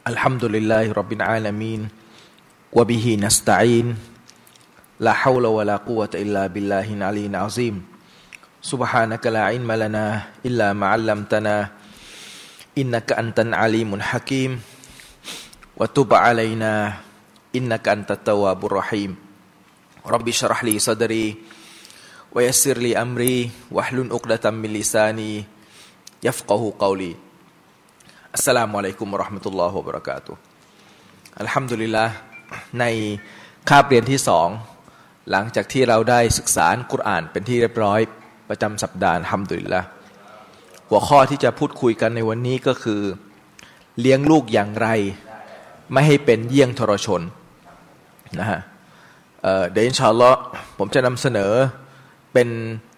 الحمد لله رب العالمين وبه نستعين لا حول ولا قوة إلا بالله العلي العظيم سبحانك لا علم لنا إلا ما علمتنا إنك أنت العليم الحكيم وتب علينا إنك أنت التواب الرحيم رب اشرح لي صدري ويسر لي أمري واحلل عقدة من لساني يفقه قوليอัสสลามุอะลัยกุมวะเราะห์มะตุลลอฮิวะบะเราะกาตุฮ์อัลฮัมดุลิลลาห์ในคาบเรียนที่2หลังจากที่เราได้ศึกษาอัลกุรอานเป็นที่เรียบร้อยประจำสัปดาห์อัลฮัมดุลิลลาห์หัวข้อที่จะพูดคุยกันในวันนี้ก็คือเลี้ยงลูกอย่างไรไม่ให้เป็นเยี่ยงทรชนนะฮะเดี๋ยวอินชาอัลลอฮ์ผมจะนำเสนอเป็น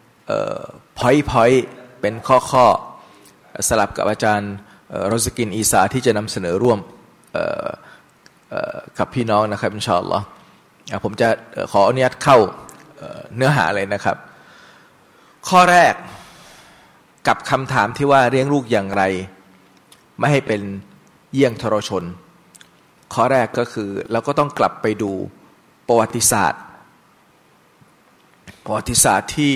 point เป็นข้อสลับกับอาจารย์รอซิกินอีสาที่จะนำเสนอร่วมกับพี่น้องนะครับอินชาอัลลอฮ์ผมจะขออนุญาตเข้าเนื้อหาเลยนะครับข้อแรกกับคำถามที่ว่าเลี้ยงลูกอย่างไรไม่ให้เป็นเยี่ยงทรชนข้อแรกก็คือเราก็ต้องกลับไปดูประวัติศาสตร์ที่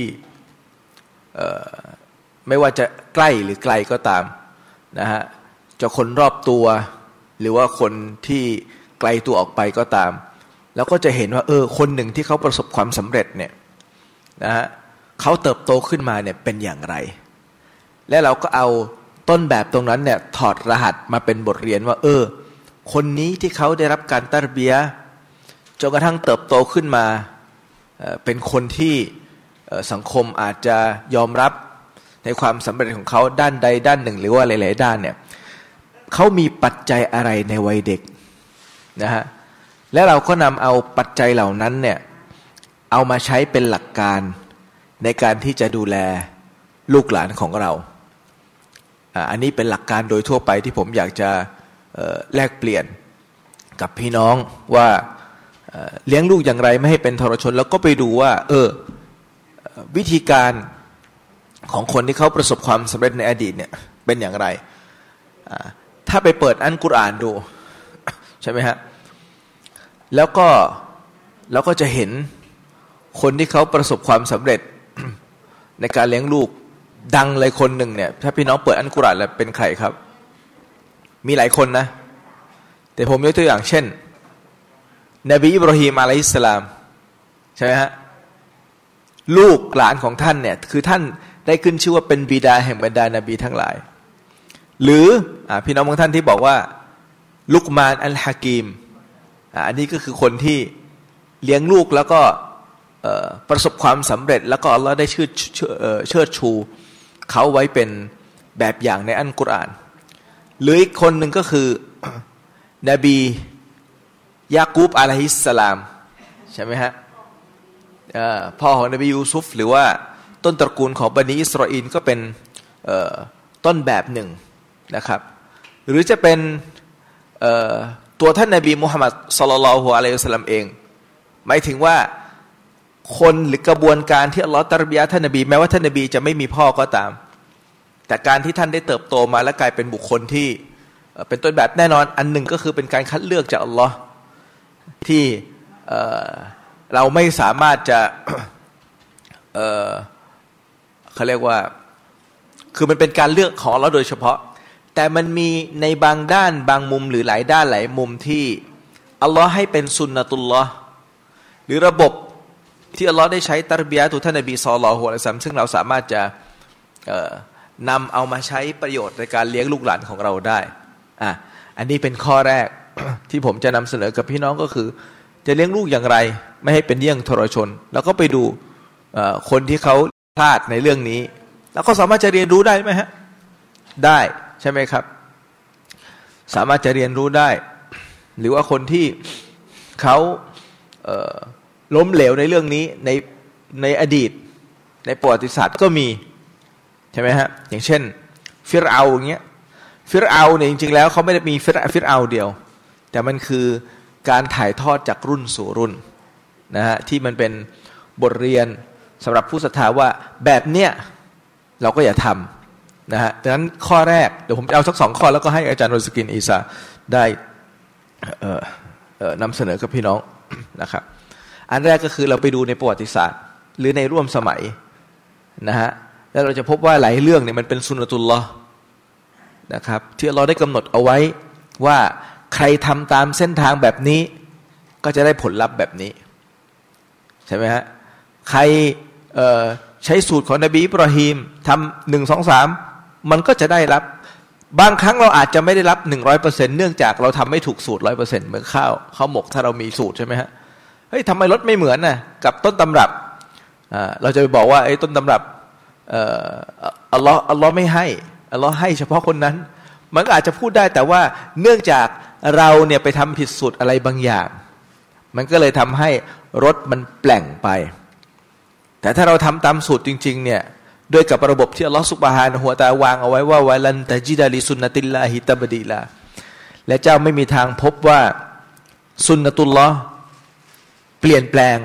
ไม่ว่าจะใกล้หรือไกลก็ตามนะฮะจะคนรอบตัวหรือว่าคนที่ไกลตัวออกไปก็ตามแล้วก็จะเห็นว่าคนหนึ่งที่เขาประสบความสำเร็จเนี่ยนะฮะเขาเติบโตขึ้นมาเนี่ยเป็นอย่างไรและเราก็เอาต้นแบบตรงนั้นเนี่ยถอดรหัสมาเป็นบทเรียนว่าคนนี้ที่เขาได้รับการตัรบียะห์จนกระทั่งเติบโตขึ้นมาเป็นคนที่สังคมอาจจะยอมรับในความสำเร็จของเขาด้านใดด้านหนึ่งหรือว่าหลายๆด้านเนี่ยเขามีปัจจัยอะไรในวัยเด็กนะฮะและเราก็นำเอาปัจจัยเหล่านั้นเนี่ยเอามาใช้เป็นหลักการในการที่จะดูแลลูกหลานของเราอันนี้เป็นหลักการโดยทั่วไปที่ผมอยากจะแลกเปลี่ยนกับพี่น้องว่าเลี้ยงลูกอย่างไรไม่ให้เป็นทรชนแล้วก็ไปดูว่าวิธีการของคนที่เขาประสบความสำเร็จในอดีตเนี่ยเป็นอย่างไรถ้าไปเปิดอัลกุรอานดูใช่ไหมฮะแล้วก็จะเห็นคนที่เขาประสบความสำเร็จ ในการเลี้ยงลูกดังเลยคนหนึ่งเนี่ยถ้าพี่น้องเปิดอัลกุรอานแล้วเป็นใครครับมีหลายคนนะแต่ผมยกตัวอย่างเช่นนบีอิบราฮิมอะลัยฮิสสลามใช่ไหมฮะลูกหลานของท่านเนี่ยคือท่านได้ขึ้นชื่อว่าเป็นบิดาแห่งบรรดานบีทั้งหลายหรือพี่น้องบางท่านที่บอกว่าลุกมานอัลฮะกีมอันนี้ก็คือคนที่เลี้ยงลูกแล้วก็ประสบความสำเร็จแล้วก็อัลเลาะห์ได้เชิดชูเขาไว้เป็นแบบอย่างในอัลกุรอานหรืออีกคนหนึ่งก็คือนบียากูบอะลัยฮิสสลามใช่ไหมฮะพ่อของนบียูซุฟหรือว่าต้นตระกูลของบันิอิสราเอลก็เป็นต้นแบบหนึ่งนะครับหรือจะเป็นตัวท่านนบีมุฮัมมัดศ็อลลัลลอฮุอะลัยฮิวะซัลลัมเองหมายถึงว่าคนหรือกระบวนการที่อัลเลาะห์ตัรบียะห์ท่านนบีแม้ว่าท่านนบีจะไม่มีพ่อก็ตามแต่การที่ท่านได้เติบโตมาและกลายเป็นบุคคลที่เป็นต้นแบบแน่นอนอันหนึ่งก็คือเป็นการคัดเลือกจากอัลเลาะห์ที่เราไม่สามารถจะเขาเรียกว่าคือมันเป็นการเลือกของเราโดยเฉพาะแต่มันมีในบางด้านบางมุมหรือหลายด้านหลายมุมที่อัลลอฮ์ให้เป็นสุนนะตุลลอฮ์หรือระบบที่อัลลอฮ์ได้ใช้ตัรบียะห์ตัวท่านนบีศ็อลลัลลอฮุอะลัยฮิวะซัลลัมซึ่งเราสามารถจะนำเอามาใช้ประโยชน์ในการเลี้ยงลูกหลานของเราได้อันนี้เป็นข้อแรก ที่ผมจะนำเสนอกับพี่น้องก็คือจะเลี้ยงลูกอย่างไรไม่ให้เป็นเยี่ยงทรชนแล้วก็ไปดูคนที่เขาพลาดในเรื่องนี้แล้วก็สามารถจะเรียนรู้ได้ไหมฮะได้ใช่ไหมครับสามารถจะเรียนรู้ได้หรือว่าคนที่เขาล้มเหลวในเรื่องนี้ในอดีตในประวัติศาสตร์ก็มีใช่ไหมฮะอย่างเช่นฟิรเอาอย่างเงี้ยฟิรเอาเนี่ยจริงๆแล้วเขาไม่ได้มีฟิรเอาเดียวแต่มันคือการถ่ายทอดจากรุ่นสู่รุ่นนะฮะที่มันเป็นบทเรียนสำหรับผู้ศรัทธาว่าแบบเนี้ยเราก็อย่าทำ นะฮะดังนั้นข้อแรกเดี๋ยวผมจะเอาสัก2ข้อแล้วก็ให้อาจารย์โรสกินอีซาได้นำเสนอกับพี่น้องนะครับอันแรกก็คือเราไปดูในประวัติศาสตร์หรือในร่วมสมัยนะฮะแล้วเราจะพบว่าหลายเรื่องเนี่ยมันเป็นสุนนะตุลลอฮ์นะครับที่เราได้กำหนดเอาไว้ว่าใครทำตามเส้นทางแบบนี้ก็จะได้ผลลัพธ์แบบนี้ใช่ไหมฮะใครใช้สูตรของนบีอิบราฮิมทำ1 2 3มันก็จะได้รับบางครั้งเราอาจจะไม่ได้รับ 100% เนื่องจากเราทำไม่ถูกสูตร 100% เหมือนข้าวหมกถ้าเรามีสูตรใช่ไหมฮะเฮ้ยทำไมรสไม่เหมือนน่ะกับต้นตำรับเราจะไปบอกว่าไอ้ต้นตำรับอัลลอฮ์ไม่ให้อัลลอฮ์ให้เฉพาะคนนั้นมันก็อาจจะพูดได้แต่ว่าเนื่องจากเราเนี่ยไปทำผิดสูตรอะไรบางอย่างมันก็เลยทำให้รสมันแปลงไปแต่ถ้าเราทำตามสูตรจริงๆเนี่ยด้วยกับระบบที่อัลลอฮฺซุบฮานะฮูวะตะอาลาวางเอาไว้ว่าวะลันตะจิดะลิซุนนะติลลาฮิตับดีลาและเจ้าไม่มีทางพบว่าสุนนะตุลลอฮ์เปลี่ยนแปลง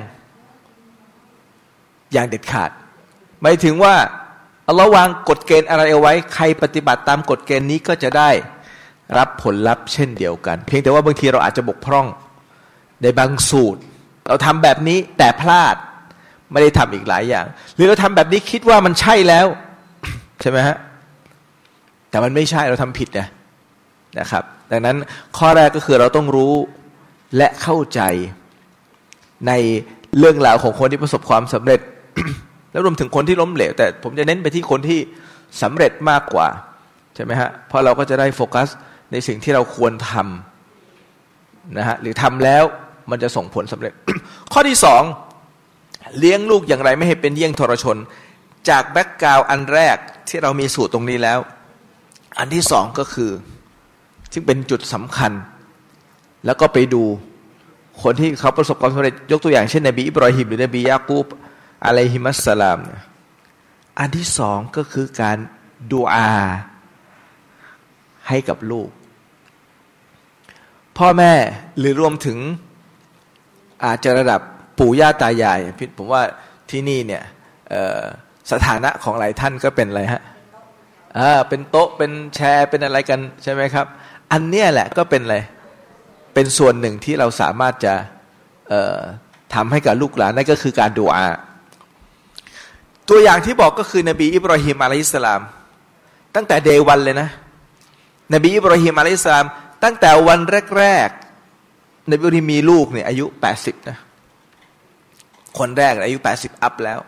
อย่างเด็ดขาดหมายถึงว่าอัลลอฮ์วางกฎเกณฑ์อะไรเอาไว้ใครปฏิบัติตามกฎเกณฑ์นี้ก็จะได้รับผลลัพธ์เช่นเดียวกันเพียงแต่ว่าบางทีเราอาจจะบกพร่องในบางสูตรเราทำแบบนี้แต่พลาดไม่ได้ทำอีกหลายอย่างหรือเราทำแบบนี้คิดว่ามันใช่แล้ว ใช่ไหมฮะแต่มันไม่ใช่เราทำผิดนะครับดังนั้นข้อแรกก็คือเราต้องรู้และเข้าใจในเรื่องราวของคนที่ประสบความสำเร็จ แล้วรวมถึงคนที่ล้มเหลวแต่ผมจะเน้นไปที่คนที่สำเร็จมากกว่าใช่ไหมฮะเพราะเราก็จะได้โฟกัสในสิ่งที่เราควรทำนะฮะหรือทำแล้วมันจะส่งผลสำเร็จ ข้อที่2เลี้ยงลูกอย่างไรไม่ให้เป็นเยี่ยงทรชนจากแบ็กกราวด์อันแรกที่เรามีสูตรตรงนี้แล้วอันที่2ก็คือซึ่งเป็นจุดสำคัญแล้วก็ไปดูคนที่เขาประสบความสำเร็จยกตัวอย่างเช่นนบีอิบราฮิมหรือนบียากูบอะลัยฮิมัสสลามเนี่ยอันที่2ก็คือการดุอาให้กับลูกพ่อแม่หรือรวมถึงอาจจะระดับปู่ย่าตายายผมว่าที่นี่เนี่ยสถานะของหลายท่านก็เป็นอะไรฮะเป็นโต๊ะเป็นแชร์เป็นอะไรกันใช่ไหมครับอันเนี้ยแหละก็เป็นอะไรเป็นส่วนหนึ่งที่เราสามารถจะทำให้กับลูกหลานนั่นก็คือการดุอาตัวอย่างที่บอกก็คือนบีอิบราฮิมอะลัยฮิสสลามตั้งแต่เดย์วันเลยนะนบีอิบราฮิมอะลัยฮิสสลามตั้งแต่วันแรกๆนบีอิบราฮิมมีลูกเนี่ยอายุ80นะคนแรกอายุ80อัพแล้ว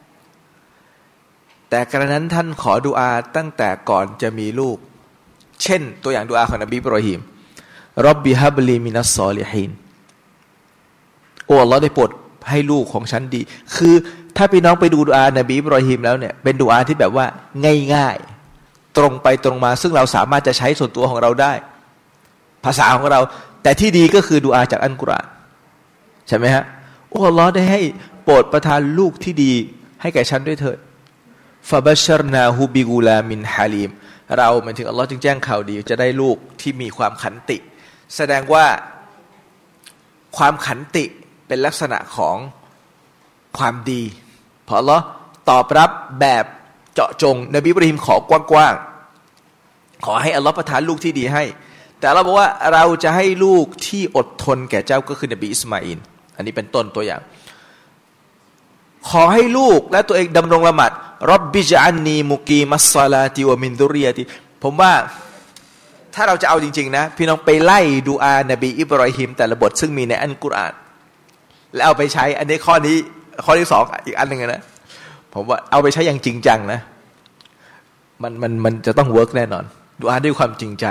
แต่กระนั้นท่านขอดุอาตั้งแต่ก่อนจะมีลูกเช่นตัวอย่างดุอาของนบีอิบราฮิมร็อบบิฮับลีมินัสซอลิฮีนโอ้อัลเลาะห์ได้โปรดให้ลูกของฉันดีคือถ้าพี่น้องไปดูดุอานบีอิบราฮิมแล้วเนี่ยเป็นดุอาที่แบบว่าง่ายๆตรงไปตรงมาซึ่งเราสามารถจะใช้ส่วนตัวของเราได้ภาษาของเราแต่ที่ดีก็คือดุอาจากอัลกุรอานใช่ไหมฮะโอ้อัลเลาะห์ได้ให้โปรดประทานลูกที่ดีให้แก่ฉันด้วยเถิดฟะบัชรนาฮูบิกุลามินฮาลีมเราหมายถึงอัลเลาะห์จึงแจ้งข่าวดีจะได้ลูกที่มีความขันติแสดงว่าความขันติเป็นลักษณะของความดีพออัลเลาะห์ตอบรับแบบเจาะจงนบีอิบราฮิมขอกว้างๆขอให้อัลเลาะห์ประทานลูกที่ดีให้แต่เราบอกว่าเราจะให้ลูกที่อดทนแก่เจ้าก็คือนบีอิสมาอิลอันนี้เป็นต้นตัวอย่างขอให้ลูกและตัวเองดำรงละหมาดร็อบบิญอันนีมุกีมัสศอลาติวะมินดุริยะติผมว่าถ้าเราจะเอาจริงๆนะพี่น้องไปไล่ดูอานบีอิบราฮิมแต่ละบทซึ่งมีในอัลกุรอานแล้วเอาไปใช้อันนี้ข้อที่2อีกอันนึงนะผมว่าเอาไปใช้อย่างจริงจังนะมันจะต้องเวิร์กแน่นอนดูอาด้วยความจริงใจ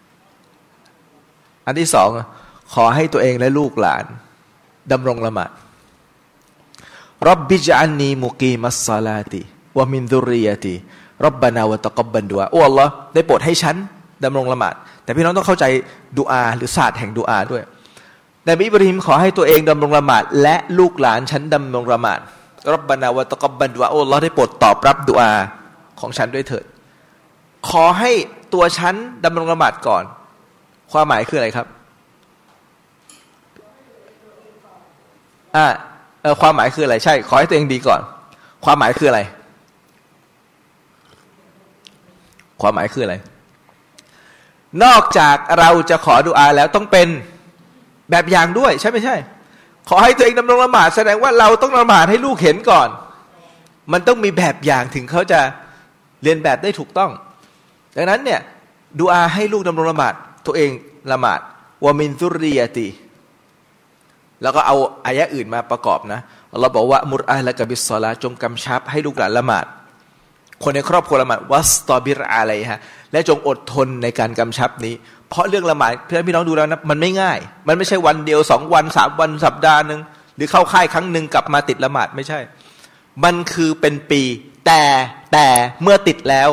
อันที่2ขอให้ตัวเองและลูกหลานดำรงละหมาดร็อบบิญอันนีมุกีมัสศอลาติวะมินดุริยะติร็อบบะนาวะตะกับบบันดุอาโอ้อัลเลาะห์ได้โปรดให้ฉันดำรงละหมาดแต่พี่น้องต้องเข้าใจดุอาหรือศาสตร์แห่งดุอาด้วยนบีอิบราฮิมขอให้ตัวเองดำรงละหมาดและลูกหลานฉันดำรงละหมาดร็อบบะนาวะตะกับบบันดุอาโอ้อัลเลาะห์ได้โปรดตอบรับดุอาของฉันด้วยเถิดขอให้ตัวฉันดำรงละหมาดก่อนความหมายคืออะไรครับความหมายคืออะไรใช่ขอให้ตัวเองดีก่อนความหมายคืออะไรความหมายคืออะไรนอกจากเราจะขอดุอาแล้วต้องเป็นแบบอย่างด้วยใช่ไม่ใช่ขอให้ตัวเองดำรงละหมาดแสดงว่าเราต้องละหมาดให้ลูกเห็นก่อนมันต้องมีแบบอย่างถึงเขาจะเรียนแบบได้ถูกต้องดังนั้นเนี่ยดุอาให้ลูกดำรงละหมาดตัวเองละหมาดวะมินซุรริยะตีแล้วก็เอาอายะอื่นมาประกอบนะเราบอกว่ามุรอะละกะบิศศอลาจงกำชับให้ลูกหลานละหมาดคนในครอบครัวละหมาดวัสตอบิรอะลัยฮะและจงอดทนในการกำชับนี้เพราะเรื่องละหมาดพี่น้องดูแล้วนะมันไม่ง่ายมันไม่ใช่วันเดียว2 วัน3 วันสัปดาห์นึงหรือเข้าค่ายครั้งนึงกลับมาติดละหมาดไม่ใช่มันคือเป็นปีแต่เมื่อติดแล้ว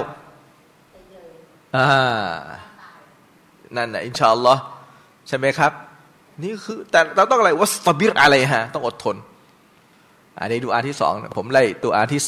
นั่นนะอินชาอัลลอฮ์ใช่ไหมครับนี่คือแต่เราต้องอะไรวัสตอบิรอะลัยฮะต้องอดทนอันนี้ดุอาที่2ผมไล่ดุอาที่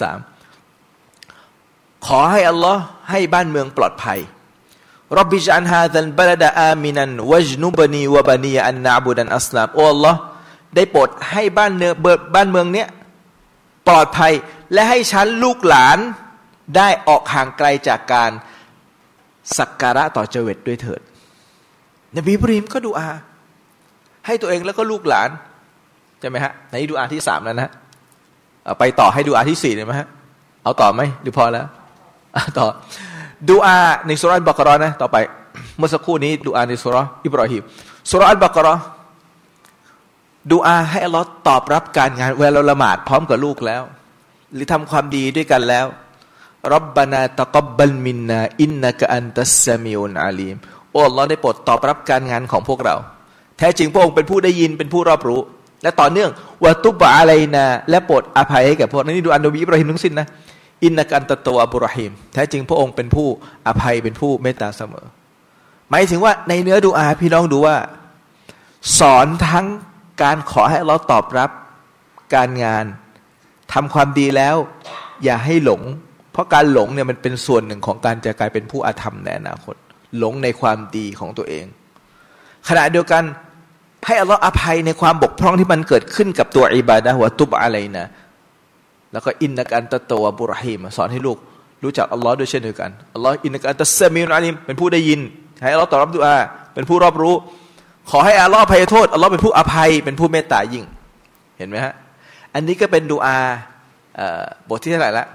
3ขอให้อัลลอฮ์ให้บ้านเมืองปลอดภัยร็อบบิญอัลฮาซัลบะลดะอามินันวัจนุบนีวะบะนีอันนะอ์บุดันอัสลามโอ้อัลลอฮ์ได้โปรดให้บ้านเมืองเนี้ยปลอดภัยและให้ฉันลูกหลานได้ออกห่างไกลจากการสักการะต่อเจวิตด้วยเถิดนบีอิบราฮิมก็ดุอาให้ตัวเองแล้วก็ลูกหลานใช่ไหมฮะในดุอาที่3แล้วนะไปต่อให้ดุอาที่4เลยไหมฮะเอาต่อไหมหรือพอแล้วต่อดุอาในซูเราะห์อัลบะเกาะเราะห์นะต่อไปเมื่อสักครู่นี้ดุอาในซูเราะห์อิบราฮิมซูเราะห์อัลบะเกาะเราะห์ดุอาให้อัลเลาะห์ตอบรับการงานเวลาเราละหมาดพร้อมกับลูกแล้วหรือทำความดีด้วยกันแล้วร็อบบานาตะกับบะลมินนาอินนะกะอันตัสซะมีอุนอะลีมโอ้อัลเลาะห์ได้โปรดตอบรับการงานของพวกเราแท้จริงพระองค์เป็นผู้ได้ยินเป็นผู้รอบรู้และต่อเนื่องวะตุบอะลัยนาและโปรดอภัยให้แก่พวกนี้ดูอันนบีอิบราฮิมทั้งสิ้นนะอินนะกันตะตวะบุรหิมแท้จริงพระองค์เป็นผู้อภัยเป็นผู้เมตตาเสมอหมายถึงว่าในเนื้อดุอาพี่น้องดูว่าสอนทั้งการขอให้อัลเลาะห์ตอบรับการงานทำความดีแล้วอย่าให้หลงเพราะการหลงเนี่ยมันเป็นส่วนหนึ่งของการจะกลายเป็นผู้อาธรรมในอนาคตหลงในความดีของตัวเองขณะเดียวกันให้อัลเลาะห์อภัยในความบกพร่องที่มันเกิดขึ้นกับตัวอิบาดะห์วะตุบอะลัยนาแล้วก็อินนะกะอันตะตวะบุรหิมสอนให้ลูกรู้จักอัลเลาะห์ด้วยเช่นเดียวกันอัลเลาะห์อินนะกะอันตัสซะมีอุนอะลีมเป็นผู้ได้ยินให้อัลเลาะห์ตอบรับดุอาเป็นผู้รอบรู้ขอให้อัลเลาะห์อภัยโทษอัลเลาะห์เป็นผู้อภัยเป็นผู้เมตตายิ่งเห็นไหมฮะอันนี้ก็เป็นดุอาบทที่เท่าไหร่ละ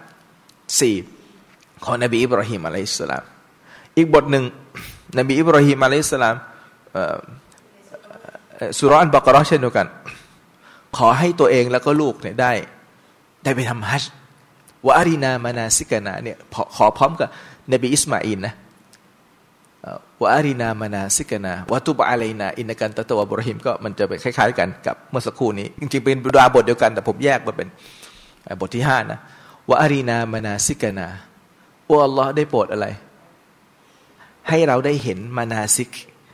4ของนบีอิบราฮิมอะลัยฮิสสลามอีกบทหนึ่งนบีอิบราฮิมอะลัยฮิสสลามซูเราะห์อัลบะเกาะเราะห์เช่นเดียวกันขอให้ตัวเองแล้วก็ลูกเนี่ยได้ไปทำฮัจญ์วะอารินามานาซิกะนาเนี่ยขอพร้อมกับนบีอิสมาอีลนะวะอารินามานาซิกะนาวะตุบะอะลัยนาอินนะกันตะตวะบุรหิมก็มันจะเป็นคล้ายๆกันกับเมื่อสักครู่นี้จริงๆเป็นดุอาบทเดียวกันแต่ผมแยกมาเป็นบทที่5นะวะอารินามานาซิกะนาโอ้อัลเลาะห์ได้โปรดอะไรให้เราได้เห็นมานาซิ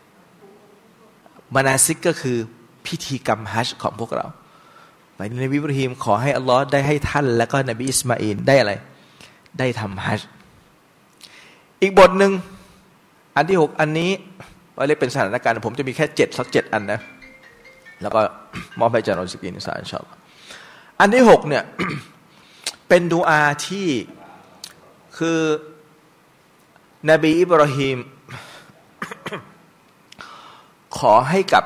กก็คือพิธีกรรมฮัจญ์ของพวกเราหมายถึงนบีอิบราฮิมขอให้อัลเลาะห์ได้ให้ท่านแล้วก็นบีอิสมาอีลได้อะไรได้ทำฮัจญ์อีกบทหนึ่งอันที่6อันนี้ว่าเรียกเป็นสถานการณ์ผมจะมีแค่7อันนะแล้วก็มอบให้อาจารย์อัลซิกีนอินชาอัลลอฮ์อันที่6เนี่ย เป็นดุอาที่คือนบีอิบราฮิม ขอให้กับ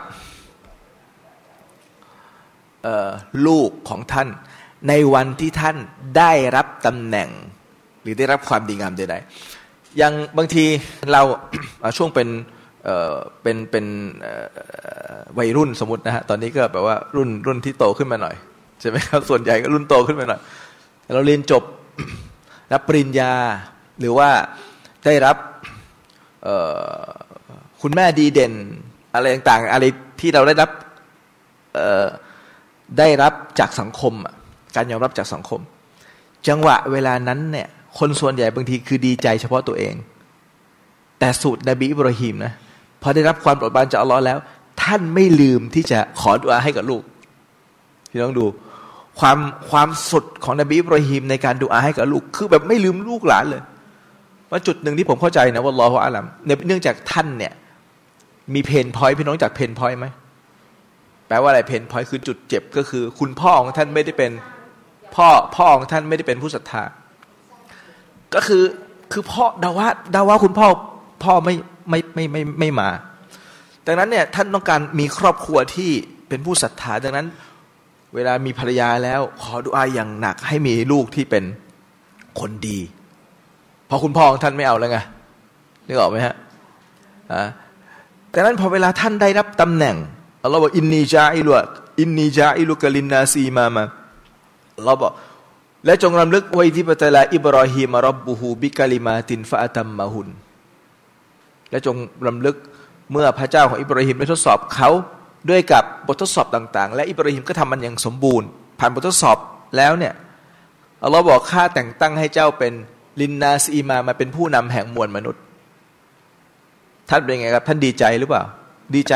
ลูกของท่านในวันที่ท่านได้รับตำแหน่งหรือได้รับความดีงามใดๆอย่างบางทีเรา ช่วงเป็นวัยรุ่นสมมตินะฮะตอนนี้ก็แบบว่ารุ่นที่โตขึ้นมาหน่อยใช่ไหมครับส่วนใหญ่ก็รุ่นโตขึ้นมาหน่อยเราเรียนจบรับปริญญาหรือว่าได้รับคุณแม่ดีเด่นอะไรต่างๆอะไรที่เราได้รับจากสังคมการยอมรับจากสังคมจังหวะเวลานั้นเนี่ยคนส่วนใหญ่บางทีคือดีใจเฉพาะตัวเองแต่สูตรนบีอิบราฮิมนะพอได้รับความโปรดปรานจากอัลเลาะห์แล้วท่านไม่ลืมที่จะขอดุอาให้กับลูกพี่น้องดูความสุดของนบีอิบราฮิมในการดุอาให้กับลูกคือแบบไม่ลืมลูกหลานเลยว่าจุดหนึ่งที่ผมเข้าใจนะวัลลอฮุอาลัมเนื่องจากท่านเนี่ยมีเพนพอยต์พี่น้องจากเพนพอยต์ไหมแปลว่าอะไรเพนพอยต์คือจุดเจ็บก็คือคุณพ่อของท่านไม่ได้เป็นพ่อของท่านไม่ได้เป็นผู้ศรัทธาก็คือพ่อดาว่าคุณพ่อไม่มาดังนั้นเนี่ยท่านต้องการมีครอบครัวที่เป็นผู้ศรัทธาดังนั้นเวลามีภรรยาแล้วขอดุอาอย่างหนักให้มีลูกที่เป็นคนดีเพราะคุณพ่อของท่านไม่เอาแล้วไงนึกออกไหมฮะดังนั้นพอเวลาท่านได้รับตำแหน่งอัลลอฮ์บอกอินนีจาอิลุกะลินนาซีมาอัลลอฮ์บอกและจงรำลึกไว้ที่ปะตะลาอิบรอฮีมร็อบบุฮูบิกะลิมาตินฟะอะตัมมะฮุนและจงรำลึกเมื่อพระเจ้าของอิบราฮิมได้ทดสอบเขาด้วยกับบททดสอบต่างๆและอิบราฮิมก็ทำมันอย่างสมบูรณ์ผ่านบททดสอบแล้วเนี่ยอัลลอฮ์บอกข้าแต่งตั้งให้เจ้าเป็นลินนาซีมาเป็นผู้นำแห่งมวลมนุษย์ท่านเป็นไงครับท่านดีใจหรือเปล่าดีใจ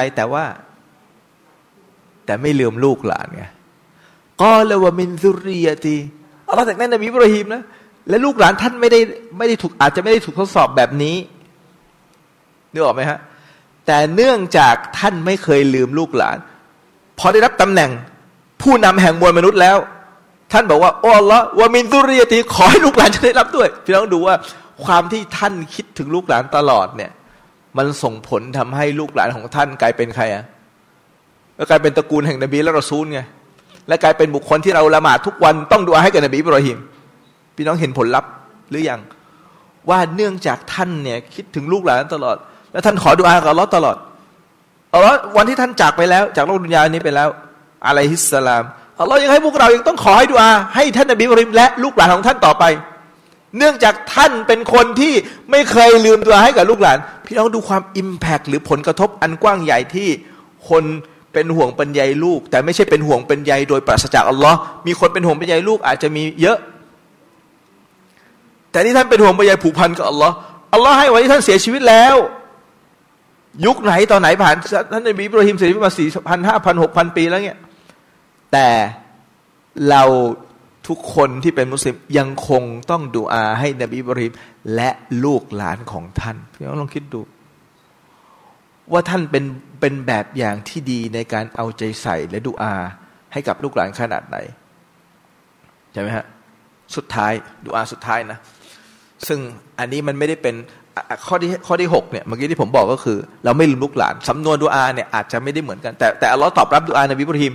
แต่ไม่ลืมลูกหลานไงกอลวะมินซุรริยะตีอัลลอฮ์แต่งตั้งนบีอิบราฮิมนะและลูกหลานท่านไม่ได้ถูกอาจจะไม่ได้ถูกทดสอบแบบนี้นึกออกไหมฮะแต่เนื่องจากท่านไม่เคยลืมลูกหลานพอได้รับตำแหน่งผู้นำแห่งมวลมนุษย์แล้วท่านบอกว่าโอ้อัลลอฮ์วะมินซุรริยะตีขอให้ลูกหลานจะได้รับด้วยพี่น้องดูว่าความที่ท่านคิดถึงลูกหลานตลอดเนี่ยมันส่งผลทำให้ลูกหลานของท่านกลายเป็นใครอ่ะก็กลายเป็นตระกูลแห่งนบีและรอซูลไงและกลายเป็นบุคคลที่เราละหมาดทุกวันต้องดุอาให้กับนบีอิบราฮิมพี่น้องเห็นผลลัพธ์หรือยังว่าเนื่องจากท่านเนี่ยคิดถึงลูกหลานตลอดและท่านขอดุอากับอัลเลาะห์ตลอดอัลเลาะห์วันที่ท่านจากไปแล้วจากโลกดุนยานี้ไปแล้วอะลัยฮิสสลามอัลเลาะห์ยังให้พวกเรายังต้องขอให้ดุอาให้ท่านนบีอิบราฮิมและลูกหลานของท่านต่อไปเนื่องจากท่านเป็นคนที่ไม่เคยลืมดุอาให้กับลูกหลานพี่น้องดูความอิมแพคหรือผลกระทบอันกว้างใหญ่ที่คนเป็นห่วงเป็นใยลูกแต่ไม่ใช่เป็นห่วงเป็นใยโดยปราศจากอัลลอฮ์มีคนเป็นห่วงเป็นใยลูกอาจจะมีเยอะแต่ที่ท่านเป็นห่วงเป็นใยผูกพันกับอัลลอฮ์อัลลอฮ์ให้วันที่ท่านเสียชีวิตแล้วยุคไหนตอนไหนผ่านท่านนบีอิบราฮิมเสียชีวิตมา 4,000 5,000 6,000 ปีแล้วเนี่ยแต่เราทุกคนที่เป็นมุสลิมยังคงต้องดุอาให้นบีอิบราฮิมและลูกหลานของท่านพี่น้องลองคิดดูว่าท่านเป็นแบบอย่างที่ดีในการเอาใจใส่และดุอาให้กับลูกหลานขนาดไหนใช่ไหมฮะสุดท้ายดุอาสุดท้ายนะซึ่งอันนี้มันไม่ได้เป็นข้อที่6เนี่ยเมื่อกี้ที่ผมบอกก็คือเราไม่ลืมลูกหลานสำนวนดุอาเนี่ยอาจจะไม่ได้เหมือนกันแต่อัลเลาะห์ตอบรับดุอานบีอิบราฮิม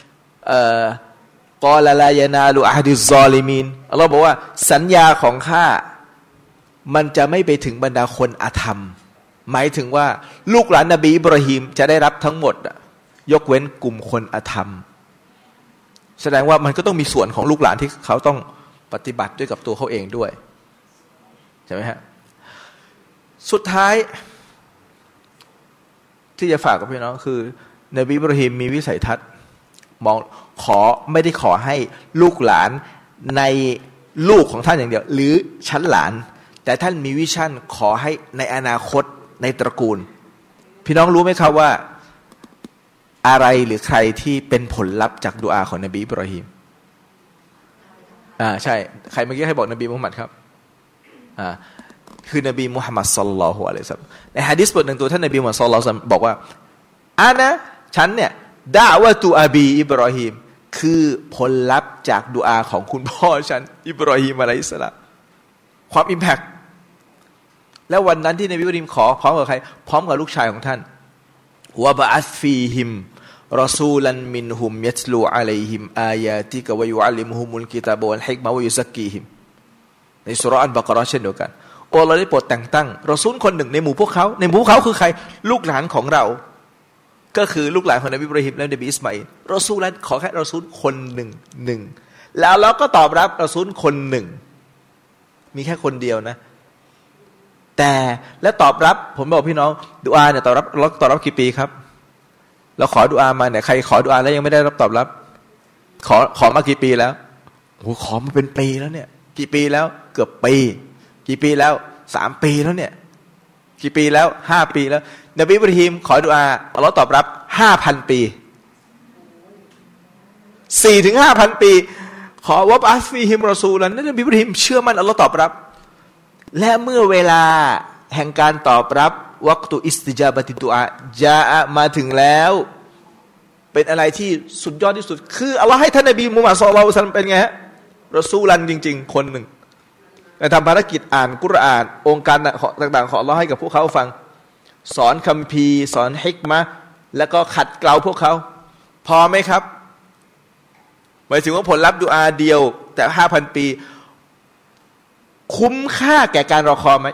กอลาลายานาลูอะฮดิซอลิมีนอัลเลาะห์บอกว่าสัญญาของข้ามันจะไม่ไปถึงบรรดาคนอธรรมหมายถึงว่าลูกหลานนบีอิบราฮิมจะได้รับทั้งหมดยกเว้นกลุ่มคนอธรรมแสดงว่ามันก็ต้องมีส่วนของลูกหลานที่เขาต้องปฏิบัติด้วยกับตัวเขาเองด้วยใช่ไหมฮะสุดท้ายที่จะฝากกับพี่น้องคือนบีอิบราฮิมมีวิสัยทัศน์มองไม่ได้ขอให้ลูกหลานในลูกของท่านอย่างเดียวหรือชั้นหลานแต่ท่านมีวิชั่นขอให้ในอนาคตในตระกูลพี่น้องรู้ไหมครับว่าอะไรหรือใครที่เป็นผลลัพธ์จากดุอาของนบีอิบราฮิมใช่ใครเมื่อกี้ให้บอกนบีมุฮัมมัดครับคือนบีมุฮัมมัดศ็อลลัลลอฮุอะลัยฮิวะซัลลัมในหะดีษบทหนึ่งตัวท่านนบีมุฮัมมัดศ็อลลัลลอฮุอะลัยฮิวะซัลลัมบอกว่าฉันเนี่ยดะวะตุอบีอิบราฮิมคือผลลัพธ์จากดุอาของคุณพ่อฉันอิบราฮิมอะลัยฮิสสลามความอิมแพคแล้ววันนั้นที่นบีอิบราฮิมขอพร้อมกับใครพร้อมกับลูกชายของท่านวะบะอัสฟีฮิมรอซูลันมินฮุมยัตลูอะลัยฮิมอายาติกะวะยุอัลลิมุฮุมุลกิตาบะวัลฮิกมะวะยุซักกีฮิมในซูเราะห์อัลบะเกาะเราะห์เช่นเดียวกันอัลเลาะห์ได้โปรดแต่งตั้งรอซูลคนหนึ่งในหมู่พวกเขาคือใครลูกหลานของเราก็คือลูกหลานของนบีอิบราฮิมและนบีอิสมาอีลรอซูลนั้นขอแค่รอซูลคนหนึ่งแล้วเราก็ตอบรับรอซูลคนหนึ่งมีแค่คนเดียวนะแต่และตอบรับผมบอกพี่น้องดุอาเนี่ยตอบรับกี่ปีครับเราขอดุอามาเนี่ยใครขอดุอาแล้วยังไม่ได้รับตอบรับขอมากี่ปีแล้วโอ้ขอมาเป็นปีแล้วเนี่ยกี่ปีแล้วเกือบปีกี่ปีแล้ว3 ปีแล้วเนี่ยกี่ปีแล้ว5 ปีแล้วนบีอิบราฮิมขอดุอาอัลเลาะห์ตอบรับ 5,000 ปี4 ถึง 5,000 ปีขอวะบะอัสฟีฮิมรอซูลันนบีอิบราฮิมเชื่อมั่นอัลเลาะห์ตอบรับและเมื่อเวลาแห่งการตอบรับวักตุอิสติจาบะติดุอาจาอะมาถึงแล้วเป็นอะไรที่สุดยอดที่สุดคืออัลเลาะห์ให้ท่านนบีมุฮัมมัดศ็อลลัลลอฮุอะลัยฮิวะซัลลัมเป็นไงฮะรอซูลันจริงๆคนหนึ่งแต่ทำภารกิจอ่านกุรอานองค์การต่างๆของอัลเลาะห์ให้กับพวกเขาฟังสอนคัมภีร์สอนฮิกมะห์แล้วก็ขัดเกลาพวกเขาพอไหมครับหมายถึงว่าผลลัพธ์ดุอาเดียวแต่ 5,000 ปีคุ้มค่าแก่การรอคอยไหม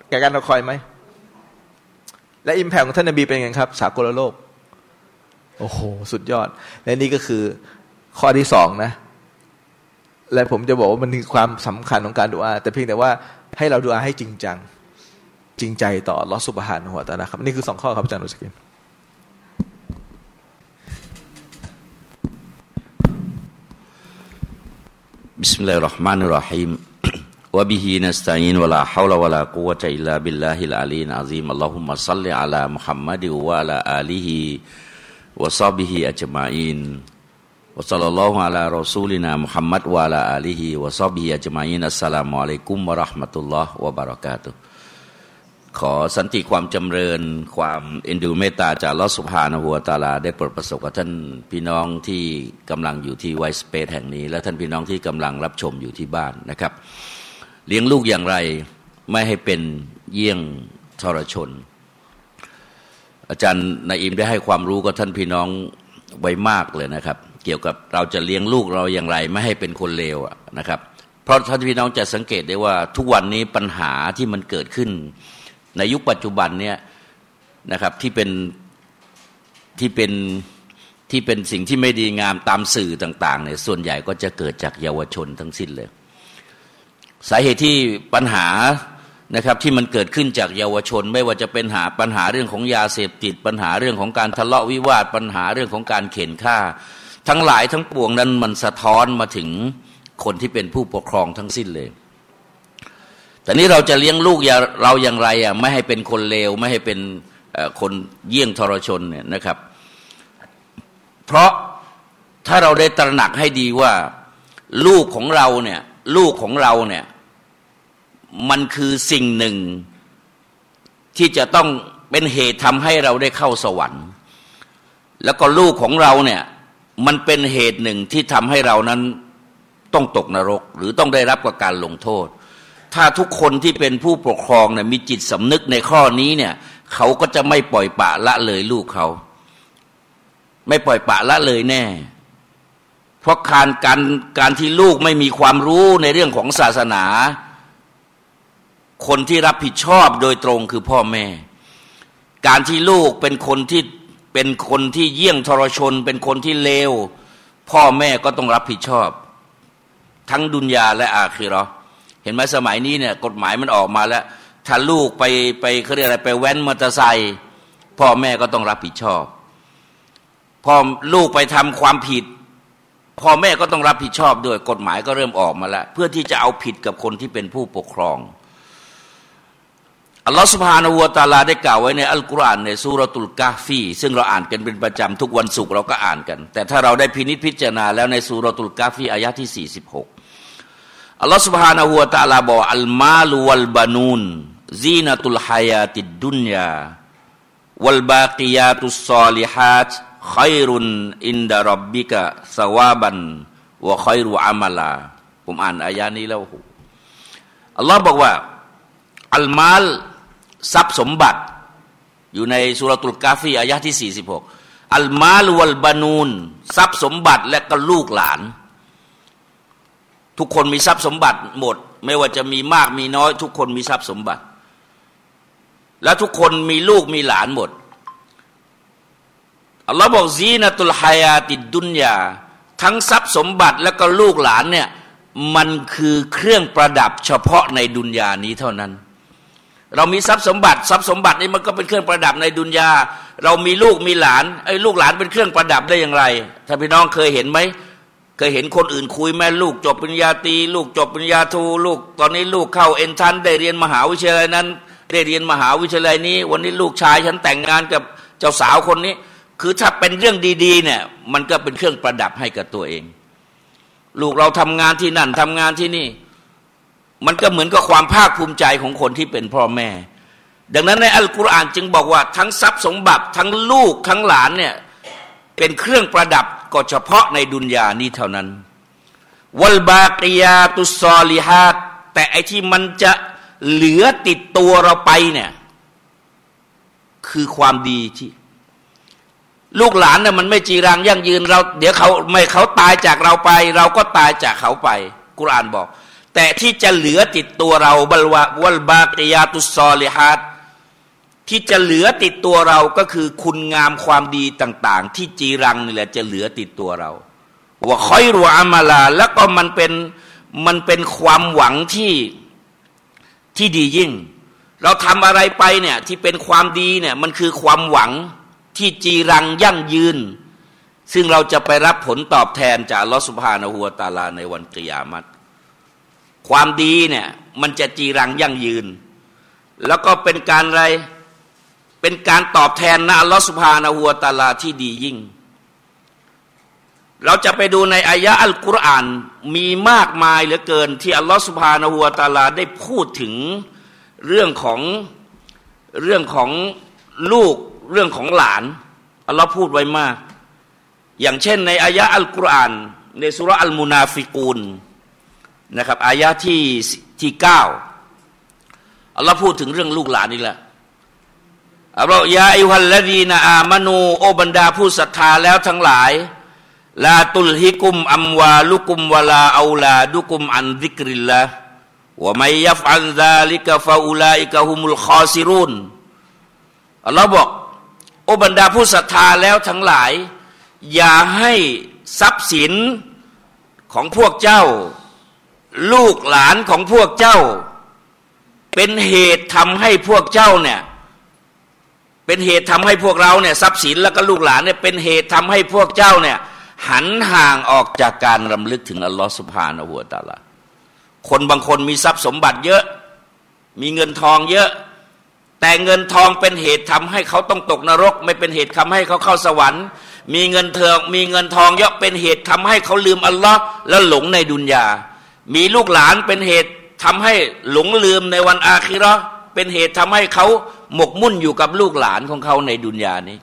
และอิมแพคของท่านนบีเป็นไงครับสากลโลกโอ้โหสุดยอดและนี่ก็คือข้อที่2นะและผมจะบอกว่ามันคือความสำคัญของการดุอาแต่เพียงแต่ว่าให้เราดุอาให้จริงจังจริงใจต่ออัลเลาะห์ซุบฮานะฮูวะตะอาลาครับนี่คือ2ข้อครับอาจารย์อุสกินบิสมิลลาฮิรเราะห์มานิรเราะฮีมวะบิฮินัสตะอีนวะลาฮาวละวะลากุวะตะอิลลาบิลลาฮิลอาลียอะซีมอัลลอฮุมมะศ็อลลิอะลามุฮัมมัดวะอะลาอาลิฮิวะศอฮบิฮิอัจมาอีนวะศ็อลลัลลอฮุอะลารอซูลินามุฮัมมัดวะอะลาอาลิฮิวะศอฮบิฮิอัจมาอีนอัสสลามุอะลัยกุมวะเราะห์มะตุลลอฮ์วะบะเราะกาตุฮ์ขอสันติความจำเริญความเอ็นดูเมตตาจากอัลเลาะห์ซุบฮานะฮูวะตะอาลาได้โปรดประสบกับท่านพี่น้องที่กำลังอยู่ที่ไวท์สเปซแห่งนี้และท่านพี่น้องที่กำลังรับชมอยู่ที่บ้านนะครับเลี้ยงลูกอย่างไรไม่ให้เป็นเยี่ยงทรชนอาจารย์นาอิมได้ให้ความรู้กับท่านพี่น้องไว้มากเลยนะครับเกี่ยวกับเราจะเลี้ยงลูกเราอย่างไรไม่ให้เป็นคนเลวนะครับเพราะท่านพี่น้องจะสังเกตได้ว่าทุกวันนี้ปัญหาที่มันเกิดขึ้นในยุคปัจจุบันเนี่ยนะครับที่เป็นสิ่งที่ไม่ดีงามตามสื่อต่างๆเนี่ยส่วนใหญ่ก็จะเกิดจากเยาวชนทั้งสิ้นเลยสาเหตุที่ปัญหานะครับที่มันเกิดขึ้นจากเยาวชนไม่ว่าจะเป็นปัญหาเรื่องของยาเสพติดปัญหาเรื่องของการทะเลาะวิวาทปัญหาเรื่องของการเข็นฆ่าทั้งหลายทั้งปวงนั้นมันสะท้อนมาถึงคนที่เป็นผู้ปกครองทั้งสิ้นเลยแต่นี้เราจะเลี้ยงลูกเราอย่างไรไม่ให้เป็นคนเลวไม่ให้เป็นคนเยี่ยงทรชนเนี่ยนะครับเพราะถ้าเราได้ตระหนักให้ดีว่าลูกของเราเนี่ยมันคือสิ่งหนึ่งที่จะต้องเป็นเหตุทำให้เราได้เข้าสวรรค์แล้วก็ลูกของเราเนี่ยมันเป็นเหตุหนึ่งที่ทำให้เรานั้นต้องตกนรกหรือต้องได้รับกับการลงโทษถ้าทุกคนที่เป็นผู้ปกครองเนี่ยมีจิตสำนึกในข้อนี้เนี่ยเขาก็จะไม่ปล่อยปละละเลยลูกเขาไม่ปล่อยปละละเลยแน่เพราะการที่ลูกไม่มีความรู้ในเรื่องของศาสนาคนที่รับผิดชอบโดยตรงคือพ่อแม่การที่ลูกเป็นคนที่เยี่ยงทรชนเป็นคนที่เลวพ่อแม่ก็ต้องรับผิดชอบทั้งดุนยาและอาคิเราะห์เห็นไหมสมัยนี้เนี่ยกฎหมายมันออกมาแล้วถ้าลูกไปเขาเรียกอะไรไปแว้นมอเตอร์ไซค์พ่อแม่ก็ต้องรับผิดชอบพอลูกไปทำความผิดพ่อแม่ก็ต้องรับผิดชอบด้วยกฎหมายก็เริ่มออกมาแล้วเพื่อที่จะเอาผิดกับคนที่เป็นผู้ปกครองอัลลอฮฺซุบฮานะฮูวะตะอาลาได้กล่าวไว้ในอัลกุรอานในซูเราะตุลกะฮฟีซึ่งเราอ่านกันเป็นประจำทุกวันศุกร์เราก็อ่านกันแต่ถ้าเราได้พินิจพิจารณาแล้วในซูเราะตุลกะฮฟีอายะห์ที่46อัลลอฮฺ سبحانه และ تعالى บอกอัลมาลวัลบานูนซีนะตุลฮายาติดดุนยาวัลบากิยาตุศศอลิฮาตค็อยรุนอินดะร็อบบิกะซะวาบันวะค็อยรุอะมะลาผมอ่านอายะนี้แล้วอัลลอฮ์บอกว่าอัลมาลทรัพย์สมบัติอยู่ในซูเราะตุลกะฮฟีอายะห์ที่46อัลมาลวัลบานูนทรัพย์สมบัติและก็ลูกหลานทุกคนมีทรัพย์สมบัติหมดไม่ว่าจะมีมากมีน้อยทุกคนมีทรัพย์สมบัติและทุกคนมีลูกมีหลานหมดอัลลอฮ์บอกซีนะตุลฮายาติดดุนยาทั้งทรัพย์สมบัติและก็ลูกหลานเนี่ยมันคือเครื่องประดับเฉพาะในดุนยานี้เท่านั้นเรามีทรัพย์สมบัตินี่มันก็เป็นเครื่องประดับในดุนยาเรามีลูกมีหลานลูกหลานเป็นเครื่องประดับได้อย่างไรถ้าพี่น้องเคยเห็นไหมเคยเห็นคนอื่นคุยแม่ลูกจบปริญญาตรีลูกจบปริญญาโทลูกตอนนี้ลูกเข้าเอ็นทรานซ์ได้เรียนมหาวิทยาลัยนั้นได้เรียนมหาวิทยาลัยนี้วันนี้ลูกชายฉันแต่งงานกับเจ้าสาวคนนี้คือถ้าเป็นเรื่องดีๆเนี่ยมันก็เป็นเครื่องประดับให้กับตัวเองลูกเราทำงานที่นั่นทำงานที่นี่มันก็เหมือนกับความภาคภูมิใจของคนที่เป็นพ่อแม่ดังนั้นในอัลกุรอานจึงบอกว่าทั้งทรัพย์สมบัติทั้งลูกทั้งหลานเนี่ยเป็นเครื่องประดับก็เฉพาะในดุนยานี้เท่านั้นวัลบากิยาตุศศอลิฮาตแต่ไอ้ที่มันจะเหลือติดตัวเราไปเนี่ยคือความดีที่ลูกหลานเนี่ยมันไม่จีรังยั่งยืนเราเดี๋ยวเขาตายจากเราไปเราก็ตายจากเขาไปกุรอานบอกแต่ที่จะเหลือติดตัวเราวัลบากิยาตุสซอลิฮัตที่จะเหลือติดตัวเราก็คือคุณงามความดีต่างๆที่จีรังนี่แหละจะเหลือติดตัวเราว่าคอยรัวอามาลาแล้วก็มันเป็นความหวังที่ดียิ่งเราทำอะไรไปเนี่ยที่เป็นความดีเนี่ยมันคือความหวังที่จีรังยั่งยืนซึ่งเราจะไปรับผลตอบแทนจากอัลเลาะห์ซุบฮานะฮูวะตะอาลาในวันกิยามะฮ์ความดีเนี่ยมันจะจีรังยั่งยืนแล้วก็เป็นการอะไรเป็นการตอบแทนนะอัลเลาะห์ซุบฮานะฮูวะตะอาลาที่ดียิ่งเราจะไปดูในอายะอัลกุรอานมีมากมายเหลือเกินที่อัลเลาะห์ซุบฮานะฮูวะตะอาลาได้พูดถึงเรื่องของลูกเรื่องของหลานอัลเลาะห์พูดไว้มากอย่างเช่นในอายะอัลกุรอานในซูเราะห์อัลมุนาฟิกูนนะครับอายะที่9อัลเลาะห์พูดถึงเรื่องลูกหลานนี่แหละอัลเลาะห์ยาอัยยูฮัลลซีนะอามานูโอบรรดาผู้ศรัทธาแล้วทั้งหลายลาตุลฮิกุมอัมวาลุกุมวะลาเอาลาดุกุมอันซิกริลลาห์วะมัยยัฟอัลซาลิกะฟะอูลาอิกะฮุมุลคอซิรุนอัลเลาะห์บอกโอบรรดาผู้ศรัทธาแล้วทั้งหลายอย่าให้ทรัพย์สินของพวกเจ้าลูกหลานของพวกเจ้าเป็นเหตุทำให้พวกเจ้าเนี่ยเป็นเหตุทำให้พวกเราเนี่ยทรัพย์สินแล้วก็ลูกหลานเนี่ยเป็นเหตุทำให้พวกเจ้าเนี่ยหันห่างออกจากการรำลึกถึงอัลลอฮฺซุบฮานะฮูวะตะอาลาคนบางคนมีทรัพย์สมบัติเยอะมีเงินทองเยอะแต่เงินทองเป็นเหตุทำให้เขาต้องตกนรกไม่เป็นเหตุทำให้เขาเข้าสวรรค์มีเงินทองเยอะเป็นเหตุทำให้เขาลืมอัลลอฮ์แล้วหลงในดุนยามีลูกหลานเป็นเหตุทำให้หลงลืมในวันอาคิเราะห์เป็นเหตุทำให้เขาหมกมุ่นอยู่กับลูกหลานของเขาในดุนยานี้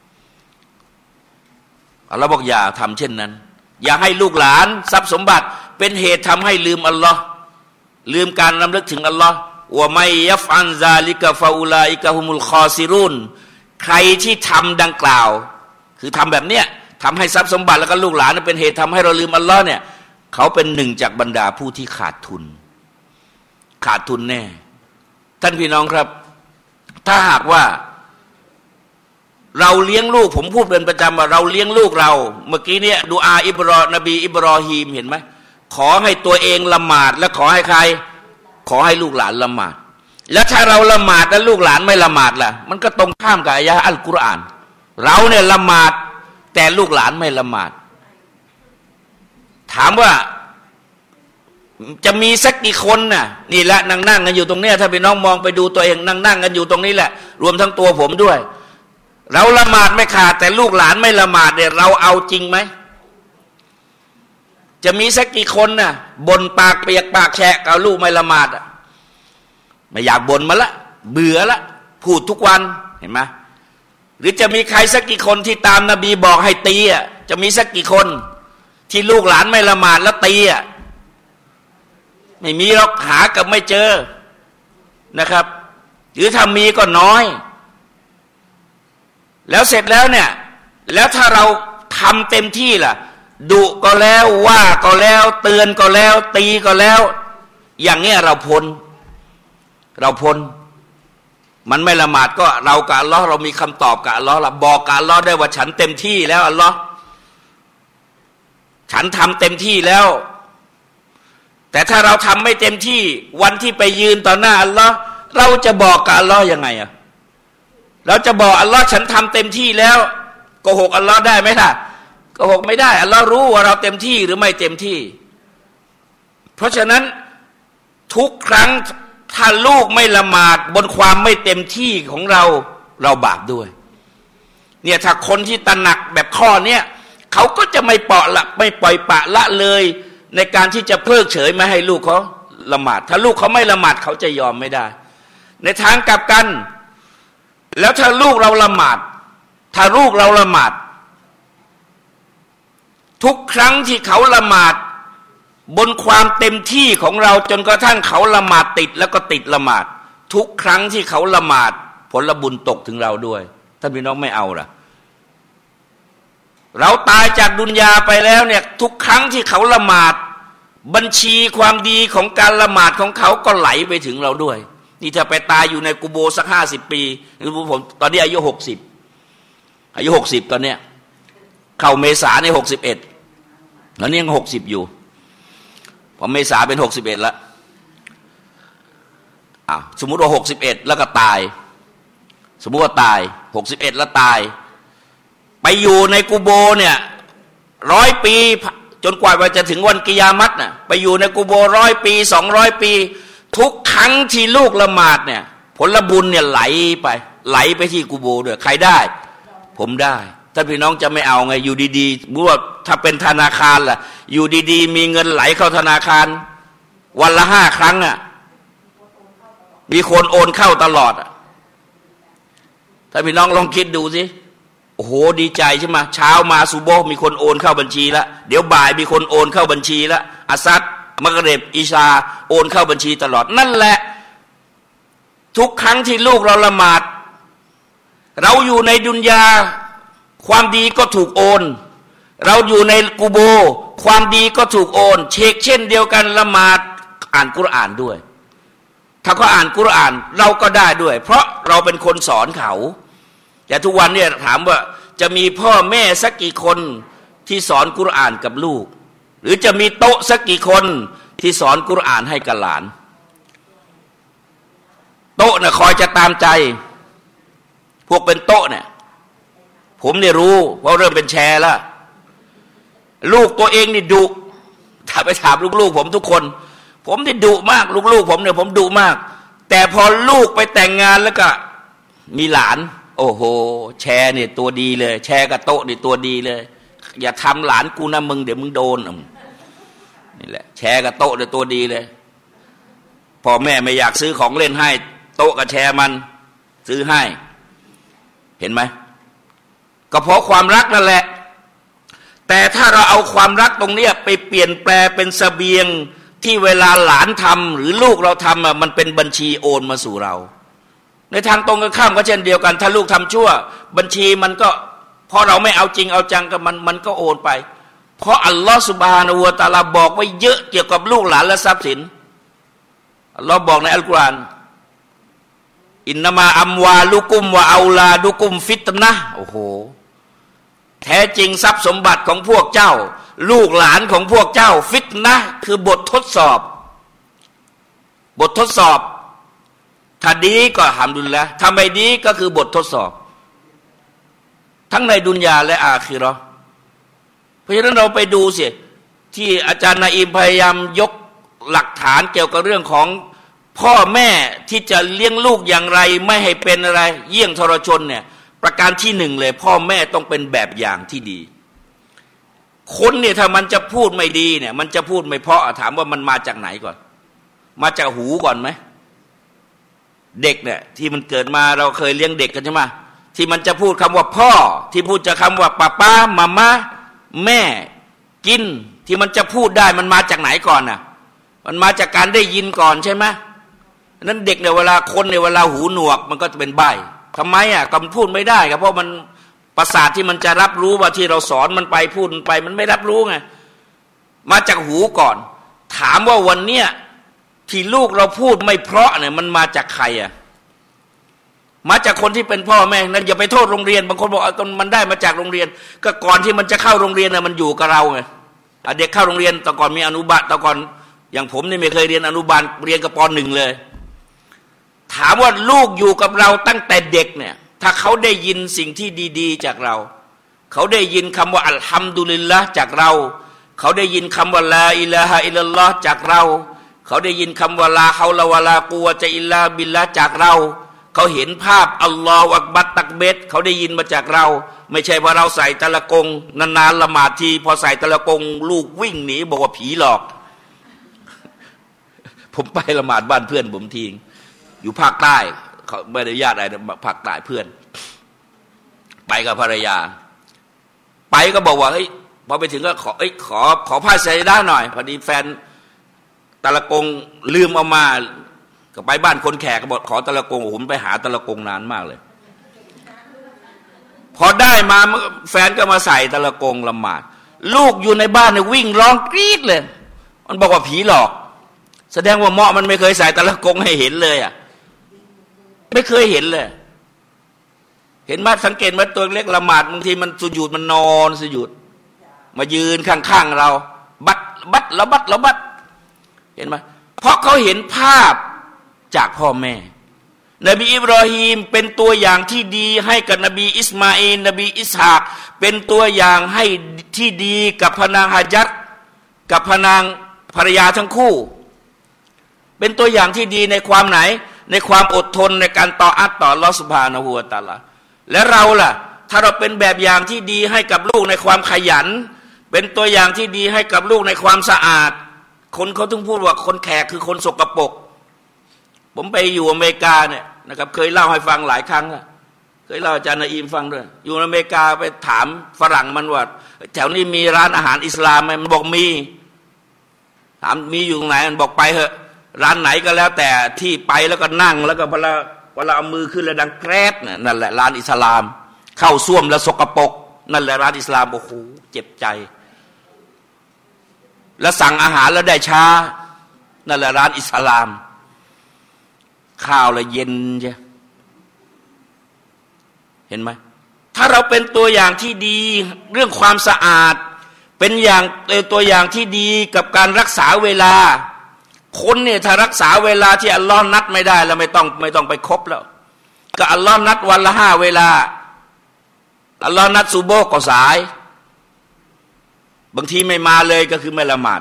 อัลลอฮ์บอกอย่าทำเช่นนั้นอย่าให้ลูกหลานทรัพย์สมบัติเป็นเหตุทำให้ลืมอัลลอฮ์ลืมการรำลึกถึงอัลลอฮ์วะมัยยัฟอันซาลิกะฟาอูลาอิกะฮุมุลคอซิรุนใครที่ทำดังกล่าวคือทำแบบเนี้ยทำให้ทรัพย์สมบัติแล้วก็ลูกหลานเป็นเหตุทำให้เราลืมอัลลอฮ์เนี่ยเขาเป็นหนึ่งจากบรรดาผู้ที่ขาดทุนแน่ท่านพี่น้องครับถ้าหากว่าเราเลี้ยงลูกผมพูดเป็นประจำว่าเราเลี้ยงลูกเราเมื่อกี้เนี่ยดุอานบีอิบรอฮีมเห็นไหมขอให้ตัวเองละหมาดและขอให้ใครขอให้ลูกหลานละหมาดแล้วถ้าเราละหมาดแล้วลูกหลานไม่ละหมาดล่ะมันก็ตรงข้ามกับอายะอัลกุรอานเราเนี่ยละหมาดแต่ลูกหลานไม่ละหมาดถามว่าจะมีสักกี่คนน่ะนี่แหละนั่งกันอยู่ตรงเนี้ยถ้าพี่น้องมองไปดูตัวเองนั่งกันอยู่ตรงนี้แหละรวมทั้งตัวผมด้วยเราละหมาดไม่ขาดแต่ลูกหลานไม่ละหมาดเนี่ยเราเอาจริงไหมจะมีสักกี่คนน่ะบ่นปากเปียกปากแฉะกับลูกไม่ละหมาดไม่อยากบ่นมาละเบื่อละพูดทุกวันเห็นไหมหรือจะมีใครสักกี่คนที่ตามนบีบอกให้ตีอ่ะจะมีสักกี่คนที่ลูกหลานไม่ละหมาดแล้วตีอ่ะไม่มีหรอกหากับไม่เจอนะครับหรือถ้ามีก็น้อยแล้วเสร็จแล้วเนี่ยแล้วถ้าเราทำเต็มที่ล่ะดุก็แล้วว่าก็แล้วเตือนก็แล้วตีก็แล้วอย่างเงี้ยเราพ้นมันไม่ละหมาดก็เรากับอัลลอฮ์เรามีคำตอบกับอัลลอฮ์ละบอกกับอัลลอฮ์ได้ว่าฉันเต็มที่แล้วอัลลอฮ์ฉันทำเต็มที่แล้วแต่ถ้าเราทำไม่เต็มที่วันที่ไปยืนต่อหน้าอัลลอฮ์เราจะบอกกับอัลลอฮ์ยังไงอ่ะเราจะบอกอัลลอฮ์ฉันทำเต็มที่แล้วโกหกอัลลอฮ์ได้ไหมล่ะโกหกไม่ได้อัลลอฮ์รู้ว่าเราเต็มที่หรือไม่เต็มที่เพราะฉะนั้นทุกครั้งถ้าลูกไม่ละหมาดบนความไม่เต็มที่ของเราบาปด้วยเนี่ยถ้าคนที่ตระหนักแบบข้อเนี้ยเขาก็จะไม่ปล่อยปะละเลยในการที่จะเพิกเฉยไม่ให้ลูกเขาละหมาดถ้าลูกเขาไม่ละหมาดเขาจะยอมไม่ได้ในทางกลับกันแล้วถ้าลูกเราละหมาดทุกครั้งที่เขาละหมาดบนความเต็มที่ของเราจนกระทั่งเขาละหมาดติดแล้วก็ติดละหมาดทุกครั้งที่เขาละหมาดผลบุญตกถึงเราด้วยท่านพี่น้องไม่เอาล่ะเราตายจากดุนยาไปแล้วเนี่ยทุกครั้งที่เขาละหมาดบัญชีความดีของการละหมาดของเขาก็ไหลไปถึงเราด้วยนี่ถ้าไปตายอยู่ในกุโบสัก50 ปีหรือผมตอนนี้อายุ60ตอนเนี้ยเข้าเมษาใน61แล้วนี่ยัง60อยู่พอเมษาเป็น61แล้วสมมุติว่า61แล้วก็ตายสมมุติว่าตาย61แล้วตายไปอยู่ในกุโบเนี่ย100 ปีจนกว่าจะถึงวันกิยามัตน่ะไปอยู่ในกุโบ100 ปี200 ปีทุกครั้งที่ลูกละหมาดเนี่ยผลบุญเนี่ยไหลไปที่กุโบด้วยใครได้ผมได้ท่านพี่น้องจะไม่เอาไงอยู่ดีๆรู้ว่าถ้าเป็นธนาคารล่ะอยู่ดีๆมีเงินไหลเข้าธนาคารวันละ5 ครั้งอ่ะมีคนโอนเข้าตลอดท่านพี่น้องลองคิดดูสิโอ้โหดีใจใช่ไหมเช้ามาซุโบมีคนโอนเข้าบัญชีแล้วเดี๋ยวบ่ายมีคนโอนเข้าบัญชีแล้วอัสซัดมักริบอิชาโอนเข้าบัญชีตลอดนั่นแหละทุกครั้งที่ลูกเราละหมาดเราอยู่ในดุนยาความดีก็ถูกโอนเราอยู่ในกุโบความดีก็ถูกโอนเช่นเดียวกันละหมาดอ่านกุรอานด้วยถ้าเขาอ่านกุรอานเราก็ได้ด้วยเพราะเราเป็นคนสอนเขาแต่ทุกวันเนี่ยถามว่าจะมีพ่อแม่สักกี่คนที่สอนกุรอานกับลูกหรือจะมีโต๊ะสักกี่คนที่สอนกุรอานให้กับหลานโต๊ะน่ะคอยจะตามใจพวกเป็นโต๊ะเนี่ยผมเนี่ยรู้เพราะเริ่มเป็นแชร์แล้วลูกตัวเองนี่ดุถ้าไปถามลูกๆผมทุกคนผมนี่ดุมากลูกๆผมเนี่ยผมดุมากแต่พอลูกไปแต่งงานแล้วก็มีหลานโอ้โหแชร์เนี่ยตัวดีเลยแชร์กับโต๊ะนี่ตัวดีเลยอย่าทำหลานกูนะมึงเดี๋ยวมึงโดนนี่แหละแชร์กับโต๊ะเนี่ยตัวดีเลยพ่อแม่ไม่อยากซื้อของเล่นให้โต๊ะกับแชร์มันซื้อให้เห็นไหมก็เพราะความรักนั่นแหละแต่ถ้าเราเอาความรักตรงนี้ไปเปลี่ยนแปลเป็นเสบียงที่เวลาหลานทำหรือลูกเราทำมันเป็นบัญชีโอนมาสู่เราในทางตรงกันข้ามก็เช่นเดียวกันถ้าลูกทำชั่วบัญชีมันก็พอเราไม่เอาจริงเอาจังกับมันก็โอนไปเพราะอัลลอฮฺซุบฮานะฮูวะตะอาลาบอกไว้เยอะเกี่ยวกับลูกหลานและทรัพย์สินอัลลอฮฺบอกในอัลกุรอานอินนามาอัมวาลุกุมวะเอาลาดุกุมฟิตนะห์โอ้โหแท้จริงทรัพย์สมบัติของพวกเจ้าลูกหลานของพวกเจ้าฟิตนะห์คือบททดสอบบททดสอบถ้าดีก็อัลฮัมดุลิลละห์ถ้าไม่ดีก็คือบททดสอบทั้งในดุนยาและอาคิเราะห์เพราะฉะนั้นเราไปดูสิที่อาจารย์นาอิมพยายามยกหลักฐานเกี่ยวกับเรื่องของพ่อแม่ที่จะเลี้ยงลูกอย่างไรไม่ให้เป็นอะไรเยี่ยงทรชนเนี่ยประการที่หนึ่งเลยพ่อแม่ต้องเป็นแบบอย่างที่ดีคนเนี่ยถ้ามันจะพูดไม่ดีเนี่ยมันจะพูดไม่เพราะถามว่ามันมาจากไหนก่อนมาจากหูก่อนไหมเด็กเนี่ยที่มันเกิดมาเราเคยเลี้ยงเด็กกันใช่ไหมที่มันจะพูดคำว่าพ่อที่พูดจะคำว่าป้าป้ามาม่าแม่กินที่มันจะพูดได้มันมาจากไหนก่อนน่ะมันมาจากการได้ยินก่อนใช่ไหมนั้นเด็กเนี่ยเวลาคนเนี่ยเวลาหูหนวกมันก็จะเป็นใบ้ทำไมก็มันพูดไม่ได้ครับเพราะมันประสาทที่มันจะรับรู้ว่าที่เราสอนมันไปพูดไปมันไม่รับรู้ไงมาจากหูก่อนถามว่าวันเนี้ยที่ลูกเราพูดไม่เพราะเนี่ยมันมาจากใครมาจากคนที่เป็นพ่อแม่นั่นอย่าไปโทษโรงเรียนบางคนบอกมันได้มาจากโรงเรียนก็ก่อนที่มันจะเข้าโรงเรียนน่ะมันอยู่กับเราไงเด็กเข้าโรงเรียนแต่ก่อนมีอนุบาลแต่ก่อนอย่างผมนี่ไม่เคยเรียนอนุบาลเรียนกับป.1 เลยถามว่าลูกอยู่กับเราตั้งแต่เด็กเนี่ยถ้าเขาได้ยินสิ่งที่ดีๆจากเราเขาได้ยินคำว่าอัลฮัมดุลิลละห์จากเราเขาได้ยินคำว่าลาอิลาฮะอิลลัลลอฮ์จากเราเขาได้ยินคำว่าลาฮาวลาวะลากุวะตะอิลลาบิลละห์จากเราเขาเห็นภาพอัลลอฮฺอักบัรตักเบรเขาได้ยินมาจากเราไม่ใช่พอเราใส่ตะละกงนานๆละหมาดทีพอใส่ตะละกงลูกวิ่งหนีบอกว่าผีหลอกผมไปละหมาดบ้านเพื่อนผมทีอยู่ภาคใต้เขาไม่ได้ญาติอะไรภาคใต้เพื่อนไปกับภรรยาไปก็บอกว่าเฮ้ยพอไปถึงก็ขอผ้าใส่ได้หน่อยพอดีแฟนตะละกงลืมเอามาก็ไปบ้านคนแขกก็บอกขอตะละกงผมไปหาตะละกงนานมากเลยพอได้มาแฟนก็มาใส่ตะละกงละหมาดลูกอยู่ในบ้านเนี่ยวิ่งร้องกรี๊ดเลยมันบอกว่าผีหลอกแสดงว่าเมาะมันไม่เคยใส่ตะละกงให้เห็นเลยอ่ะไม่เคยเห็นเลยเห็นมาสังเกตมาตัวเล็กละหมาดบางทีมันสุญูดมันนอนสุญูดมายืนข้างๆเราบัดแล้วบัดเห็นไหมเพราะเขาเห็นภาพจากพ่อแม่นบีอิบรอฮีมเป็นตัวอย่างที่ดีให้กับนบีอิสมาอิลนบีอิสฮากเป็นตัวอย่างให้ที่ดีกับพนางฮะญัรกับพนางภรรยาทั้งคู่เป็นตัวอย่างที่ดีในความไหนในความอดทนในการต่ออัตต่ออัลเลาะห์ซุบฮานะฮูวะตะอาลาและเราล่ะถ้าเราเป็นแบบอย่างที่ดีให้กับลูกในความขยันเป็นตัวอย่างที่ดีให้กับลูกในความสะอาดคนเขาถึงพูดว่าคนแขกคือคนสกปรกผมไปอยู่อเมริกาเนี่ยนะครับเคยเล่าให้ฟังหลายครั้งเคยเล่าอาจารย์นอีมฟังด้วยอยู่อเมริกาไปถามฝรั่งมันว่าแถวนี้มีร้านอาหารอิสลามไหมมันบอกมีถามมีอยู่ไหนมันบอกไปเถอะร้านไหนก็แล้วแต่ที่ไปแล้วก็นั่งแล้วก็เวลาเอามือขึ้นแล้วดังแกรดนั่นแหละร้านอิสลามเข้าส้วมแล้วสกปรกนั่นแหละร้านอิสลามโอ้โหเจ็บใจแล้วสั่งอาหารแล้วได้ช้านั่นแหละร้านอิสลามข้าวละเย็นใช่เห็นไหมถ้าเราเป็นตัวอย่างที่ดีเรื่องความสะอาดเป็นตัวอย่างที่ดีกับการรักษาเวลาคนเนี่ยถ้ารักษาเวลาที่อัลลอฮ์นัดไม่ได้แล้วไม่ต้องไปคบแล้วก็อัลลอฮ์นัดวันละ5เวลาอัลลอฮ์นัดซุโบฮ์ก็สายบางทีไม่มาเลยก็คือไม่ละหมาด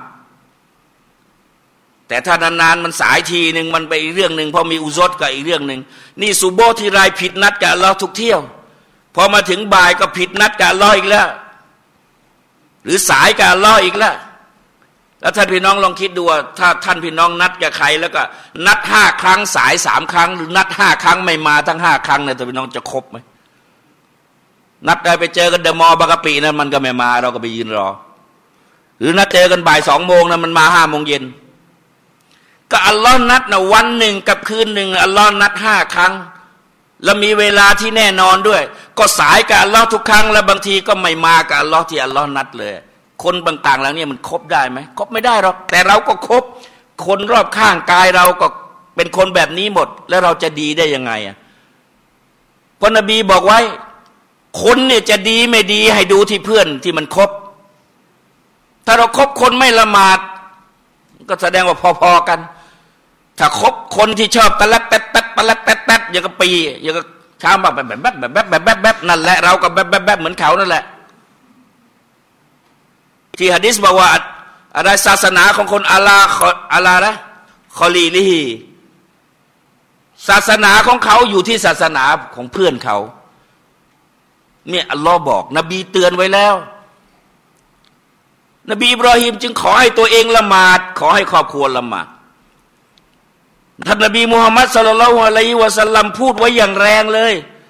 แต่ถ้านานๆมันสายทีหนึ่งมันไปอีกเรื่องหนึ่งพอมีอุซรก็อีกเรื่องหนึ่งนี่ซุโบฮ์ที่ไรผิดนัดกับอัลลอฮ์ทุกเที่ยวพอมาถึงบ่ายก็ผิดนัดกับอัลลอฮ์อีกแล้วหรือสายกับอัลลอฮ์อีกแล้วแล้วท่านพี่น้องลองคิดดูว่าถ้าท่านพี่น้องนัดกับใครแล้วก็นัด5 ครั้งสาย3 ครั้งหรือนัด5 ครั้งไม่มาทั้ง5 ครั้งเนี่ยท่านพี่น้องจะครบไหมนัดได้ไปเจอกันเดอะมอลล์บางกะปินั้นมันก็ไม่มาเราก็ไปยืนรอหรือนัดเจอกันบ่าย2 โมงนะมันมา5 โมงเย็นก็อัลลอฮ์นัดนะวันหนึ่งกับคืนหนึ่งอัลลอฮ์นัด5 ครั้งแล้วมีเวลาที่แน่นอนด้วยก็สายกับอัลลอฮ์ทุกครั้งแล้วบางทีก็ไม่มากับอัลลอฮ์ที่อัลลอฮ์นัดเลยคนต่างๆแล้วเนี่ยมันคบได้ไหมคบไม่ได้หรอกแต่เราก็คบคนรอบข้างกายเราก็เป็นคนแบบนี้หมดแล้วเราจะดีได้ยังไงเพราะนบีบอกไว้คนเนี่ยจะดีไม่ดีให้ดูที่เพื่อนที่มันคบถ้าเราคบคนไม่ละหมาดก็แสดงว่าพอๆกันถ้าคบคนที่ชอบตะลักแป๊ดๆตะลักแป๊ดๆอย่างกับปีอย่างกับช้างแบบนั่นแหละเราก็แบบเหมือนเขานั่นแหละที่หะดีษบอกว่าอะไรศาสนาของคนอาลานะคอลีลีศาสนาของเขาอยู่ที่ศาสนาของเพื่อนเขาเนี่ยอัลลอฮ์บอกนบีเตือนไว้แล้วนบีอิบรอฮีมจึงขอให้ตัวเองละหมาดขอให้ครอบครัวละหมาดท่านนบีมุฮัมมัดศ็อลลัลลอฮุอะลัยฮิวะซัลลัมพูดไว้อย่างแรงเลย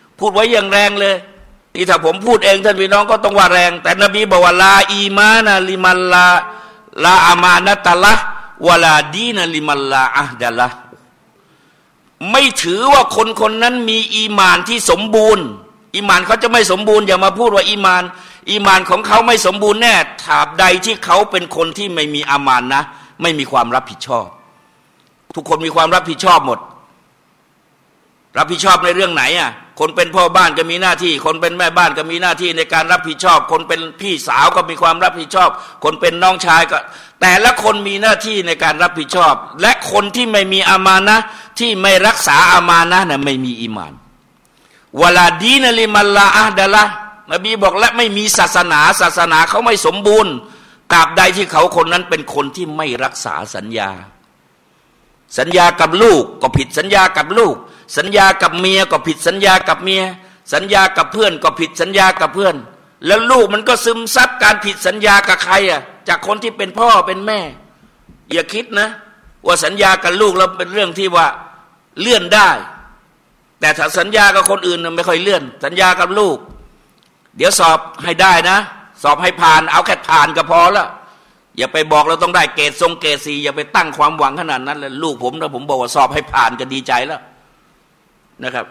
นี่ถ้าผมพูดเองท่านพี่น้องก็ต้องว่าแรงแต่นบีบอกว่าลาอีมานะลิมันลาอามานะตะละวะลาดีนะลิมันลาอะฮดะละไม่ถือว่าคนนั้นมีอีหม่านที่สมบูรณ์อีหม่านเขาจะไม่สมบูรณ์อย่ามาพูดว่าอีหม่านของเขาไม่สมบูรณ์แน่ตราบใดที่เขาเป็นคนที่ไม่มีอามานนะไม่มีความรับผิดชอบทุกคนมีความรับผิดชอบหมดรับผิดชอบในเรื่องไหนคนเป็นพ่อบ้านก็มีหน้าที่คนเป็นแม่บ้านก็มีหน้าที่ในการรับผิดชอบคนเป็นพี่สาวก็มีความรับผิดชอบคนเป็นน้องชายก็แต่ละคนมีหน้าที่ในการรับผิดชอบและคนที่ไม่มีอามานะที่ไม่รักษาอามานะน่ะไม่มีอีหม่านวะลาดีนะลิมันลาอะฮดะละนบีบอกและไม่มีศาสนาเขาไม่สมบูรณ์ตราบใดที่เขาคนนั้นเป็นคนที่ไม่รักษาสัญญากับลูกก็ผิดสัญญากับลูกสัญญากับเมียก็ผิดสัญญากับเมียสัญญากับเพื่อนก็ผิดสัญญากับเพื่อนแล้วลูกมันก็ซึมซับการผิดสัญญากับใครจากคนที่เป็นพ่อเป็นแม่อย่าคิดนะว่าสัญญากับลูกแล้วเป็นเรื่องที่ว่าเลื่อนได้แต่ถ้าสัญญากับคนอื่นไม่ค่อยเลื่อนสัญญากับลูกเดี๋ยวสอบให้ได้นะสอบให้ผ่านเอาแค่ผ่านก็พอละอย่าไปบอกเราต้องได้เกรด4อย่าไปตั้งความหวังขนาดนั้นเลยลูกผมนะผมบอกว่าสอบให้ผ่านก็ดีใจแล้วนะครับ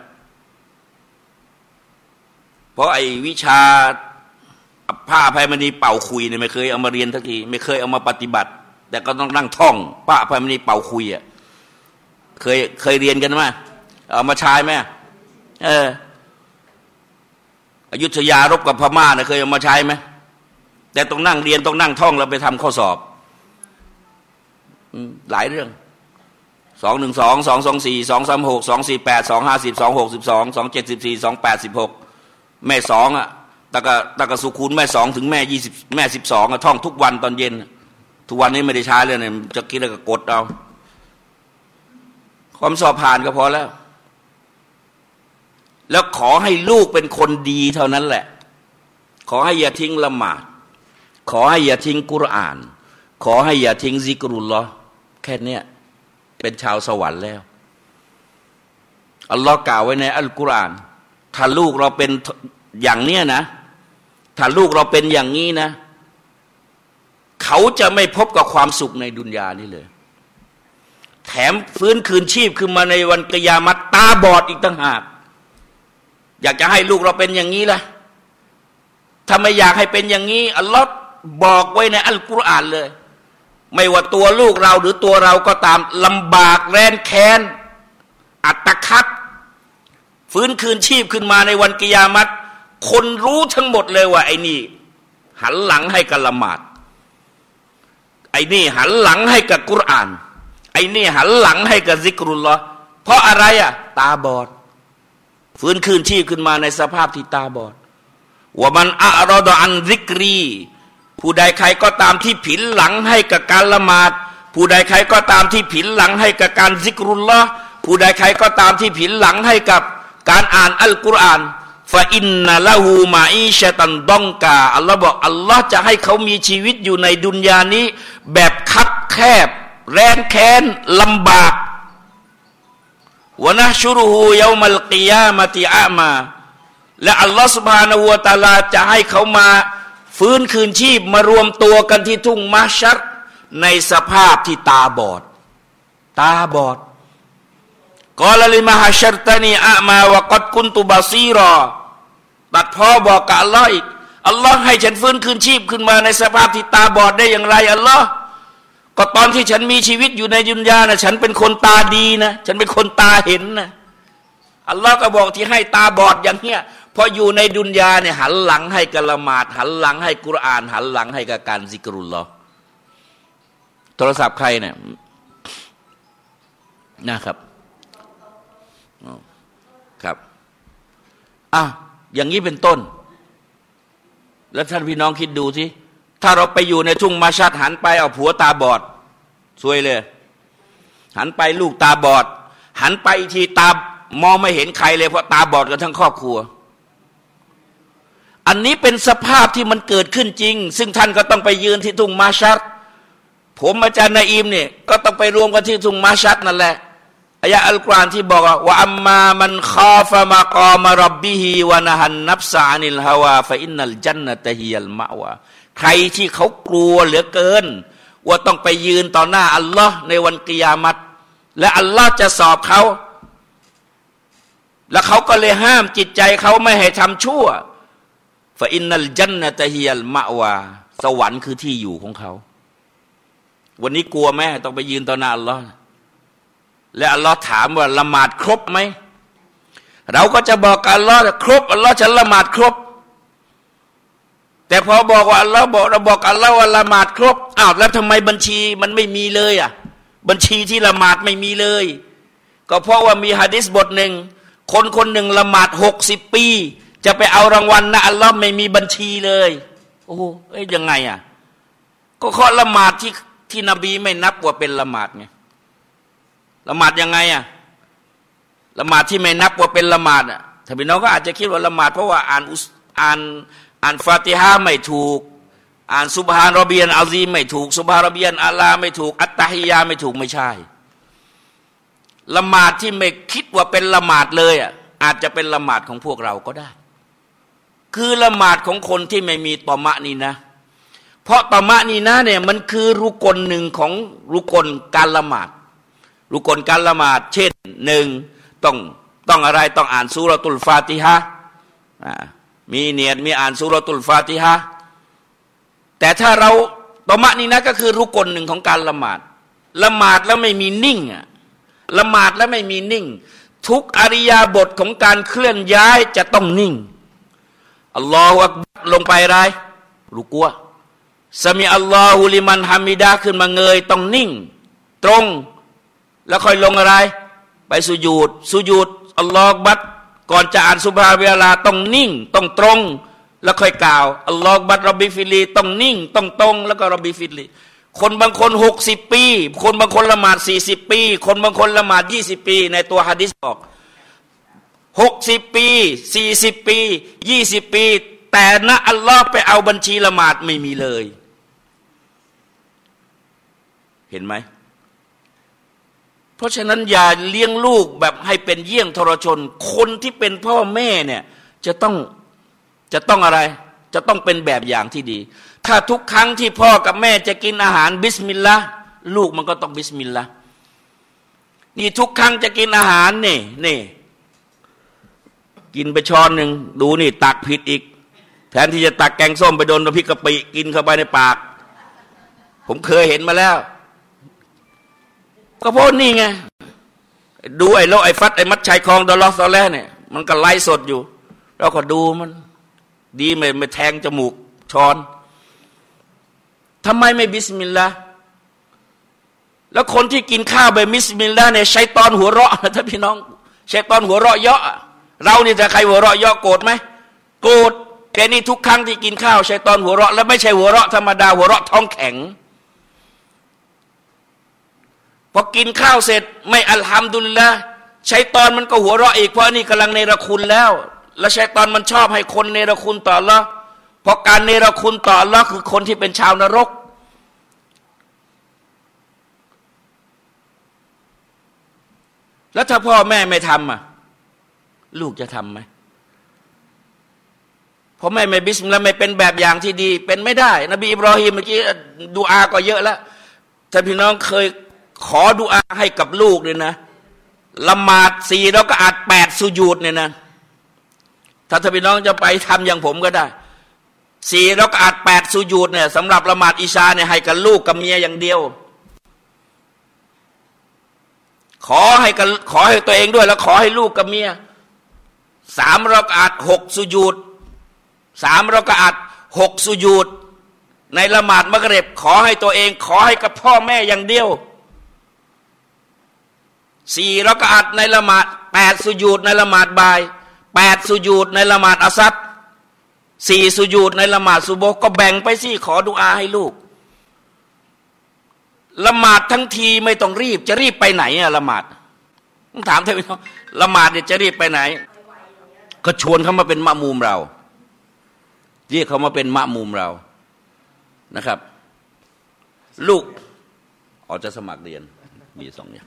เพราะไอ้วิชาพระอภัยมณีเป่าคุยเนี่ยไม่เคยเอามาเรียนทักทีไม่เคยเอามาปฏิบัติแต่ก็ต้องนั่งท่องพระอภัยมณีเป่าคุยอ่ะเคยเรียนกันไหมเอามาใช้ไหมอยุธยารบกับพม่าเนี่ยเคยเอามาใช้ไหมแต่ต้องนั่งเรียนต้องนั่งท่องแล้วไปทำข้อสอบหลายเรื่อง212 224 236 248 250 262 274 286แม่2อ่ะตะกะสุคูณแม่2ถึงแม่20แม่12อ่ะท่องทุกวันตอนเย็นทุกวันนี้ไม่ได้ใช้เลยเนี่ยจะคิดแล้วก็กดเอาความสอบผ่านก็พอแล้วขอให้ลูกเป็นคนดีเท่านั้นแหละขอให้อย่าทิ้งละหมาดขอให้อย่าทิ้งกุรอานขอให้อย่าทิ้งซิกรุลลอฮ์แค่นี้เป็นชาวสวรรค์แล้วอัลลอฮ์กล่าวไว้ในอัลกุรอานถ้าลูกเราเป็นอย่างเนี้ยนะถ้าลูกเราเป็นอย่างนี้นะเขาจะไม่พบกับความสุขในดุนยานี้เลยแถมฟื้นคืนชีพขึ้นมาในวันกิยามะฮ์ตาบอดอีกต่างหากอยากจะให้ลูกเราเป็นอย่างนี้ล่ะถ้าไม่อยากให้เป็นอย่างนี้อัลลอฮ์บอกไว้ในอัลกุรอานเลยไม่ว่าตัวลูกเราหรือตัวเราก็ตามลำบากแร้นแค้นอัตคัดฟื้นคืนชีพขึ้นมาในวันกิยามะฮ์คนรู้ทั้งหมดเลยว่าไอ้นี่หันหลังให้กับละหมาดไอ้นี่หันหลังให้กับกุรอานไอ้นี่หันหลังให้กับซิกรุลลอฮ์เพราะอะไรอ่ะตาบอดฟื้นคืนชีพขึ้นมาในสภาพที่ตาบอดว่ามันอะรอดอันซิกรีผู้ใดใครก็ตามที่ผินหลังให้กับการละหมาดผู้ใดใครก็ตามที่ผินหลังให้กับการซิกรุลลอฮ์ผู้ใดใครก็ตามที่ผินหลังให้กับการอ่านอัลกุรอานฟาอินนะละหูมาอิชะตันดองกาอัลลอฮ์บอกอัลลอฮ์จะให้เขามีชีวิตอยู่ในดุนยานี้แบบคับแคบแร้นแค้นลำบากวะนะชุรุฮูยามัลกิยามะติอะมาและอัลลอฮ์ซุบฮานะฮูวะตะอาลาจะให้เขามาฟื้นคืนชีพมารวมตัวกันที่ทุ่งมะชัรในสภาพที่ตาบอดกอลลิมาฮัชรตานีอะมาวะกัดกุนตุบาซีรอตัดพ่อบอกกับอัลลอฮ์อีกอัลลอฮ์ให้ฉันฟื้นคืนชีพขึ้นมาในสภาพที่ตาบอดได้อย่างไรอัลลอฮ์ก็ตอนที่ฉันมีชีวิตอยู่ในดุนยานะฉันเป็นคนตาดีนะฉันเป็นคนตาเห็นนะอัลลอฮ์ก็บอกที่ให้ตาบอดอย่างเนี้ยพออยู่ในดุนยาเนี่ยหันหลังให้กับละหมาดหันหลังให้กุรอานหันหลังให้กับการซิกรุลลอฮ์โทรศัพท์ใครเนี่ยนะครับครับอย่างนี้เป็นต้นแล้วท่านพี่น้องคิดดูสิถ้าเราไปอยู่ในทุ่งมาชัดหันไปเอาผัวตาบอดซวยเลยหันไปลูกตาบอดหันไปทีตามองไม่เห็นใครเลยเพราะตาบอดกันทั้งครอบครัวอันนี้เป็นสภาพที่มันเกิดขึ้นจริงซึ่งท่านก็ต้องไปยืนที่ทุ่งมาชัดผมอาจารย์นาอิมเนี่ยก็ต้องไปรวมกันที่ทุ่งมาชัดนั่นแหละอายะอัลกุรอานที่บอกว่าอัมมามันคอฟะมากอมรับบิฮิวะนะฮันนัฟซะอานิลฮาวาฟะอินนัลญันนะตะฮิยัลมะวาใครที่เขากลัวเหลือเกินว่าต้องไปยืนต่อหน้าอัลลอฮ์ในวันกิยามะฮ์และอัลลอฮ์จะสอบเขาแล้วเขาก็เลยห้ามจิตใจเขาไม่ให้ทำชั่วฟะอินนัลญันนะตะฮิยัลมะวาสวรรค์คือที่อยู่ของเขาวันนี้กลัวไหมต้องไปยืนต่อหน้าอัลลอฮ์และอัลลอฮ์ถามว่าละหมาดครบไหมเราก็จะบอกกับอัลลอฮ์ครบอัลลอฮ์ฉันละหมาดครบแต่พอบอกว่าอัลลอฮ์บอกเราบอกอัลลอฮ์ว่าละหมาดครบแล้วทำไมบัญชีมันไม่มีเลยบัญชีที่ละหมาดไม่มีเลยก็เพราะว่ามีหะดีษบทหนึ่งคนหนึ่งละหมาด60 ปีจะไปเอารางวัลนะอัลลอฮ์ไม่มีบัญชีเลยโอ้ยังไงก็ข้อละหมาดที่นบีไม่นับว่าเป็นละหมาดไงละหมาดยังไงละหมาดที่ไม่นับว่าเป็นละหมาดถ้าพี่น้องก็อาจจะคิดว่าละหมาดเพราะว่าอ่านฟาติฮะห์ไม่ถูกอ่านซุบฮานรอบียันอาซีมไม่ถูกซุบฮานรอบียันอาลาไม่ถูกอัตตะฮิยาไม่ถูกไม่ใช่ละหมาดที่ไม่คิดว่าเป็นละหมาดเลยอาจจะเป็นละหมาดของพวกเราก็ได้คือละหมาดของคนที่ไม่มีตอมะนี่นะเพราะตอมะนีนะเนี่ยมันคือรุกลหนึ่งของรุกลการละหมาดรุกลการละหมาดเช่นหนึ่งต้องอะไรต้องอ่านซูเราะตุลฟาติฮะมีเนียดมีอ่านซูเราะตุลฟาติฮะแต่ถ้าเราตอมะนีนะก็คือรุกลหนึ่งของการละหมาดละหมาดแล้วไม่มีนิ่งละหมาดแล้วไม่มีนิ่งทุกอริยาบทของการเคลื่อนย้ายจะต้องนิ่งอัลลอฮฺอักบัรลงไปไรรุกัวซามิอัลลอฮุลิมันฮามิดะขึ้นมาเงยต้องนิ่งตรงแล้วค่อยลงอะไรไปสุญูดอัลลอฮฺอักบัรก่อนจะอ่านซุบฮานะฮูวะตะอาลาต้องนิ่งต้องตรงแล้วค่อยกล่าวอัลลอฮฺอักบัรร็อบบิฟิลีต้องนิ่งต้องตรงแล้วก็ร็อบบิฟิลีคนบางคน60 ปีคนบางคนละหมาด40 ปีคนบางคนละหมาด20 ปีในตัวหะดีษบอก60 ปี40 ปี20 ปีแต่นะอัลลอฮ์ไปเอาบัญชีละหมาดไม่มีเลยเห็นไหมเพราะฉะนั้นอย่าเลี้ยงลูกแบบให้เป็นเยี่ยงทรชนคนที่เป็นพ่อแม่เนี่ยจะต้องอะไรจะต้องเป็นแบบอย่างที่ดีถ้าทุกครั้งที่พ่อกับแม่จะกินอาหารบิสมิลลาห์ลูกมันก็ต้องบิสมิลลาห์นี่ทุกครั้งจะกินอาหารนี่กินไปช้อนหนึ่งดูนี่ตักผิดอีกแทนที่จะตักแกงส้มไปโดนน้ำพริกกะปิกินเข้าไปในปากผมเคยเห็นมาแล้วก็เพราะนี่ไงดูไอ้ฟัดไอ้มัดชัยคลองดอลลาร์ตอนแรกเนี่ยมันก็ไล่สดอยู่เราก็ดูมันดีไม่แทงจมูกช้อนทำไมไม่บิสมิลลาห์แล้วคนที่กินข้าวแบบบิสมิลลาห์เนี่ยชัยฏอนหัวเราะนะท่านพี่น้องชัยฏอนหัวเราะเยาะเรานี่จะใครหัวเราะเยาะโกรธไหมโกรธแกนี่ทุกครั้งที่กินข้าวชัยฏอนหัวเราะแล้วไม่ใช่หัวเราะธรรมดาหัวเราะท้องแข็งพอกินข้าวเสร็จไม่อัลฮัมดุลิลละห์ชัยฏอนมันก็หัวเราะอีกเพราะนี่กำลังเนรคุณแล้วชัยฏอนมันชอบให้คนเนรคุณต่ออัลเลาะห์เพราะการเนรคุณต่ออัลเลาะห์คือคนที่เป็นชาวนรกแล้วถ้าพ่อแม่ไม่ทำลูกจะทำไหมพ่อแม่ไม่บิสมิลลาห์ไม่เป็นแบบอย่างที่ดีเป็นไม่ได้นบีอิบรอฮีมเมื่อกี้ดุอาก็เยอะแล้วถ้าพี่น้องเคยขอดุอาให้กับลูกเนี่ยนะละหมาด4แล้วก็8สุญูดเนี่ยนะถ้าพี่น้องจะไปทำอย่างผมก็ได้4แล้วก็8สุญูดเนี่ยสำหรับละหมาดอิชาเนี่ยให้กับลูกกับเมียอย่างเดียวขอให้ตัวเองด้วยแล้วขอให้ลูกกับเมีย3เราก็6สุญูด3เราก็6สุญูดในละหมาดมักริบขอให้ตัวเองขอให้กับพ่อแม่อย่างเดียว4เราก็ในละหมาด8สุญูดในละหมาดบ่าย8สุญูดในละหมาดอัสร4สุญูดในละหมาดซุบฮ์ก็แบ่งไปสิขอดุอาให้ลูกละหมาดทั้งทีไม่ต้องรีบจะรีบไปไหนละหมาดต้องถามท่านพี่น้องละหมาดเนี่ยจะรีบไปไหนก็ชวนเขามาเป็นมะมูมเราเรียกเขามาเป็นมะมูมเรานะครับลูกจะสมัครเรียนมี2อย่าง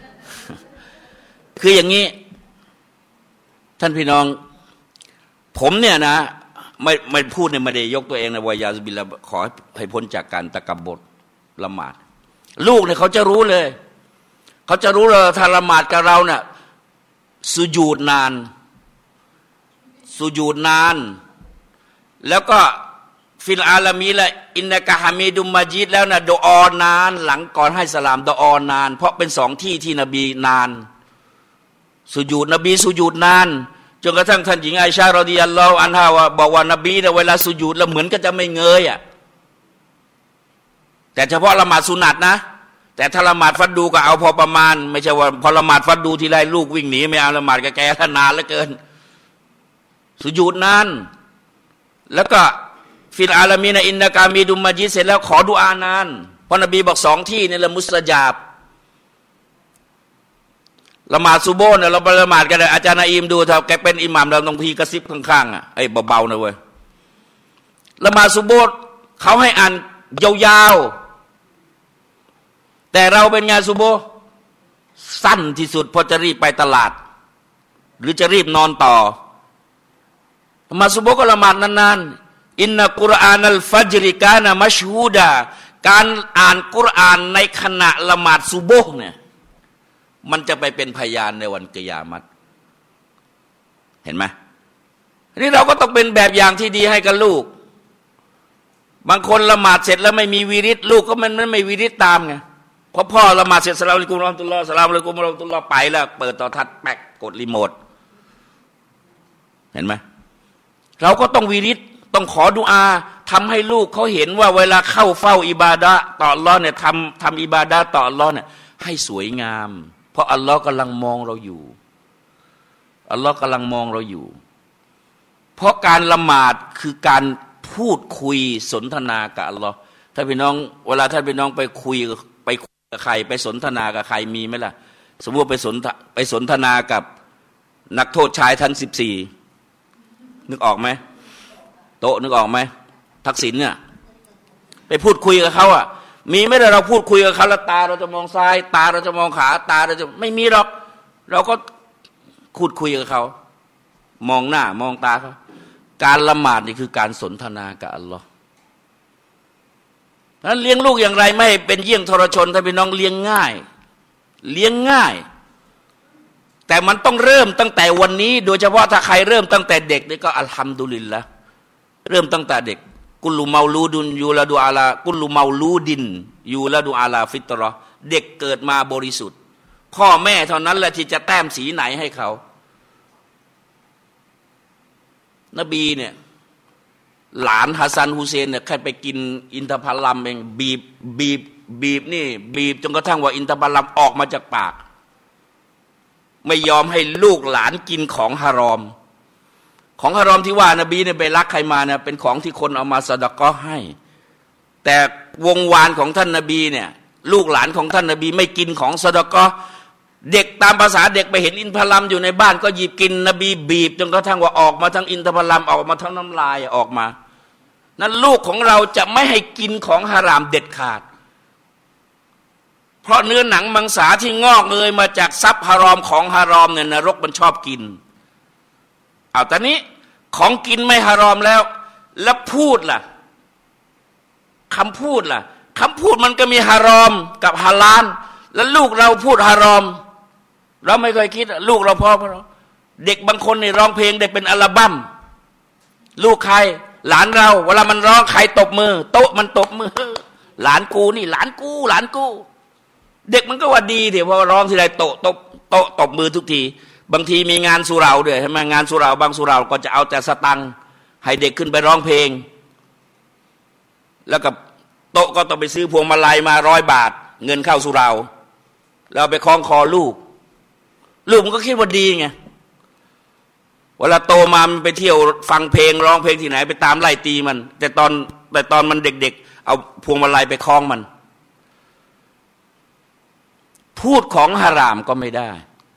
คืออย่างนี้ท่านพี่น้องผมเนี่ยนะไม่พูดเนี่ยไม่ได้ยกตัวเองนะวายาซุบิลละขอให้พ้นจากการตะกบฏละหมาดลูกเนี่ยเขาจะรู้เลยเขาจะรู้เลยถ้าละหมาดกับเราเนี่ยสุญูดนานแล้วก็ฟิลอาลามีละอินนะกะฮามิดุมมาจิดแล้วนะดุอานานหลังก่อนให้สลามดุอานานเพราะเป็น2ที่ที่นบีนานสุญูดนบีสุญูดนานจนกระทั่งท่านหญิงอาอิชะฮ์รอฎิยัลลอฮุอันฮาว่าบอกว่านบีเนี่ยเวลาสุญูดแล้วเหมือนก็จะไม่เงยแต่เฉพาะละหมาดสุนัตนะแต่ถ้าละหมาดฟัดดูก็เอาพอประมาณไม่ใช่ว่าพอละหมาดฟัดดูทีไรลูกวิ่งหนีไม่เอาละหมาดกับแกท่านนานเหลือเกินสุญูดนานแล้วก็ฟิลอาลามีนอินนะกามีดุมมาจิดเสร็จแล้วขอดุอานานเพราะนบีบอก2ที่นี่ละมุสตะญาบละหมาดซุบฮ์เนี่ยเราไปละหมาดกันเลยอาจารย์นาอิมดูถ้าแกเป็นอิหม่ามเราต้องพีกระซิบข้างๆไอ้เบาๆนะเว้ยละหมาดซุบฮ์เขาให้อ่านยาวๆแต่เราเป็นงานซุบฮ์สั้นที่สุดพอจะรีบไปตลาดหรือจะรีบนอนต่อละหมาดซุบฮ์ก็ละหมาดนานๆอินนักุรอานัลฟัจริกานะมัชฮูดาการอ่านกุรอานในขณะละหมาดซุบฮ์เนี่ยมันจะไปเป็นพยานในวันกิยามัตเห็นไหมนี่เราก็ต้องเป็นแบบอย่างที่ดีให้กับลูกบางคนละหมาดเสร็จแล้วไม่มีวิริตลูกก็มันไม่วิริตตามไงเพราะพ่อละหมาดเสร็จสลามอะลัยกุมวะเราะห์มะตุลลอฮ์สลามอะลัยกุมวะเราะห์มะตุลลอฮ์ไปแล้วเปิดโทรทัศน์แป๊กกดรีโมทเห็นไหมเราก็ต้องวิริตต้องขอดุอาทำให้ลูกเขาเห็นว่าเวลาเข้าเฝ้าอิบาดะห์ต่ออัลเลาะห์เนี่ยทำอิบาดะห์ต่ออัลเลาะห์เนี่ยให้สวยงามเพราะอัลเลาะห์กำลังมองเราอยู่อัลเลาะห์กำลังมองเราอยู่เพราะการละหมาดคือการพูดคุยสนทนากับอัลเลาะห์ถ้าพี่น้องเวลาท่านพี่น้องไปคุยกับใครไปสนทนากับใครมีไหมล่ะสมมติไปสนทนากับนักโทษชายทั้ง14นึกออกไหมโต๊ะนึกออกไหมทักษิณเนี่ยไปพูดคุยกับเขาอ่ะมีไหมล่ะเราพูดคุยกับเขาแล้วตาเราจะมองซ้ายตาเราจะมองขวาตาเราจะไม่มีหรอกเราก็พูดคุยกับเขามองหน้ามองตาเขาการละหมาดนี่คือการสนทนากับอัลลอฮ์นั้นเลี้ยงลูกอย่างไรไม่ให้เป็นเยี่ยงทรชนถ้าพี่น้องเลี้ยงง่ายแต่มันต้องเริ่มตั้งแต่วันนี้โดยเฉพาะถ้าใครเริ่มตั้งแต่เด็กนี่ก็อัลฮัมดุลิลละเริ่มตั้งแต่เด็กกุลูเมาลูดุนยูละดูอาลากุลูเมาลูดินยูละดูอาลาฟิตรอเด็กเกิดมาบริสุทธิ์พ่อแม่เท่านั้นแหละที่จะแต้มสีไหนให้เขานบีเนี่ยหลานฮัสซันฮุเซนเนี่ยแค่ไปกินอินทผลัมเองบีบนี่บีบจนกระทั่งว่าอินทผลัมออกมาจากปากไม่ยอมให้ลูกหลานกินของฮารอมที่ว่านบีเนี่ยไปลักใครมาเนี่ยเป็นของที่คนเอามาซะดะกอฮ์ให้แต่วงวานของท่านนบีเนี่ยลูกหลานของท่านนบีไม่กินของซะดะกอฮ์เด็กตามภาษาเด็กไปเห็นอินทผลัมอยู่ในบ้านก็หยิบกินนบีบีบจนกระทั่งว่าออกมาทั้งอินทผลัมออกมาทั้งน้ำลายออกมานั้นลูกของเราจะไม่ให้กินของฮารามเด็ดขาดเพราะเนื้อหนังมังสาที่งอกเงยมาจากทรัพย์ฮารอมของฮารอมเนี่ยนรกมันชอบกินเอาตอนนี้ของกินไม่ฮารอมแล้วพูดล่ะคำพูดมันก็มีฮารอมกับฮาลาลแล้วลูกเราพูดฮารอมเราไม่เคยคิดลูกเราพอเด็กบางคนนี่ร้องเพลงได้เป็นอัลบั้มลูกใครหลานเราเวลามันร้องใครตบมือโต๊ะมันตบมือหลานกูนี่หลานกูเด็กมันก็ว่าดีเดี๋ยวพอร้องทีไรโต๊ะตบมือทุกทีบางทีมีงานสุเหร่าด้วยใช่ไหมงานสุเหร่าบางสุเหร่าก็จะเอาแต่สตังค์ให้เด็กขึ้นไปร้องเพลงแล้วกับโต๊ะก็ต้องไปซื้อพวงมาลัยมา100 บาทเงินเข้าสุเหร่าแล้วไปคล้องคอลูกมันก็คิดว่าดีไงเวลาโตมามันไปเที่ยวฟังเพลงร้องเพลงที่ไหนไปตามไล่ตีมันแต่ตอนมันเด็กๆเอาพวงมาลัยไปคล้องมันพูดของฮารามก็ไม่ได้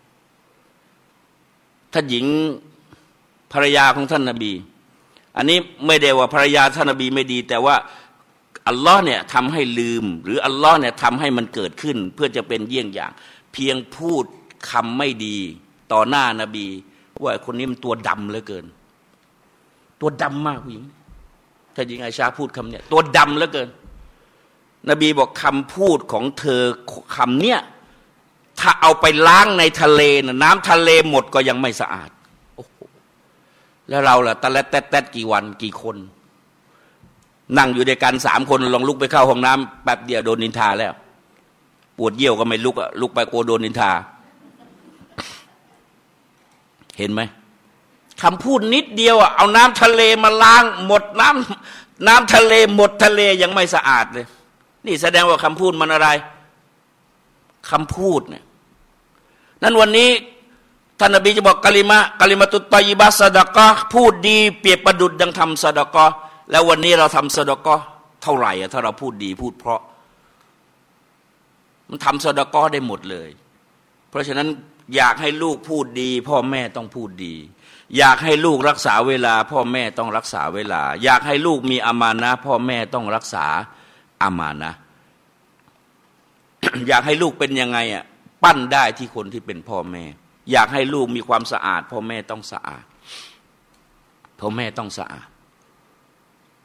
ท่านหญิงภรรยาของท่านนบีอันนี้ไม่ได้ว่าภรรยาท่านนบีไม่ดีแต่ว่าอัลลอฮ์เนี่ยทำให้ลืมหรืออัลลอฮ์เนี่ยทำให้มันเกิดขึ้นเพื่อจะเป็นเยี่ยงอย่างเพียงพูดคำไม่ดีต่อหน้านบีว่าคนนี้มันตัวดำเหลือเกินตัวดำมากผู้หญิงท่านหญิงอาอิชาพูดคำเนี้ยตัวดำเหลือเกินนบีบอกคำพูดของเธอคำเนี้ยถ้าเอาไปล้างในทะเลนะน้ำทะเลหมดก็ยังไม่สะอาดโอ้โหแล้วเราล่ะตะและแต๊ดกี่วันกี่คนนั่งอยู่ด้วยกัน3 คนลองลุกไปเข้าห้องน้ำแป๊บเดียวโดนนินทาแล้วปวดเยี่ยวก็ไม่ลุกไปกลัวโดนนินทาเห็นไหมคำพูดนิดเดียวเอาน้ำทะเลมาล้างหมดน้ำทะเลหมดทะเลยังไม่สะอาดเลยนี่แสดงว่าคำพูดมันอะไรคำพูดเนี่ยนั้นวันนี้ท่านนบีจะบอกกะลิมะตุตตอยยิบะซะดะกอฮ์พูดดีเปรียบประดุจดังทำซะดะกอฮ์แล้ววันนี้เราทำซะดะกอฮ์เท่าไหร่ถ้าเราพูดดีพูดเพราะมันทำซะดะกอฮ์ได้หมดเลยเพราะฉะนั้นอยากให้ลูกพูดดีพ่อแม่ต้องพูดดีอยากให้ลูกรักษาเวลาพ่อแม่ต้องรักษาเวลาอยากให้ลูกมีอามานะห์พ่อแม่ต้องรักษาอามานะห์ อยากให้ลูกเป็นยังไงปั้นได้ที่คนที่เป็นพ่อแม่อยากให้ลูกมีความสะอาดพ่อแม่ต้องสะอาดพ่อแม่ต้องสะอาด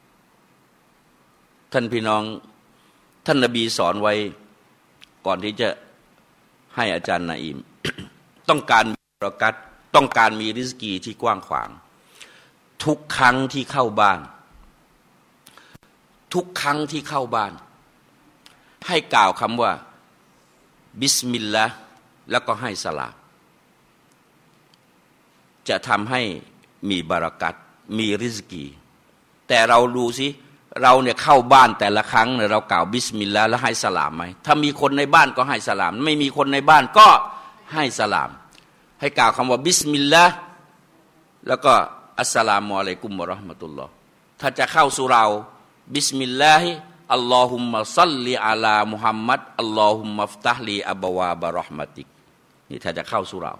ท่านพี่น้องท่านนบีสอนไว้ก่อนที่จะให้อาจารย์นาอิม ต้องการมีบารอกัตต้องการมีริสกีที่กว้างขวางทุกครั้งที่เข้าบ้านทุกครั้งที่เข้าบ้านให้กล่าวคำว่าบิสมิลลาห์แล้วก็ให้สลามจะทำให้มีบารอกัตมีริสกีแต่เราดูสิเราเนี่ยเข้าบ้านแต่ละครั้งเนี่ยเรากล่าวบิสมิลลาห์แล้วให้สลามไหมถ้ามีคนในบ้านก็ให้สลามไม่มีคนในบ้านก็ให้สลามให้กล่าวคำว่าบิสมิลลาห์แล้วก็อัสสลามุอะลัยกุมวะเราะห์มะตุลลอฮ์ถ้าจะเข้าสุเราบิสมิลลาฮิอัลลอฮุมมะศ็อลลิอะลามุฮัมมัดอัลลอฮุมมัฟตะฮ์ลีอับวาบะเราะห์มะติกนี่ถ้าจะเข้าสุเรา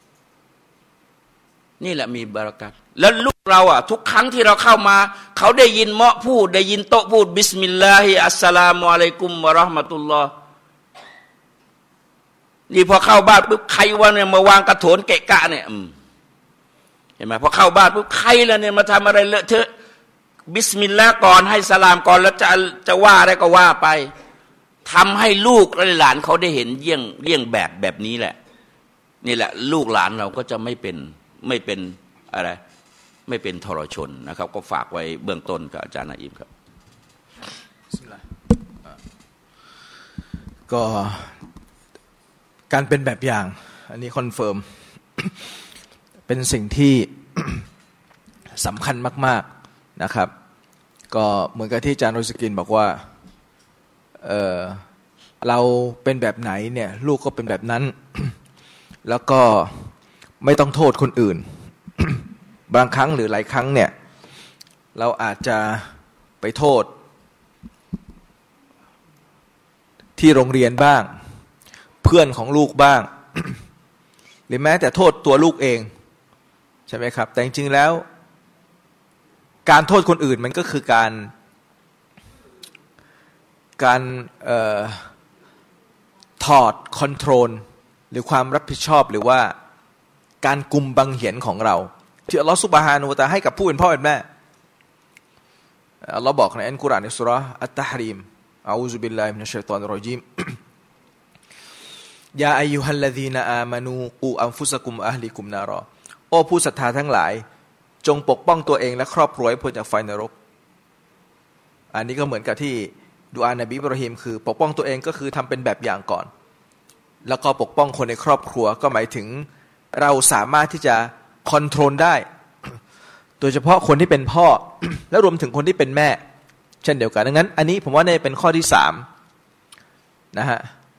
นี่แหละมีบารอกัตแล้วลูกเราอ่ะทุกครั้งที่เราเข้ามาเขาได้ยินเมาะพูดได้ยินโต๊ะพูดบิสมิลลาฮิอัสสลามุอะลัยกุมวะเราะห์มะตุลลอฮ์นี่พอเข้าบ้านปุ๊บใครวะเนี่ยมาวางกระโถนเกะกะเนี่ยเห็นไหมพอเข้าบ้านปุ๊บใครล่ะเนี่ยมาทำอะไรเลอะเทอะบิสมิลลาห์ก่อนให้สลามก่อนแล้วจะว่าอะไรก็ว่าไปทำให้ลูกและหลานเขาได้เห็นเยี่ยงแบบนี้แหละนี่แหละลูกหลานเราก็จะไม่เป็นอะไรไม่เป็นทรชนนะครับก็ฝากไว้เบื้องต้นกับอาจารย์นาอิมครับก็การเป็นแบบอย่างอันนี้คอนเฟิร์ม เป็นสิ่งที่ สำคัญมากๆนะครับก็เหมือนกับที่อาจารย์โรสกินบอกว่าเราเป็นแบบไหนเนี่ยลูกก็เป็นแบบนั้น แล้วก็ไม่ต้องโทษคนอื่น บางครั้งหรือหลายครั้งเนี่ยเราอาจจะไปโทษที่โรงเรียนบ้างเพื่อนของลูกบ้าง หรือแม้แต่โทษตัวลูกเองใช่ไหมครับแต่จริงๆแล้วการโทษคนอื่นมันก็คือการถอดคอนโทรลหรือความรับผิดชอบหรือว่าการกุมบังเหียนของเราที่อัลลอฮฺซุบฮานะฮูวะตะอาลาให้กับผู้เป็นพ่อเป็นแม่อัลลอฮฺบอกในอัลกุรอานในซูเราะห์อัตตะฮรีมอะอูซุบิลลาฮิมินัชชัยฏอนิรเราะญีมยาอัยยูฮัลลซีนาอามานูกูอันฟุซะกุมอะฮลิกุมนารอโอ้ผู้ศรัทธาทั้งหลายจงปกป้องตัวเองและครอบครัวให้พ้นจากไฟนรกอันนี้ก็เหมือนกับที่ดุอานบีอิบราฮิมคือปกป้องตัวเองก็คือทำเป็นแบบอย่างก่อนแล้วก็ปกป้องคนในครอบครัวก็หมายถึงเราสามารถที่จะคอนโทรลได้โดยเฉพาะคนที่เป็นพ่อ และรวมถึงคนที่เป็นแม่เช่นเดียวกันดังนั้นอันนี้ผมว่าเนี่ยเป็นข้อที่3นะฮะ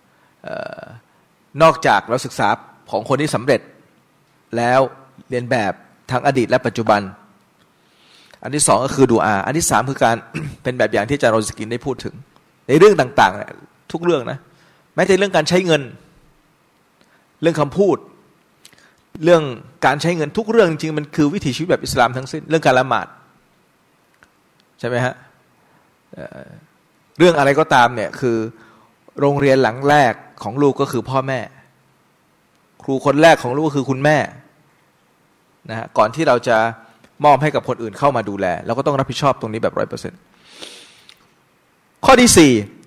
นอกจากเราศึกษาของคนที่สำเร็จแล้วเรียนแบบทั้งอดีตและปัจจุบันอันที่2ก็คือดุอาอันที่3คือการ เป็นแบบอย่างที่อาจารย์โรสกินได้พูดถึงในเรื่องต่างๆทุกเรื่องนะแม้แต่เรื่องการใช้เงินเรื่องคำพูดเรื่องการใช้เงินทุกเรื่องจริงๆมันคือวิถีชีวิตแบบอิสลามทั้งสิ้นเรื่องการละหมาดใช่ไหมฮะเรื่องอะไรก็ตามเนี่ยคือโรงเรียนหลังแรกของลูกก็คือพ่อแม่ครูคนแรกของลูกก็คือคุณแม่นะฮะก่อนที่เราจะมอบให้กับคนอื่นเข้ามาดูแลเราก็ต้องรับผิดชอบตรงนี้แบบ 100% ข้อที่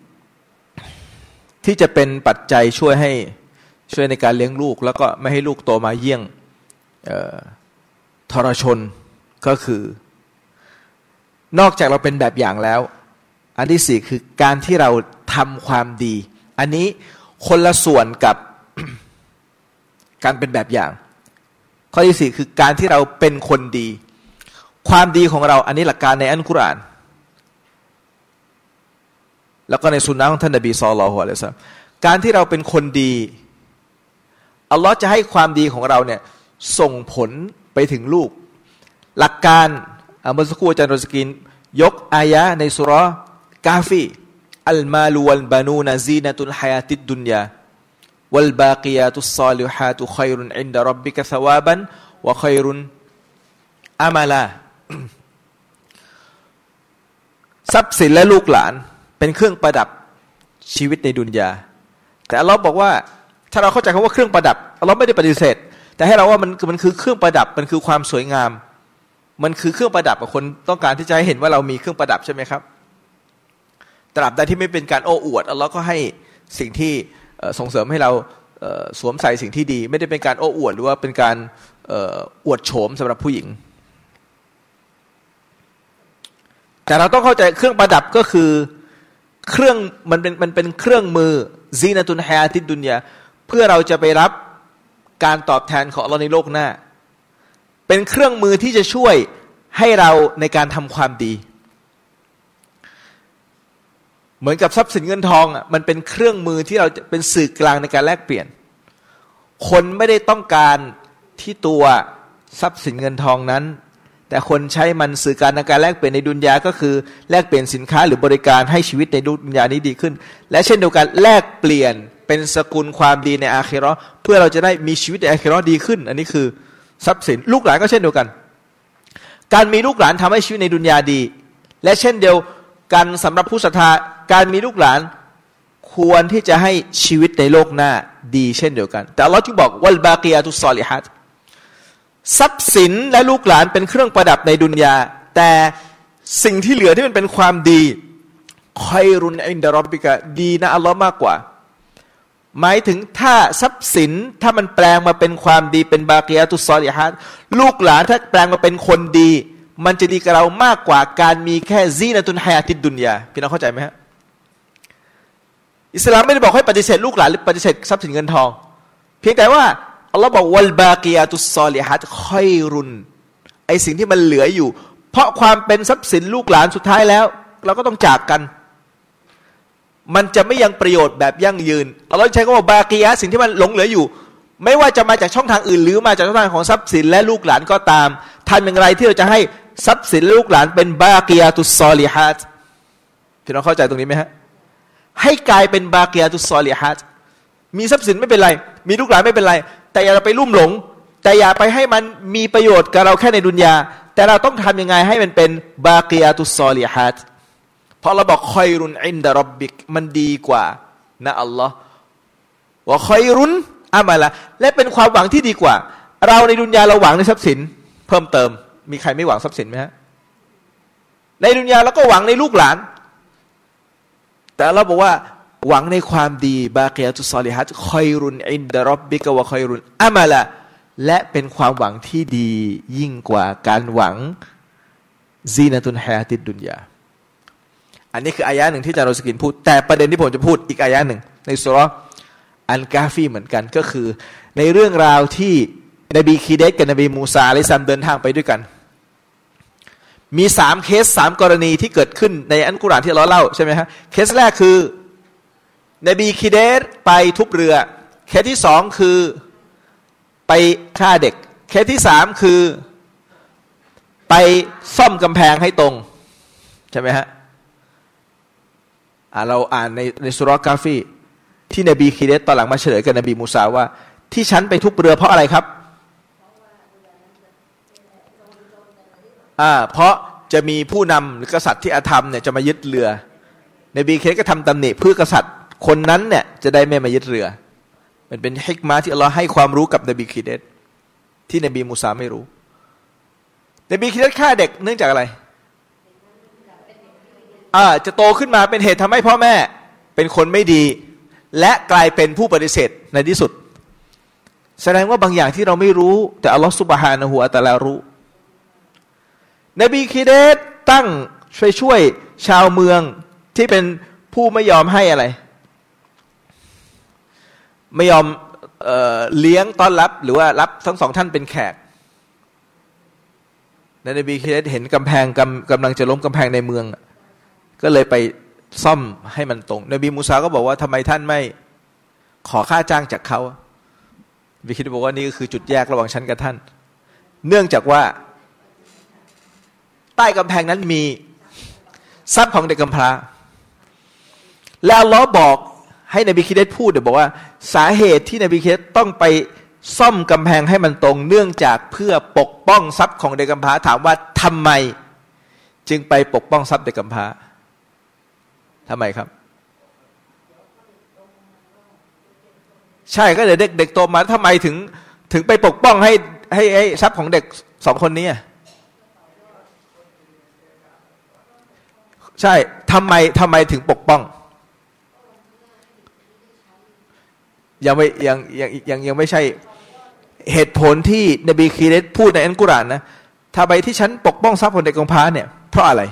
4ที่จะเป็นปัจจัยช่วยในการเลี้ยงลูกแล้วก็ไม่ให้ลูกโตมาเยี่ยงทรชนก็คือนอกจากเราเป็นแบบอย่างแล้วอันที่4คือการที่เราทำความดีอันนี้คนละส่วนกับ การเป็นแบบอย่างข้อที่4คือการที่เราเป็นคนดีความดีของเราอันนี้หลักการในอัลกุรอานแล้วก็ในสุนนะของท่านนบีศ็อลลัลลอฮุอะลัยฮิวะซัลลัมการที่เราเป็นคนดีอัลลอฮ์จะให้ความดีของเราเนี่ยส่งผลไปถึงลูกหลักการเมื่อสักครู่อาจารย์โรสกินยกอายะในสุเราะห์กาฟีอัลมาลูวัลบานูนซีนะตุลฮายาติดดุนยาวัลบากิยาตุศศอลิฮาตุค็อยรุนอินดะร็อบบิกะศะวาบันวะค็อยรุนอามาลาทรัพย์สินและลูกหลานเป็นเครื่องประดับชีวิตในดุนยาแต่อัลเลาะห์บอกว่าถ้าเราเข้าใจคำว่าเครื่องประดับอัลเลาะห์ไม่ได้ปฏิเสธแต่ให้เราว่ามันคือเครื่องประดับมันคือความสวยงามมันคือเครื่องประดับคนต้องการที่จะให้เห็นว่าเรามีเครื่องประดับใช่ไหมครับตราบใดที่ไม่เป็นการโอ้อวดอัลลอฮ์ก็ให้สิ่งที่ส่งเสริมให้เราสวมใส่สิ่งที่ดีไม่ได้เป็นการโอ้อวดหรือว่าเป็นการอวดโฉมสำหรับผู้หญิงแต่เราต้องเข้าใจเครื่องประดับก็คือเครื่องมันเป็นเครื่องมือซีนะตุนฮายาติดดุนยาเพื่อเราจะไปรับการตอบแทนของอัลเลาะห์ในโลกหน้าเป็นเครื่องมือที่จะช่วยให้เราในการทำความดีเหมือนกับทรัพย์สินเงินทองอ่ะมันเป็นเครื่องมือที่เราเป็นสื่อกลางในการแลกเปลี่ยนคนไม่ได้ต้องการที่ตัวทรัพย์สินเงินทองนั้นแต่คนใช้มันสื่อการในการแลกเปลี่ยนในดุนยาก็คือแลกเปลี่ยนสินค้าหรือบริการให้ชีวิตในดุนยานี้ดีขึ้นและเช่นเดียวกันแลกเปลี่ยนเป็นสกุลความดีในอาคิเราะห์เพื่อเราจะได้มีชีวิตในอาคิเราะห์ดีขึ้นอันนี้คือทรัพย์สินลูกหลานก็เช่นเดียวกันการมีลูกหลานทำให้ชีวิตในดุนยาดีและเช่นเดียวกันสำหรับผู้ศรัทธาการมีลูกหลานควรที่จะให้ชีวิตในโลกหน้าดีเช่นเดียวกันแต่อัลเลาะห์จึงบอกวัลบากียาตุศศอลิฮัตทรัพย์สินและลูกหลานเป็นเครื่องประดับในดุนยาแต่สิ่งที่เหลือที่มันเป็นความดีคอยรุนอินดะร็อบบิกะดีนะอัลเลาะห์มากกว่าหมายถึงถ้าทรัพย์สินถ้ามันแปลงมาเป็นความดีเป็นบากียาตุศศอลิฮัตลูกหลานถ้าแปลงมาเป็นคนดีมันจะดีกับเรามากกว่าการมีแค่ซีนะตุนฮายาติดดุนยาพี่น้องเข้าใจไหมฮะอิสลามไม่ได้บอกให้ปฏิเสธลูกหลานหรือปฏิเสธทรัพย์สินเงินทองเพียงแต่ว่าอัลลอฮ์บอกวัลบากียาตุศศอลิฮัตคอยรุนไอสิ่งที่มันเหลืออยู่เพราะความเป็นทรัพย์สินลูกหลานสุดท้ายแล้วเราก็ต้องจากกันมันจะไม่ยังประโยชน์แบบยั่งยืนอัลลอฮ์ใช้คำว่าบากียะสิ่งที่มันหลงเหลืออยู่ไม่ว่าจะมาจากช่องทางอื่นหรือมาจากช่องทางของทรัพย์สินและลูกหลานก็ตามทำอย่างไรที่เราจะให้ทรัพย์สินลูกหลานเป็นบากียาตุศศอลิฮัตพี่น้องเข้าใจตรงนี้ไหมฮะให้กลายเป็นบากียาตุศศอลิฮัตมีทรัพย์สินไม่เป็นไรมีลูกหลานไม่เป็นไรแต่อย่าไปลุ่มหลงแต่อย่าไปให้มันมีประโยชน์กับเราแค่ในดุนยาแต่เราต้องทำยังไงให้มันเป็นบากียาตุศศอลิฮัตเพราะเราบอกคอยรุนอินดะร็อบบิกมันดีกว่านะอัลลอฮ์ว่าคอยรุนอามาละและเป็นความหวังที่ดีกว่าเราในดุนยาเราหวังในทรัพย์สินเพิ่มเติมมีใครไม่หวังทรัพย์สินไหมฮะในดุนยาเราก็หวังในลูกหลานแต่เราบอกว่าหวังในความดีบากียาตุศศอลิฮัตคอยรุนอินดะร็อบบิกะวะคอยรุนอามาละและเป็นความหวังที่ดียิ่งกว่าการหวังซีนะตุนฮายาติดดุนยาอันนี้คืออายะหนึ่งที่อาจารย์โรสกินพูดแต่ประเด็นที่ผมจะพูดอีกอายะหนึ่งในซูเราะห์อันกาฟีเหมือนกันก็คือในเรื่องราวที่นบีคีเดสกับนบีมูซาอะลัยฮิสสลามเดินทางไปด้วยกันมี3เคส3กรณีที่เกิดขึ้นในอัลกุรอานที่เราเล่าใช่ไหมฮะเคสแรกคือนบีคีเดสไปทุบเรือเคสที่2คือไปฆ่าเด็กเคสที่3คือไปซ่อมกำแพงให้ตรงใช่ไหมฮะเราอ่านในซูเราะห์กาฟีที่นบีคีเดสตอนหลังมาเฉลยกับนบีมูซาว่าที่ฉันไปทุบเรือเพราะอะไรครับเพราะจะมีผู้นำหรือกษัตริย์ที่อาธรรมเนี่ยจะมายึดเรือนบีคีเดสก็ทำตำหนิเพื่อกษัตริย์คนนั้นเนี่ยจะได้ไม่มายึดเรือมันเป็นฮิกมะห์ที่อัลเลาะห์ให้ความรู้กับนบีคีเดสที่นบีมูซาไม่รู้นบีคีเดสฆ่าเด็กเนื่องจากอะไรจะโตขึ้นมาเป็นเหตุทำให้พ่อแม่เป็นคนไม่ดีและกลายเป็นผู้ปฏิเสธในที่สุดแสดงว่าบางอย่างที่เราไม่รู้แต่อัลลอฮฺซุบฮานะฮูวะตะอาลารู้นบีคีเดสตั้งช่วยชาวเมืองที่เป็นผู้ไม่ยอมให้อะไรไม่ยอมเลี้ยงต้อนรับหรือว่ารับทั้งสองท่านเป็นแขกนบีคีเดสเห็นกำแพงกำลังจะล้มกำแพงในเมืองก็เลยไปซ่อมให้มันตรงนบีมูซาก็บอกว่าทำไมท่านไม่ขอค่าจ้างจากเขานบีคิดบอกว่านี่ก็คือจุดแยกระหว่างฉันกับท่านเนื่องจากว่าใต้กำแพงนั้นมีทรัพย์ของเด็กกำพร้าแล้วอัลเลาะห์บอกให้นบีคิดพูดบอกว่าสาเหตุที่นบีคิดต้องไปซ่อมกำแพงให้มันตรงเนื่องจากเพื่อปกป้องทรัพย์ของเด็กกำพร้าถามว่าทำไมจึงไปปกป้องทรัพย์เด็กกำพร้าทำไมครับใช่ก็เด็กโตมาทำไมถึงไปปกป้องให้ทรัพย์ของเด็ก2คนนี้ใช่ทำไมถึงปกป้องยังไม่ใช่เหตุผลที่นบีคีเรตพูดในอัลกุรอานนะทำไมที่ฉันปกป้องทรัพย์ของเด็กกำพร้าเนี่ยเพราะอะไร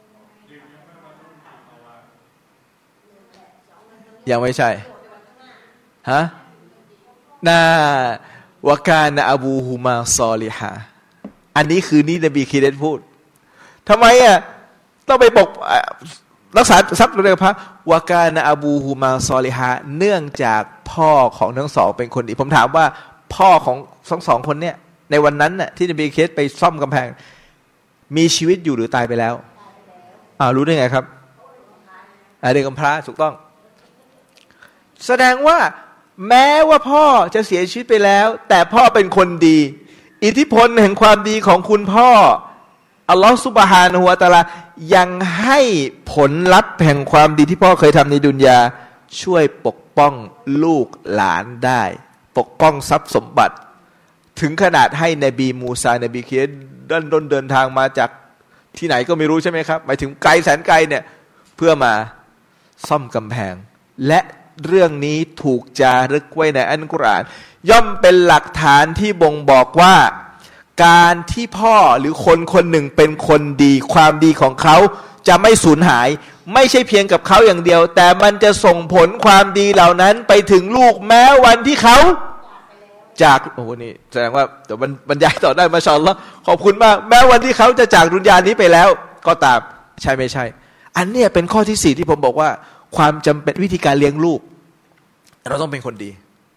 ยังไม่ใช่ฮะนาวะกานะอบูฮุมาซอลิฮะอันนี้คือนี่นบีคีเรตพูดทำไมอ่ะต้องไปปกรักษาทรัพย์เด็กกำพร้าวะกานะอบูฮุมาซอลิฮะเนื่องจากพ่อของทั้งสองเป็นคนดีผมถามว่าพ่อของทั้งสองคนเนี่ยในวันนั้นน่ะที่นบีคีเรตไปซ่อมกำแพงมีชีวิตอยู่หรือตายไปแล้วรู้ได้ไงครับเด็กกำพร้าถูกต้องแสดงว่าแม้ว่าพ่อจะเสียชีวิตไปแล้วแต่พ่อเป็นคนดีอิทธิพลแห่งความดีของคุณพ่ออัลลอฮฺซุบฮานะฮูวะตะอาลายังให้ผลลัพธ์แห่งความดีที่พ่อเคยทำในดุนยาช่วยปกป้องลูกหลานได้ปกป้องทรัพย์สมบัติถึงขนาดให้นบีมูซานบีคีเรตเดินทางมาจากที่ไหนก็ไม่รู้ใช่ไหมครับหมายถึงไกลแสนไกลเนี่ยเพื่อมาซ่อมกำแพงและเรื่องนี้ถูกจารึกไว้ในอัลกุรอานย่อมเป็นหลักฐานที่บ่งบอกว่าการที่พ่อหรือคนหนึ่งเป็นคนดีความดีของเขาจะไม่สูญหายไม่ใช่เพียงกับเขาอย่างเดียวแต่มันจะส่งผลความดีเหล่านั้นไปถึงลูกแม้วันที่เขาจากโอ้โหนี่แสดงว่าเดี๋ยวบรรยายต่อได้มาชาอัลลอฮ์ขอบคุณมากแม้วันที่เขาจะจากดุนยานี้ไปแล้วก็ตามใช่ไม่ใช่อันเนี้ยเป็นข้อที่4ที่ผมบอกว่าความจำเป็นวิธีการเลี้ยงลูกเราต้องเป็นคนดี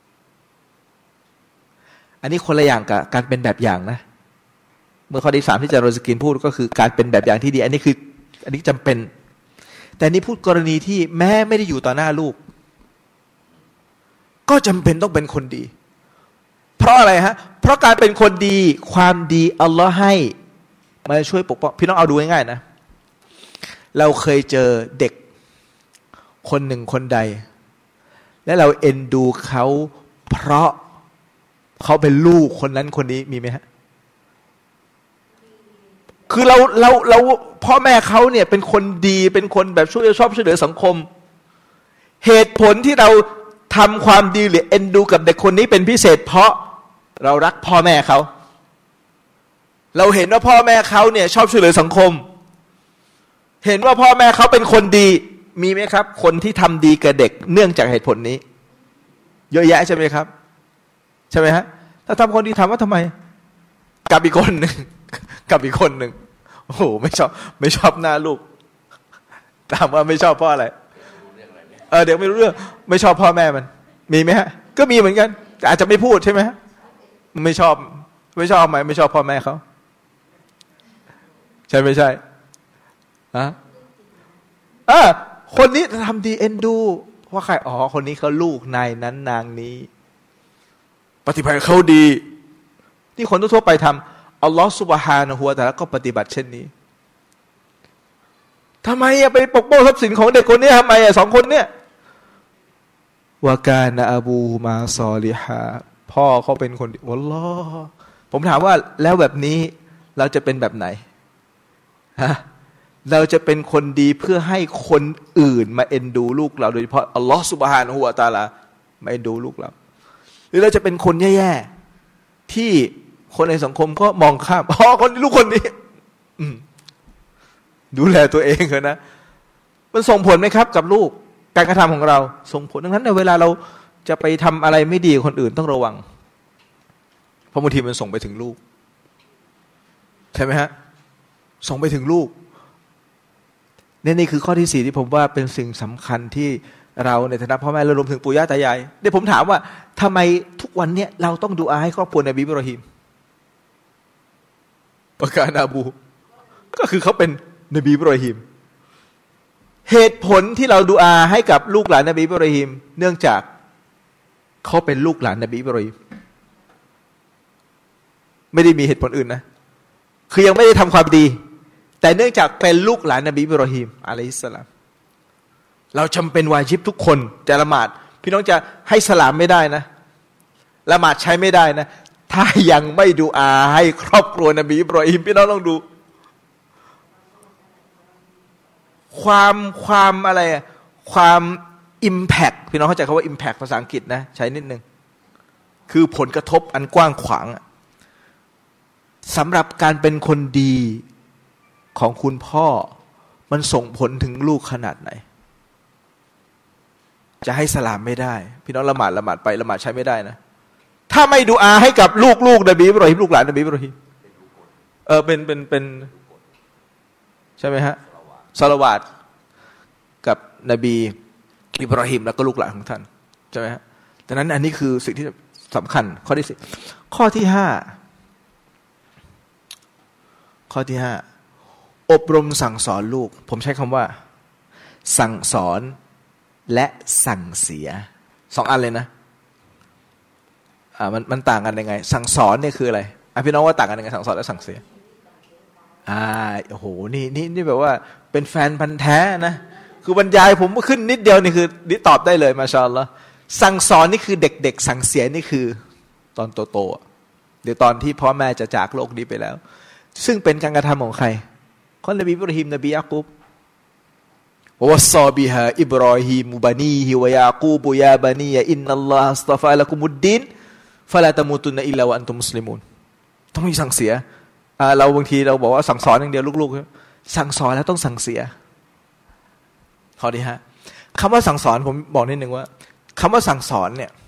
อันนี้คนละอย่างกับการเป็นแบบอย่างนะเมื่อข้อที่3ที่จะโรสกินพูดก็คือการเป็นแบบอย่างที่ดีอันนี้จำเป็นแต่นี่พูดกรณีที่แม้ไม่ได้อยู่ต่อหน้าลูกก็จำเป็นต้องเป็นคนดีเพราะอะไรฮะเพราะการเป็นคนดีความดีอัลลอฮ์ให้มาช่วยปกป้องพี่น้องเอาดูง่ายๆนะเราเคยเจอเด็กคนหนึ่งคนใดและเราเอ็นดูเขาเพราะเขาเป็นลูกคนนั้นคนนี้มีไหมฮะคือเราพ่อแม่เขาเนี่ยเป็นคนดีเป็นคนแบบชอบช่วยเหลือสังคมเหตุผลที่เราทำความดีหรือเอ็นดูกับเด็กคนนี้เป็นพิเศษเพราะเรารักพ่อแม่เขาเราเห็นว่าพ่อแม่เขาเนี่ยชอบช่วยเหลือสังคมเห็นว่าพ่อแม่เขาเป็นคนดีมีไหมครับคนที่ทำดีกับเด็กเนื่องจากเหตุผลนี้เยอะแยะใช่ไหมครับใช่ไหมฮะถ้าทำคนดีถามว่าทำไมกับอีกคนหนึ่งโอ้โหไม่ชอบหน้าลูกถามว่าไม่ชอบเพราะอะไรเด็กไม่รู้เรื่องไม่ชอบพ่อแม่มันมีไหมฮะก็มีเหมือนกันอาจจะไม่พูดใช่ไหมฮะไม่ชอบไหมไม่ชอบพ่อแม่เขาใช่ไม่ใช่คนนี้ทำดีเอ็นดูว่าใครคนนี้เขาลูกนายนั้นนางนี้ปฏิบัติเขาดีที่คนทั่วไปทำอัลลอฮฺซุบฮานะฮูวะตะอาลาก็ปฏิบัติเช่นนี้ทำไมไปปกป้องทรัพย์สินของเด็กคนนี้ทำไม2 คนเนี่ยวะกานะอบูมาซอลิฮะพ่อเขาเป็นคนดีวัลลอฮ์ผมถามว่าแล้วแบบนี้เราจะเป็นแบบไหนฮะเราจะเป็นคนดีเพื่อให้คนอื่นมาเอ็นดูลูกเราโดยเฉพาะอัลลอฮฺซุบฮานะฮูวะตะอาลามาเอ็นดูลูกเราหรือเราจะเป็นคนแย่ๆที่คนในสังคมก็มองข้ามคนนี้ลูกคนนี้ดูแลตัวเองเถอะนะมันส่งผลไหมครับกับลูกการกระทำของเราส่งผลดังนั้นในเวลาเราจะไปทำอะไรไม่ดีกับคนอื่นต้องระวังเพราะบางทีมันส่งไปถึงลูกใช่ไหมฮะส่งไปถึงลูกนี่คือข้อที่4ที่ผมว่าเป็นสิ่งสำคัญที่เราในฐานะพ่อแม่และรวมถึงปู่ย่าตายายเดี๋ยวผมถามว่าทำไมทุกวันเนี้ยเราต้องดูอาให้ครอบครัวนบีอิบรอฮีมประการอาบูก็คือเขาเป็นนบีอิบรอฮีมเหตุผลที่เราดูอาให้กับลูกหลานนบีอิบรอฮีมเนื่องจากเขาเป็นลูกหลานนบีอิบรอฮีมไม่ได้มีเหตุผลอื่นนะคือยังไม่ได้ทำความดีแต่เนื่องจากเป็นลูกหลานนบีอิบรอฮีมอะลัยฮิสสลามเราจำเป็นวาญิบทุกคนจะละหมาดพี่น้องจะให้สลามไม่ได้นะละหมาดใช้ไม่ได้นะถ้ายังไม่ดูอาให้ครอบครัวนบีอิบรอฮีมพี่น้องลองดูความอะไรความimpact พี่น้องเข้าใจคำว่า impact ภาษาอังกฤษนะใช้นิดนึงคือผลกระทบอันกว้างขวางสำหรับการเป็นคนดีของคุณพ่อมันส่งผลถึงลูกขนาดไหนจะให้สลามไม่ได้พี่น้องละหมาดไปละหมาดใช้ไม่ได้นะถ้าไม่ดูอาให้กับลูกนบีอิบราฮิมลูกหลานนบีอิบราฮิมเป็นใช่ไหมฮะศอลาวาตกับนบีอิบราฮิมแล้วก็ลูกหลานของท่านใช่ไหมฮะดังนั้นอันนี้คือสิ่งที่สำคัญข้อที่4ข้อที่5อบรมสั่งสอนลูกผมใช้คำว่าสั่งสอนและสั่งเสีย2 อันเลยนะมันต่างกันยังไงสั่งสอนเนี่ยคืออะไรพี่น้องว่าต่างกันยังไงสั่งสอนและสั่งเสียโอ้โหนี่แบบว่าเป็นแฟนพันธุ์แท้นะคือบรรยายผมขึ้นนิดเดียวนี่คือนี่ตอบได้เลยมาชาอัลลอฮ์สั่งสอนนี่คือเด็กๆสั่งเสียนี่คือตอนโตๆหรือตอนที่พ่อแม่จะจากโลกนี้ไปแล้วซึ่งเป็นการกระทำของใครของนบีอิบราฮิมนบียะกูบวัสซอบิฮาอิบรอฮีมบานีฮิวะยากูบยาบานีอินนัลลอฮฺอัสตะฟาละกุมุดดินฟะลาตะมูตุนอิลลาวะอันตุมุสลิมูนต้องมีสั่งเสียเราบางทีเราบอกว่าสั่งสอนอย่างเดียวลูกๆสั่งสอนแล้วต้องสั่งเสียข้อที่5คำว่าสั่งสอนผมบอกนิดนึงว่าคำว่าสั่งสอนเนี่ย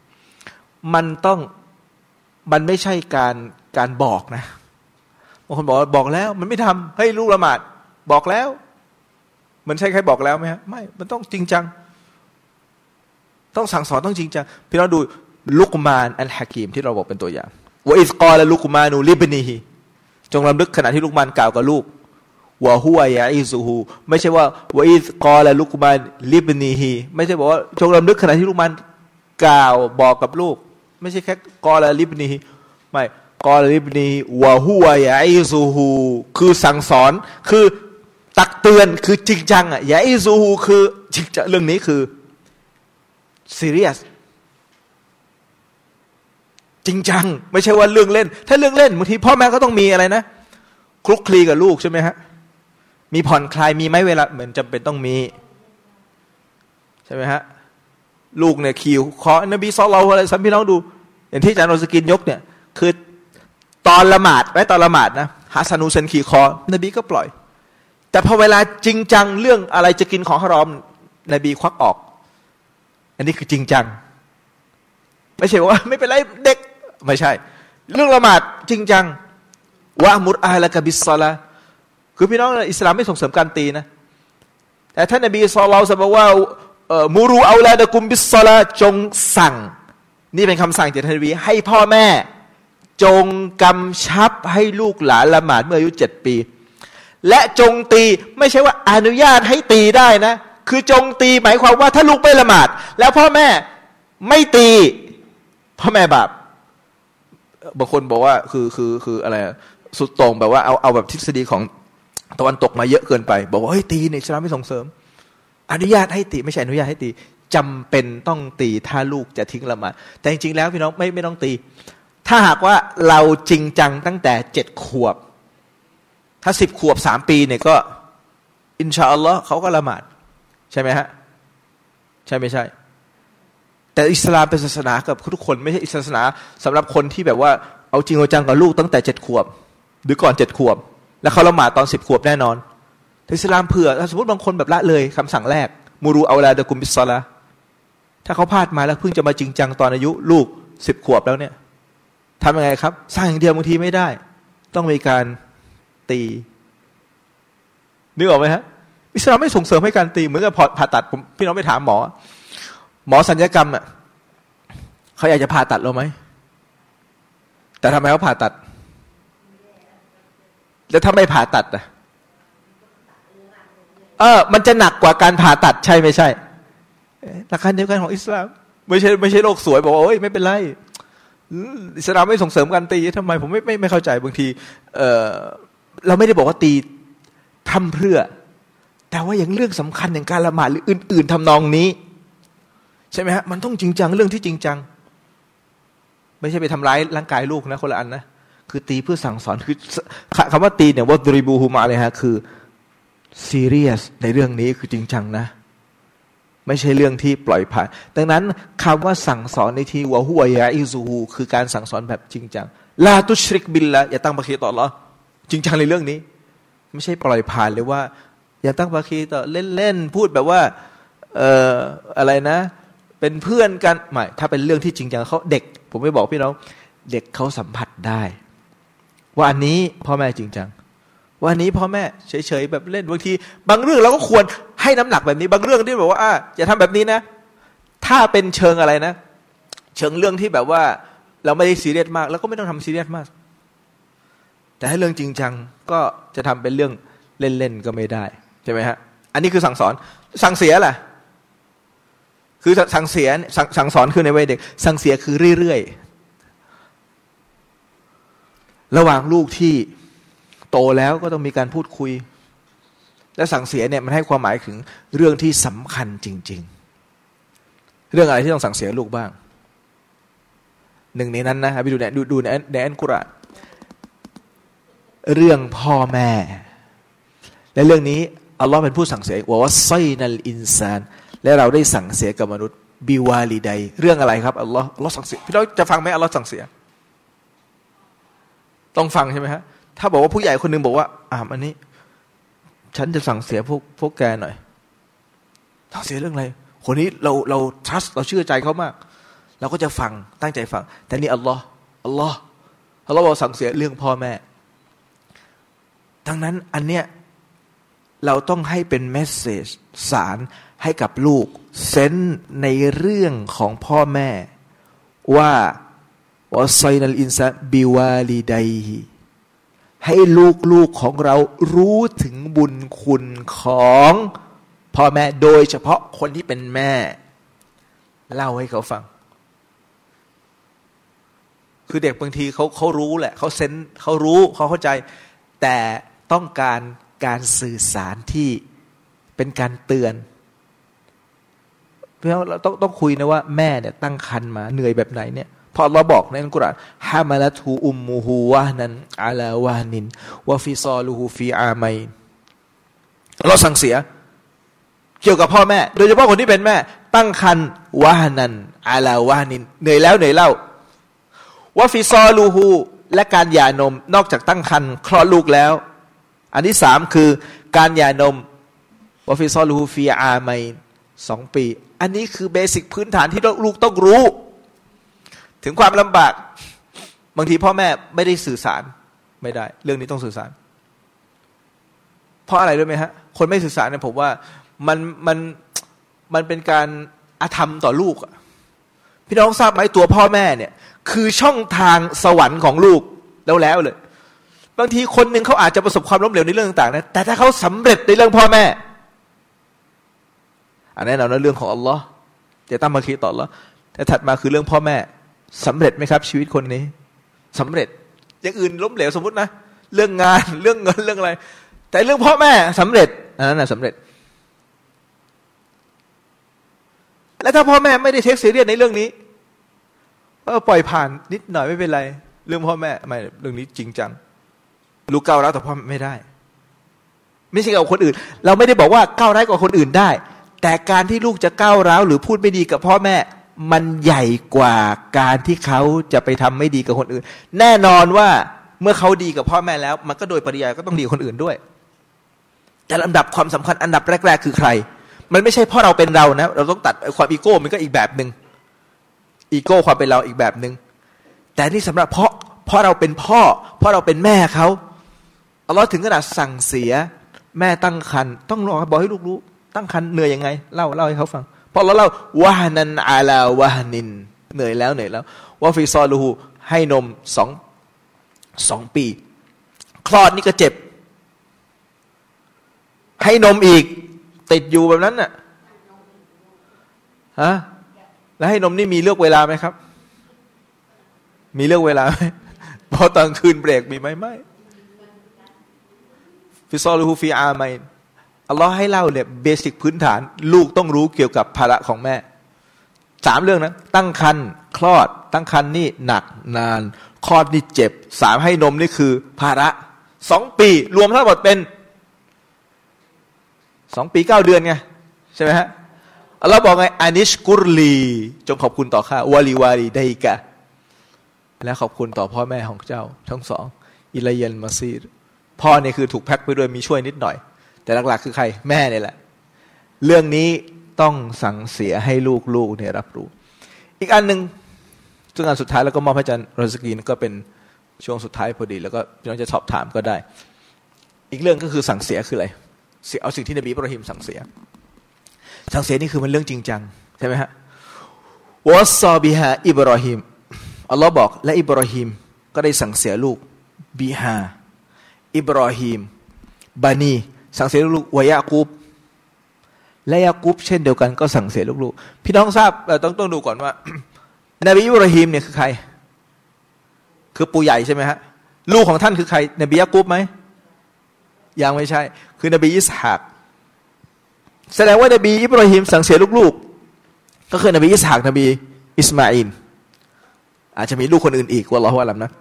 มันไม่ใช่การบอกนะบางคนบอกแล้วมันไม่ทำให้ลูกละหมาดบอกแล้วมันใช่แค่บอกแล้วไหมฮะไม่มันต้องจริงจังต้องสั่งสอนต้องจริงจังพี่น้องดูลุกมานอัลฮะกีมที่เราบอกเป็นตัวอย่างวะอิซกอลลุกมานูลิบนีฮิจงรำลึกขณะที่ลุกมานกล่าวกับลูกวะฮุวะยะอิซุฮูไม่ใช่ว่าวะอิซกอลลุกมานลิบนีฮิไม่ใช่บอกว่าจงรำลึกขณะที่ลุกมานกล่าวบอกกับลูกไม่ใช่แค่กอลลิบนีฮิไม่กอลลิบนีวะฮุวะยะอิซุฮูคือสั่งสอนคือตักเตือนคือจริงจังยะอิซุฮูคือจริงจังเรื่องนี้คือซีเรียสจริงจังไม่ใช่ว่าเรื่องเล่นถ้าเรื่องเล่นบางทีพ่อแม่ก็ต้องมีอะไรนะคลุกคลีกับลูกใช่ไหมฮะมีผ่อนคลายมีไหมเวลาเหมือนจำเป็นต้องมีใช่ไหมฮะลูกเนี่ยคิวขอนบีศ็อลลัลลอฮุอะลัยฮิวะซัลลัมพี่น้องดูอย่างที่อาจารย์โรสกินยกเนี่ยคือตอนละหมาดตอนละหมาดนะฮัสซันูเซนขี่คอนบีก็ปล่อยแต่พอเวลาจริงจังเรื่องอะไรจะกินของฮารอมนบีควักออกอันนี้คือจริงจังไม่ใช่ว่าไม่เป็นไรเด็กไม่ใช่เรื่องละหมาดจริงจังวะมุรอะฮละกะบิศศอลาคือพี่น้องอิสลามไม่ส่งเสริมการตีนะแต่ท่านนบีศ็อลลัลลอฮุอะลัยฮิวะซัลลัมบอกว่ามูรูเอาลาดะกุมบิศศอลาจงสั่งนี่เป็นคำสั่งจากท่านนบีให้พ่อแม่จงกำชับให้ลูกหลานละหมาดเมื่ออายุ7 ปีและจงตีไม่ใช่ว่าอนุญาตให้ตีได้นะคือจงตีหมายความว่าถ้าลูกไม่ละหมาดแล้วพ่อแม่ไม่ตีพ่อแม่บาปบางคนบอกว่าคืออะไรสุดโต่งแบบว่าเอาแบบทฤษฎีของตะวันตกมาเยอะเกินไปบอกว่าเฮ้ยตีเนี่ยอิสลามไม่ส่งเสริมอนุญาตให้ตีไม่ใช่อนุญาตให้ตีจำเป็นต้องตีถ้าลูกจะทิ้งละหมาดแต่จริงๆแล้วพี่น้องไม่ต้องตีถ้าหากว่าเราจริงจังตั้งแต่7 ขวบถ้า10 ขวบ3 ปีเนี่ยก็อินชาอัลลอฮ์เขาก็ละหมาดใช่ไหมฮะใช่ไม่ใช่แต่อิสลามเป็นศาสนากับทุกคนไม่ใช่ศาสนาสำหรับคนที่แบบว่าเอาจริงเอาจังกับลูกตั้งแต่7 ขวบหรือก่อน7 ขวบแล้วเขาละหมาดตอน10 ขวบแน่นอนแต่อิสลามเผื่อสมมติบางคนแบบละเลยคำสั่งแรกมูรูเอาลาดะกุมบิศศอลาถ้าเขาพลาดมาแล้วเพิ่งจะมาจริงจังตอนอายุลูก10 ขวบแล้วเนี่ยทำยังไงครับสร้างอย่างเดียวบางทีไม่ได้ต้องมีการตีนึกออกไหมฮะอิสลามไม่ส่งเสริมให้การตีเหมือนกับผ่าตัดผมพี่น้องไปถามหมอศัลยกรรมอ่ะเขาอยากจะผ่าตัดเราไหมแต่ทำไมเขาผ่าตัดแล้วถ้าไม่ผ่าตัดอ่ะมันจะหนักกว่าการผ่าตัดใช่ไม่ใช่หลักการเดียวกันของอิสลามไม่ใช่โลกสวยบอกว่าโอ้ยไม่เป็นไรอิสลามไม่ส่งเสริมการตีทำไมผมไม่เข้าใจบางทีเราไม่ได้บอกว่าตีทำเพื่อแต่ว่าอย่างเรื่องสำคัญอย่างการละหมาดหรืออื่นๆทำนองนี้ใช่ไหมฮะมันต้องจริงจังเรื่องที่จริงจังไม่ใช่ไปทำร้ายร่างกายลูกนะคนละอันนะคือตีเพื่อสั่งสอนคือคำว่าตีเนี่ยว่าดริบูฮูมาเลยฮะคือซีเรียสในเรื่องนี้คือจริงจังนะไม่ใช่เรื่องที่ปล่อยผ่านดังนั้นคำว่าสั่งสอนในที่วะฮุวะยะอิซูฮูคือการสั่งสอนแบบจริงจังลาตุชริกบิลละอย่าตั้งภาคีต่ออัลเลาะห์จริงจังในเรื่องนี้ไม่ใช่ปล่อยผ่านเลยว่าอย่าตั้งภาคีต่อเล่นๆพูดแบบว่าอะไรนะเป็นเพื่อนกันไม่ถ้าเป็นเรื่องที่จริงจังเขาเด็กผมไม่บอกพี่น้องเด็กเขาสัมผัสได้ว่าอันนี้พ่อแม่จริงจังว่าอันนี้พ่อแม่เฉยๆแบบเล่นบางทีบางเรื่องเราก็ควรให้น้ำหนักแบบนี้บางเรื่องที่บอกว่าอย่าทำแบบนี้นะถ้าเป็นเชิงอะไรนะเชิงเรื่องที่แบบว่าเราไม่ได้ซีเรียสมากแล้วก็ไม่ต้องทำซีเรียสมากแต่ให้เรื่องจริงจังก็จะทำเป็นเรื่องเล่นๆก็ไม่ได้ใช่ไหมฮะอันนี้คือสั่งสอนสั่งเสียแหละคือสั่งเสียสั่งสอนคือในวัยเด็กสั่งเสียคือเรื่อยๆระหว่างลูกที่โตแล้วก็ต้องมีการพูดคุยและสั่งเสียเนี่ยมันให้ความหมายถึงเรื่องที่สำคัญจริงๆเรื่องอะไรที่ต้องสั่งเสียลูกบ้างหนึ่งในนั้นนะไปดูในอัลกุรอานเรื่องพ่อแม่และเรื่องนี้อัลลอฮ์เป็นผู้สั่งเสียว่าไซนัลอินซานและเราได้สั่งเสียกับมนุษย์บิวาลิดัยเรื่องอะไรครับอัลลอฮ์สั่งเสียพี่น้องจะฟังไหมอัลลอฮ์สั่งเสียต้องฟังใช่ไหมฮะถ้าบอกว่าผู้ใหญ่คนนึงบอกว่าอันนี้ฉันจะสั่งเสียพวกแกหน่อยสั่งเสียเรื่องอะไรคนนี้เรา trust เราเชื่อใจเขามากเราก็จะฟังตั้งใจฟังแต่นี่อัลลอฮ์บอกสั่งเสียเรื่องพ่อแม่ดังนั้นอันเนี้ยเราต้องให้เป็นเมสเสจสารให้กับลูกเซนในเรื่องของพ่อแม่ว่าไซนัลอินซานบิวาลิดัยฮิให้ลูกของเรารู้ถึงบุญคุณของพ่อแม่โดยเฉพาะคนที่เป็นแม่เล่าให้เขาฟังคือเด็กบางทีเขารู้แหละเขาเซนเขารู้เขาเข้าใจแต่ต้องการสื่อสารที่เป็นการเตือนเพราะเราต้องคุยนะว่าแม่เนี่ยตั้งครรภ์มาเหนื่อยแบบไหนเนี่ยพอเราบอกในอัลกุรอานฮามาละตูอุมมูฮูวะนันอะลาวะนินวะฟิซอลูฮูฟีอามัยเราสั่งเสียเกี่ยวกับพ่อแม่โดยเฉพาะคนที่เป็นแม่ตั้งครรภ์วะนันอะลาวะนินเหนื่อยแล้วเหนื่อยเล่าวะฟิซอลูฮูและการหย่านมนอกจากตั้งครรภ์คลอดลูกแล้วอันที่3คือการหย่านมวะฟิซอลูฮูฟีอามัย2 ปีอันนี้คือเบสิกพื้นฐานที่ลูกต้องรู้ถึงความลำบากบางทีพ่อแม่ไม่ได้สื่อสารไม่ได้เรื่องนี้ต้องสื่อสารเพราะอะไรรู้ไหมฮะคนไม่สื่อสารเนี่ยผมว่ามันเป็นการอาธรรมต่อลูกพี่น้องทราบไหมตัวพ่อแม่เนี่ยคือช่องทางสวรรค์ของลูกแล้วเลยบางทีคนหนึ่งเขาอาจจะประสบความล้มเหลวในเรื่องต่างๆนะแต่ถ้าเขาสำเร็จในเรื่องพ่อแม่อันนั้นเอาเรื่องของอัลลอฮ์จะตั้งภาคีต่ออัลลอฮ์แต่ถัดมาคือเรื่องพ่อแม่สำเร็จไหมครับชีวิตคนนี้สำเร็จอย่างอื่นล้มเหลวสมมตินะเรื่องงานเรื่องเงินเรื่องอะไรแต่เรื่องพ่อแม่สำเร็จอันนั้นน่ะสำเร็จและถ้าพ่อแม่ไม่ได้เทคซีเรียสในเรื่องนี้ปล่อยผ่านนิดหน่อยไม่เป็นไรเรื่องพ่อแม่ไม่เรื่องนี้จริงจังลูกก้าวร้าวต่อพ่อไม่ได้ไม่ใช่กับคนอื่นเราไม่ได้บอกว่าก้าวร้าวกว่าคนอื่นได้แต่การที่ลูกจะก้าวร้าวหรือพูดไม่ดีกับพ่อแม่มันใหญ่กว่าการที่เขาจะไปทำไม่ดีกับคนอื่นแน่นอนว่าเมื่อเขาดีกับพ่อแม่แล้วมันก็โดยปริยายก็ต้องดีกับคนอื่นด้วยแต่ลำดับความสำคัญอันดับแรกๆคือใครมันไม่ใช่เพราะเราเป็นเรานะเราต้องตัดความอีโก้มันก็อีกแบบนึงอีโก้ความเป็นเราอีกแบบนึงแต่นี่สำหรับเพราะเราเป็นพ่อเพราะเราเป็นแม่เขาอัลเลาะห์ถึงขนาดสั่งเสียแม่ตั้งครรภ์ต้องบอกให้ลูกรู้ตั้งครรภ์เหนื่อยยังไงเล่าให้เขาฟังพอเราเล่าวะฮนันอาลาวะฮนินเหนื่อยแล้ววะฟิซอลูฮูให้นม2 ปีคลอดนี่ก็เจ็บให้นมอีกติดอยู่แบบนั้นน่ะฮะแล้วให้นมนี่มีเลือกเวลาไหมครับมีเลือกเวลาไหมพอตอนคืนเบรกมีไหมไม่ฟิซอลูฮูฟีอามัยอัลลอฮ์ให้เล่าเนี่ยเบสิกพื้นฐานลูกต้องรู้เกี่ยวกับภาระของแม่3เรื่องนะตั้งครรภ์คลอดตั้งครรภ์นี่หนักนานคลอดนี่เจ็บ3ให้นมนี่คือภาระ2 ปีรวมทั้งหมดเป็น 2 ปี 9 เดือนไงใช่ไหมฮะอัลลอฮ์บอกไงอานิชกุรลีจงขอบคุณต่อข้าวาลีไดกะและขอบคุณต่อพ่อแม่ของเจ้าทั้งสองอิลัยัลมาซีรพ่อเนี่ยคือถูกแพ็คไปด้วยมีช่วยนิดหน่อยแต่หลักๆคือใครแม่เนี่ยแหละเรื่องนี้ต้องสั่งเสียให้ลูกๆเนี่ยรับรู้อีกอันนึงซึ่งอันสุดท้ายแล้วก็มอบให้อาจารย์รอสกีนก็เป็นช่วงสุดท้ายพอดีแล้วก็พี่น้องจะสอบถามก็ได้อีกเรื่องก็คือสั่งเสียคืออะไรเอาสิ่งที่นบีอิบราฮิมสั่งเสียนี่คือมันเรื่องจริงจังใช่ไหมฮะวัสซอบิฮาอิบราฮิมอัลลอฮ์บอกและอิบราฮิมก็ได้สั่งเสียลูกบิฮาอิบราฮิมบานีสั่งเสียลูกวะยะกูบและยะกูบเช่นเดียวกันก็สั่งเสียลูกๆพี่น้องทราบต้องดูก่อนว่า นบีอิบราฮิมเนี่ยคือใครคือปู่ใหญ่ใช่ไหมฮะลูกของท่านคือใครนบียะกูบไหมยังไม่ใช่คือนบีอิสฮากแสดงว่านบีอิบราฮิมสั่งเสียลูกๆก็คือนบีอิสฮากนบีอิสมาอิลอาจจะมีลูกคนอื่นอีกวัลลอฮุอะลัมนะ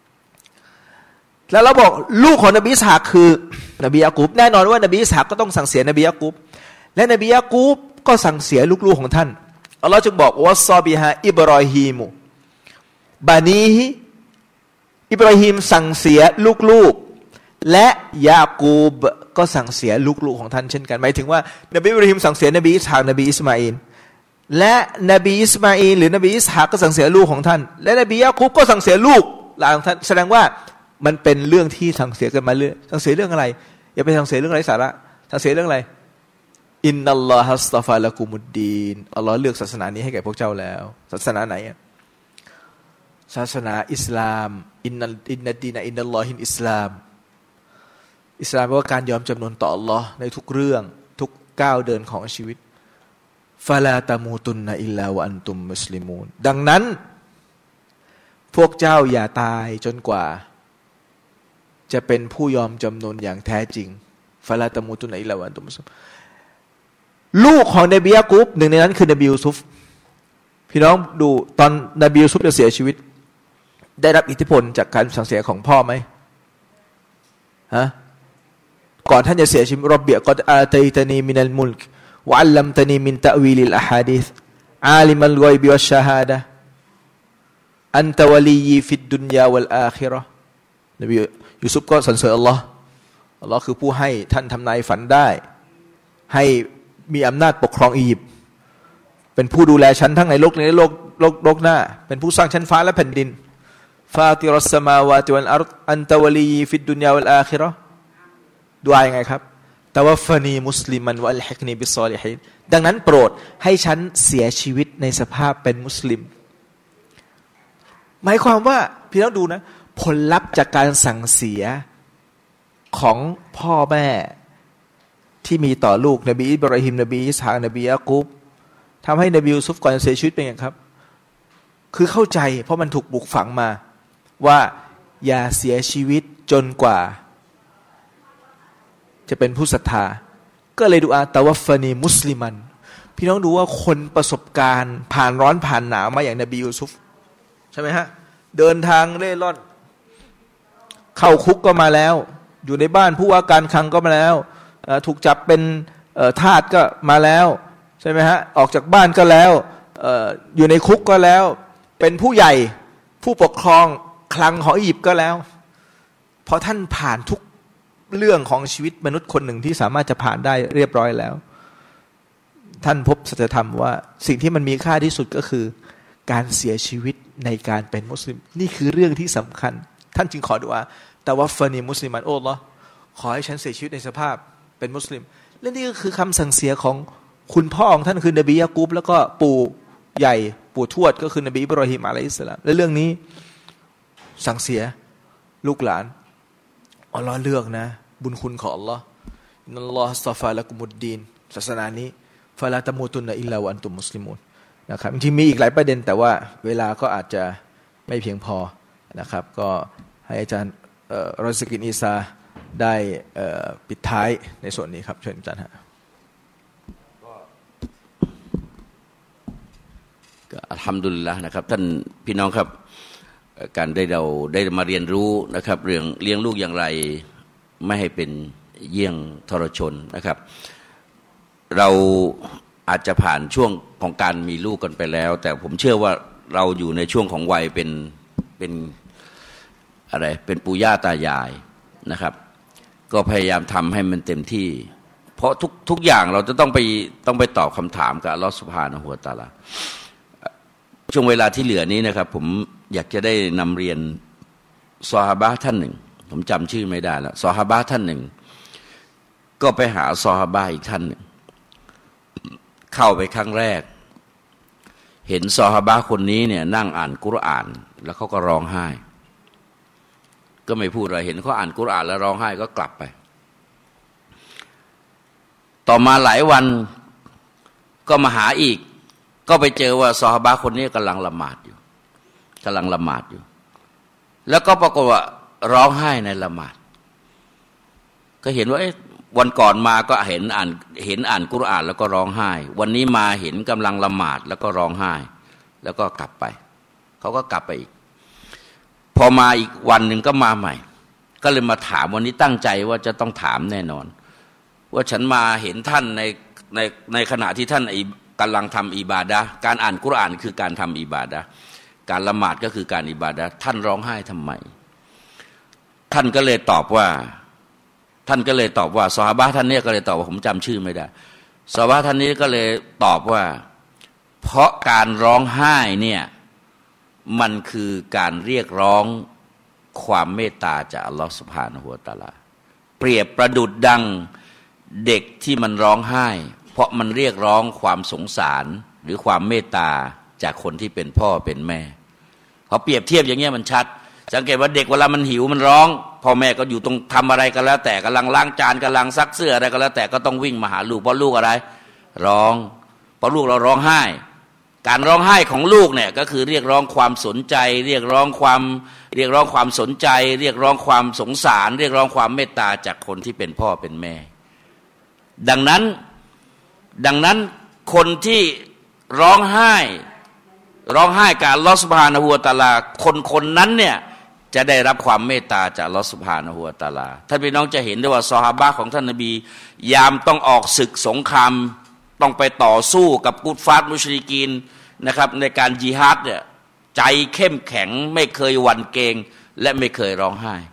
แล้วเราบอกลูกของนบีอิสฮากคือนบียะกูบแน่นอนว่านบีอิสฮากก็ต้องสั่งเสียนบียะกูบและนบียะกูบก็สั่งเสียลูกๆของท่านอัลลอฮ์จึงบอกว่าซอบิฮาอิบราฮิมบานีฮิอิบราฮิมสั่งเสียลูกๆและยากูบก็สั่งเสียลูกๆของท่านเช่นกันหมายถึงว่านบีอิบราฮิมสั่งเสียนบีอิสฮากนบีอิสมาอิลและนบีอิสมาอิลหรือนบีอิสฮากก็สั่งเสียลูกของท่านและนบียะกูบก็สั่งเสียลูกหลานของท่านแสดงว่ามันเป็นเรื่องที่สั่งเสียกันมาเรื่อยสั่งเสียเรื่องอะไรอย่าไปสั่งเสียเรื่องไร้สาระสั่งเสียเรื่องอะไรอินนัลลอฮัสตอฟาละกุมุดดีนอัลลอฮ์เลือกศาสนานี้ให้แก่พวกเจ้าแล้วศาสนาไหนศาสนาอิสลามอินนัดดีนะอินนัลลอฮินอิสลามอิสลามแปลว่าการยอมจำนนต่ออัลลอฮ์ในทุกเรื่องทุกก้าวเดินของชีวิตฟาลาตามูตุนนะอิลลาวะอันตุมมุสลิมูนดังนั้นพวกเจ้าอย่าตายจนกว่าจะเป็นผู้ยอมจำนนอย่างแท้จริงฟาลาตามูตุนนะอิลลาวะอันตุมมุสลิมูนลูกของนบียะกูบหนึ่งในนั้นคือนบียูซุฟพี่น้องดูตอนนบียูซุฟจะเสียชีวิตได้รับอิทธิพลจากการสั่งเสียของพ่อไหมฮะก่อนท่านจะเสียชีวิตรอบเบียกอดอาตัยตานีมินัลมุลกวะอัลลัมตานีมินตะวีลิลอะฮาดิษอาลิมัลฆอยบิวัชชะฮาดะห์อันตะวะลียีฟิดดุนยาวัลอาคิเราะห์นบียูซุฟก็สรรเสริญอัลลอฮ์คือผู้ให้ท่านทำนายฝันได้ให้มีอำนาจปกครองอียิปต์เป็นผู้ดูแลชั้นทั้งในโลกหน้าเป็นผู้สร้างชั้นฟ้าและแผ่นดินฟาติรัสสมาวาติวัลอัรฎอันตะวะลีฟิดดุนยาวัลอาคิเราะห์ดุอายังไงครับตะวัฟฟานีมุสลิมันวะอัลฮิกนีบิศศอลิฮีนดังนั้นโปรดให้ฉันเสียชีวิตในสภาพเป็นมุสลิมหมายความว่าพี่น้องดูนะผลลัพธ์จากการสั่งเสียของพ่อแม่ที่มีต่อลูกนบีอิบราฮิมนบีอิสฮากนบียะกูบทำให้นบียูซุฟก่อนจะเสียชีวิตเป็นอย่างครับคือเข้าใจเพราะมันถูกปลูกฝังมาว่าอย่าเสียชีวิตจนกว่าจะเป็นผู้ศรัทธาก็เลยดุอาตะวัฟฟานีมุสลิมันพี่น้องดูว่าคนประสบการณ์ผ่านร้อนผ่านหนาวมาอย่างนบียูซุฟใช่ไหมฮะเดินทางเล่ร่อนเข้าคุกก็มาแล้วอยู่ในบ้านผู้ว่าการคลังก็มาแล้วถูกจับเป็นทาสก็มาแล้วใช่ไหมฮะออกจากบ้านก็แล้วอยู่ในคุกก็แล้วเป็นผู้ใหญ่ผู้ปกครองคลังของอียิปต์ก็แล้วเพราะท่านผ่านทุกเรื่องของชีวิตมนุษย์คนหนึ่งที่สามารถจะผ่านได้เรียบร้อยแล้วท่านพบสัจธรรมว่าสิ่งที่มันมีค่าที่สุดก็คือการเสียชีวิตในการเป็นมุสลิมนี่คือเรื่องที่สำคัญท่านจึงขอดุอาแต่ว่าฟานีมุสลิมันโอ้Allahขอให้ฉันเสียชีวิตในสภาพเป็นมุสลิมและนี่ก็คือคำสั่งเสียของคุณพ่อของท่านคือนบียะกูบแล้วก็ปู่ใหญ่ปู่ทวดก็คือนบีอิบราฮิมอะลัยฮิสสลามและเรื่องนี้สั่งเสียลูกหลานอัลลอฮ์เลือกนะบุญคุณของอัลลอฮ์อินนัลลอฮฺอัสตัฟาละกุมุดดีนศาสนานี้ฟะลาตะมูตุนนะอิลลาวะอันตุมมุสลิมูนนะครับจริงๆมีอีกหลายประเด็นแต่ว่าเวลาก็อาจจะไม่เพียงพอนะครับก็ให้อาจารย์รอซิกินอีซาได้ปิดท้ายในส่วนนี้ครับเชิญอาจารย์ฮะก็อัลฮัมดุลิลละห์นะครับท่านพี่น้องครับการเราได้มาเรียนรู้นะครับเรื่องเลี้ยงลูกอย่างไรไม่ให้เป็นเยี่ยงทรชนนะครับเราอาจจะผ่านช่วงของการมีลูกกันไปแล้วแต่ผมเชื่อว่าเราอยู่ในช่วงของวัยเป็นอะไรเป็นปู่ย่าตายายนะครับก็พยายามทำให้มันเต็มที่เพราะทุกอย่างเราจะต้องไปตอบคำถามกับอัลเลาะห์ซุบฮานะฮูวะตะอาลาช่วงเวลาที่เหลือนี้นะครับผมอยากจะได้นำเรียนซอฮาบะห์ท่านหนึ่งผมจำชื่อไม่ได้แล้วซอฮาบะห์ท่านหนึ่งก็ไปหาซอฮาบะห์อีกท่านหนึ่งเข้าไปครั้งแรกเห็นซอฮาบะห์คนนี้เนี่ยนั่งอ่านกุรอานแล้วเขาก็ร้องไห้ก็ไม่พูดอะไรเห็นเขาอ่านกุรอานแล้วร้องไห้ก็กลับไปต่อมาหลายวันก็มาหาอีกก็ไปเจอว่าซอฮาบะห์คนนี้กำลังละหมาดอยู่แล้วก็ปรากฏว่าร้องไห้ในละหมาดก็เห็นว่าวันก่อนมาก็เห็นอ่านกุรอานแล้วก็ร้องไห้วันนี้มาเห็นกำลังละหมาดแล้วก็ร้องไห้แล้วก็กลับไปเขาก็กลับไปอีกพอมาอีกวันหนึ่งก็มาใหม่ก็เลยมาถามวันนี้ตั้งใจว่าจะต้องถามแน่นอนว่าฉันมาเห็นท่านในขณะที่ท่านกำลังทำอิบาดะห์การอ่านกุรอานคือการทำอิบาดะห์การละหมาดก็คือการอิบาดะห์ท่านร้องไห้ทำไมท่านก็เลยตอบว่าซอฮาบะห์ท่านนี้ก็เลยตอบว่าผมจำชื่อไม่ได้ซอฮาบะห์ท่านนี้ก็เลยตอบว่าเพราะการร้องไห้เนี่ยมันคือการเรียกร้องความเมตตาจากอัลลอฮฺซุบฮานะฮูวะตะอาลาเปรียบประดุจดังเด็กที่มันร้องไห้เพราะมันเรียกร้องความสงสารหรือความเมตตาจากคนที่เป็นพ่อเป็นแม่เขาเปรียบเทียบอย่างเงี้ยมันชัดสังเกตว่าเด็กเวลามันหิวมันร้องพ่อแม่ก็อยู่ตรงทำอะไรก็แล้วแต่กำลังล้างจานกำลังซักเสื้ออะไรก็แล้วแต่ก็ต้องวิ่งมาหาลูกเพราะลูกอะไรร้องเพราะลูกเราร้องไห้การร้องไห้ของลูกเนี่ยก็คือเรียกร้องความสนใจเรียกร้องความสนใจเรียกร้องความสงสารเรียกร้องความเมตตาจากคนที่เป็นพ่อเป็นแม่ดังนั้นคนที่ร้องไห้กับอัลเลาะห์ซุบฮานะฮูวะตะอาลาคนนั้นเนี่ยจะได้รับความเมตตาจากอัลเลาะห์ซุบฮานะฮูวะตะอาลาท่านพี่น้องจะเห็นได้ว่าซอฮาบะห์ของท่านนบียามต้องออกศึกสงครามต้องไปต่อสู้กับกุฟฟาร์มุชริกีนนะครับในการญิฮาดเนี่ยใจเข้มแข็งไม่เคยหวั่นเกรงและไม่เคยร้องไห้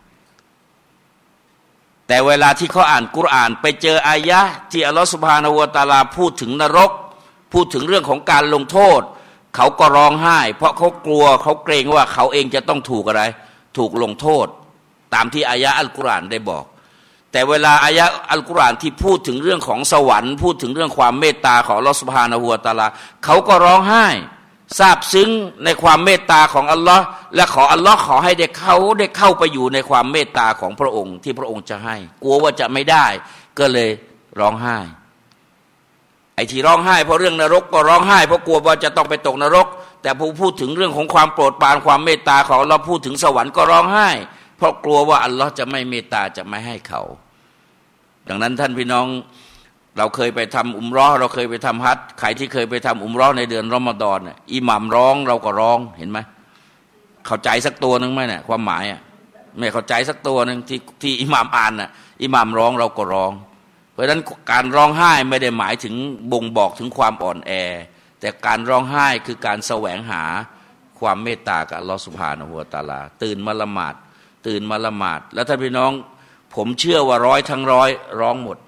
แต่เวลาที่เขาอ่านกุรอานไปเจออายะห์ที่อัลเลาะห์ซุบฮานะฮูวะตะอาลาพูดถึงนรกพูดถึงเรื่องของการลงโทษเขาก็ร้องไห้เพราะเขากลัวเขาเกรงว่าเขาเองจะต้องถูกอะไรถูกลงโทษตามที่อายะห์อัลกุรอานได้บอกแต่เวลาอายะห์อัลกุรอานที่พูดถึงเรื่องของสวรรค์พูดถึงเรื่องความเมตตาของอัลเลาะห์ซุบฮานะฮูวะตะอาลาเขาก็ร้องไห้ซาบซึ้งในความเมตตาของอัลลอฮ์และขออัลลอฮ์ขอให้ได้เข้าไปอยู่ในความเมตตาของพระองค์ที่พระองค์จะให้กลัวว่าจะไม่ได้ก็เลยร้องไห้ไอ้ที่ร้องไห้เพราะเรื่องนรกก็ร้องไห้เพราะกลัวว่าจะต้องไปตกนรกแต่พอพูดถึงเรื่องของความโปรดปรานความเมตตาของอัลลอฮ์พูดถึงสวรรค์ก็ร้องไห้เพราะกลัวว่าอัลลอฮ์จะไม่เมตตาจะไม่ให้เขาดังนั้นท่านพี่น้องเราเคยไปทำอุมเราะห์เราเคยไปทำฮัจญ์ใครที่เคยไปทำอุมเราะห์ในเดือนรอมฎอนอิหม่ามร้องเราก็ร้องเห็นไหมเข้าใจสักตัวนึงไหมเนี่ยความหมายไม่เข้าใจสักตัวนึงที่อิหม่ามอ่านอิหม่ามร้องเราก็ร้องเพราะฉะนั้นการร้องไห้ไม่ได้หมายถึงบ่งบอกถึงความอ่อนแอแต่การร้องไห้คือการแสวงหาความเมตตากับอัลเลาะห์ซุบฮานะฮูวะตะอาลาตื่นมาละหมาดแล้วท่านพี่น้องผมเชื่อว่า100 ทั้ง 100ร้องหมด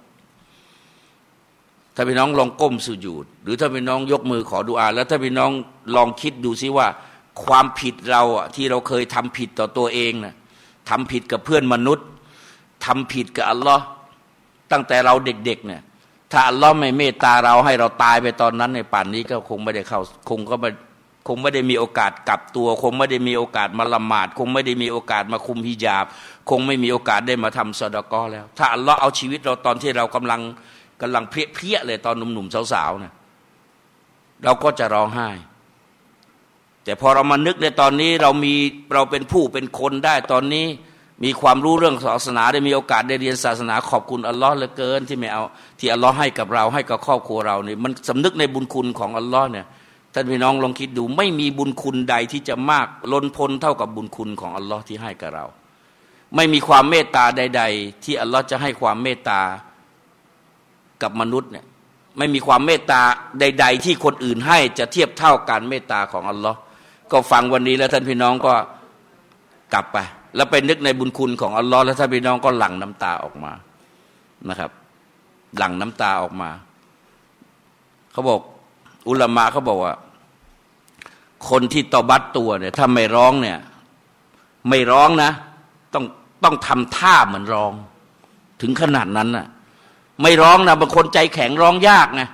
ถ้าพี่น้องลองก้มสุญูดหรือถ้าพี่น้องยกมือขอดุอาแล้วถ้าพี่น้องลองคิดดูซิว่าความผิดเราที่เราเคยทำผิดต่อตัวเองนะทำผิดกับเพื่อนมนุษย์ทำผิดกับอัลลอฮ์ตั้งแต่เราเด็กๆเนี่ยถ้าอัลลอฮ์ไม่เมตตาเราให้เราตายไปตอนนั้นในป่านนี้ก็คงไม่ได้เข้าคงไม่ได้มีโอกาสกลับตัวคงไม่ได้มีโอกาสมาละหมาดคงไม่ได้มีโอกาสมาคุมฮิญาบคงไม่มีโอกาสได้มาทำซอดาเกาะห์แล้วถ้าอัลลอฮ์เอาชีวิตเราตอนที่เรากำลังเพลี้ยเลยตอนหนุ่มๆสาวๆเนี่ยเราก็จะร้องไห้แต่พอเรามานึกในตอนนี้เราเป็นผู้เป็นคนได้ตอนนี้มีความรู้เรื่องศาสนาได้มีโอกาสได้เรียนศาสนาขอบคุณอัลลอฮ์เหลือเกินที่อัลลอฮ์ให้กับเราให้กับครอบครัวเราเนี่ยมันสำนึกในบุญคุณของอัลลอฮ์เนี่ยท่านพี่น้องลองคิดดูไม่มีบุญคุณใดที่จะมากล้นพ้นเท่ากับบุญคุณของอัลลอฮ์ที่ให้กับเราไม่มีความเมตตาใดๆที่อัลลอฮ์จะให้ความเมตตากับมนุษย์เนี่ยไม่มีความเมตตาใดๆที่คนอื่นให้จะเทียบเท่าการเมตตาของอัลลอฮ์ก็ฟังวันนี้แล้วท่านพี่น้องก็กลับไปแล้วไปนึกในบุญคุณของอัลลอฮ์แล้วท่านพี่น้องก็หลั่งน้ำตาออกมานะครับหลั่งน้ำตาออกมาเขาบอกอุลามะเขาบอกว่าคนที่ตอบัตตัวเนี่ยถ้าไม่ร้องเนี่ยไม่ร้องนะต้องทำท่าเหมือนร้องถึงขนาดนั้นน่ะไม่ร้องนะบางคนใจแข็งร้องยากไง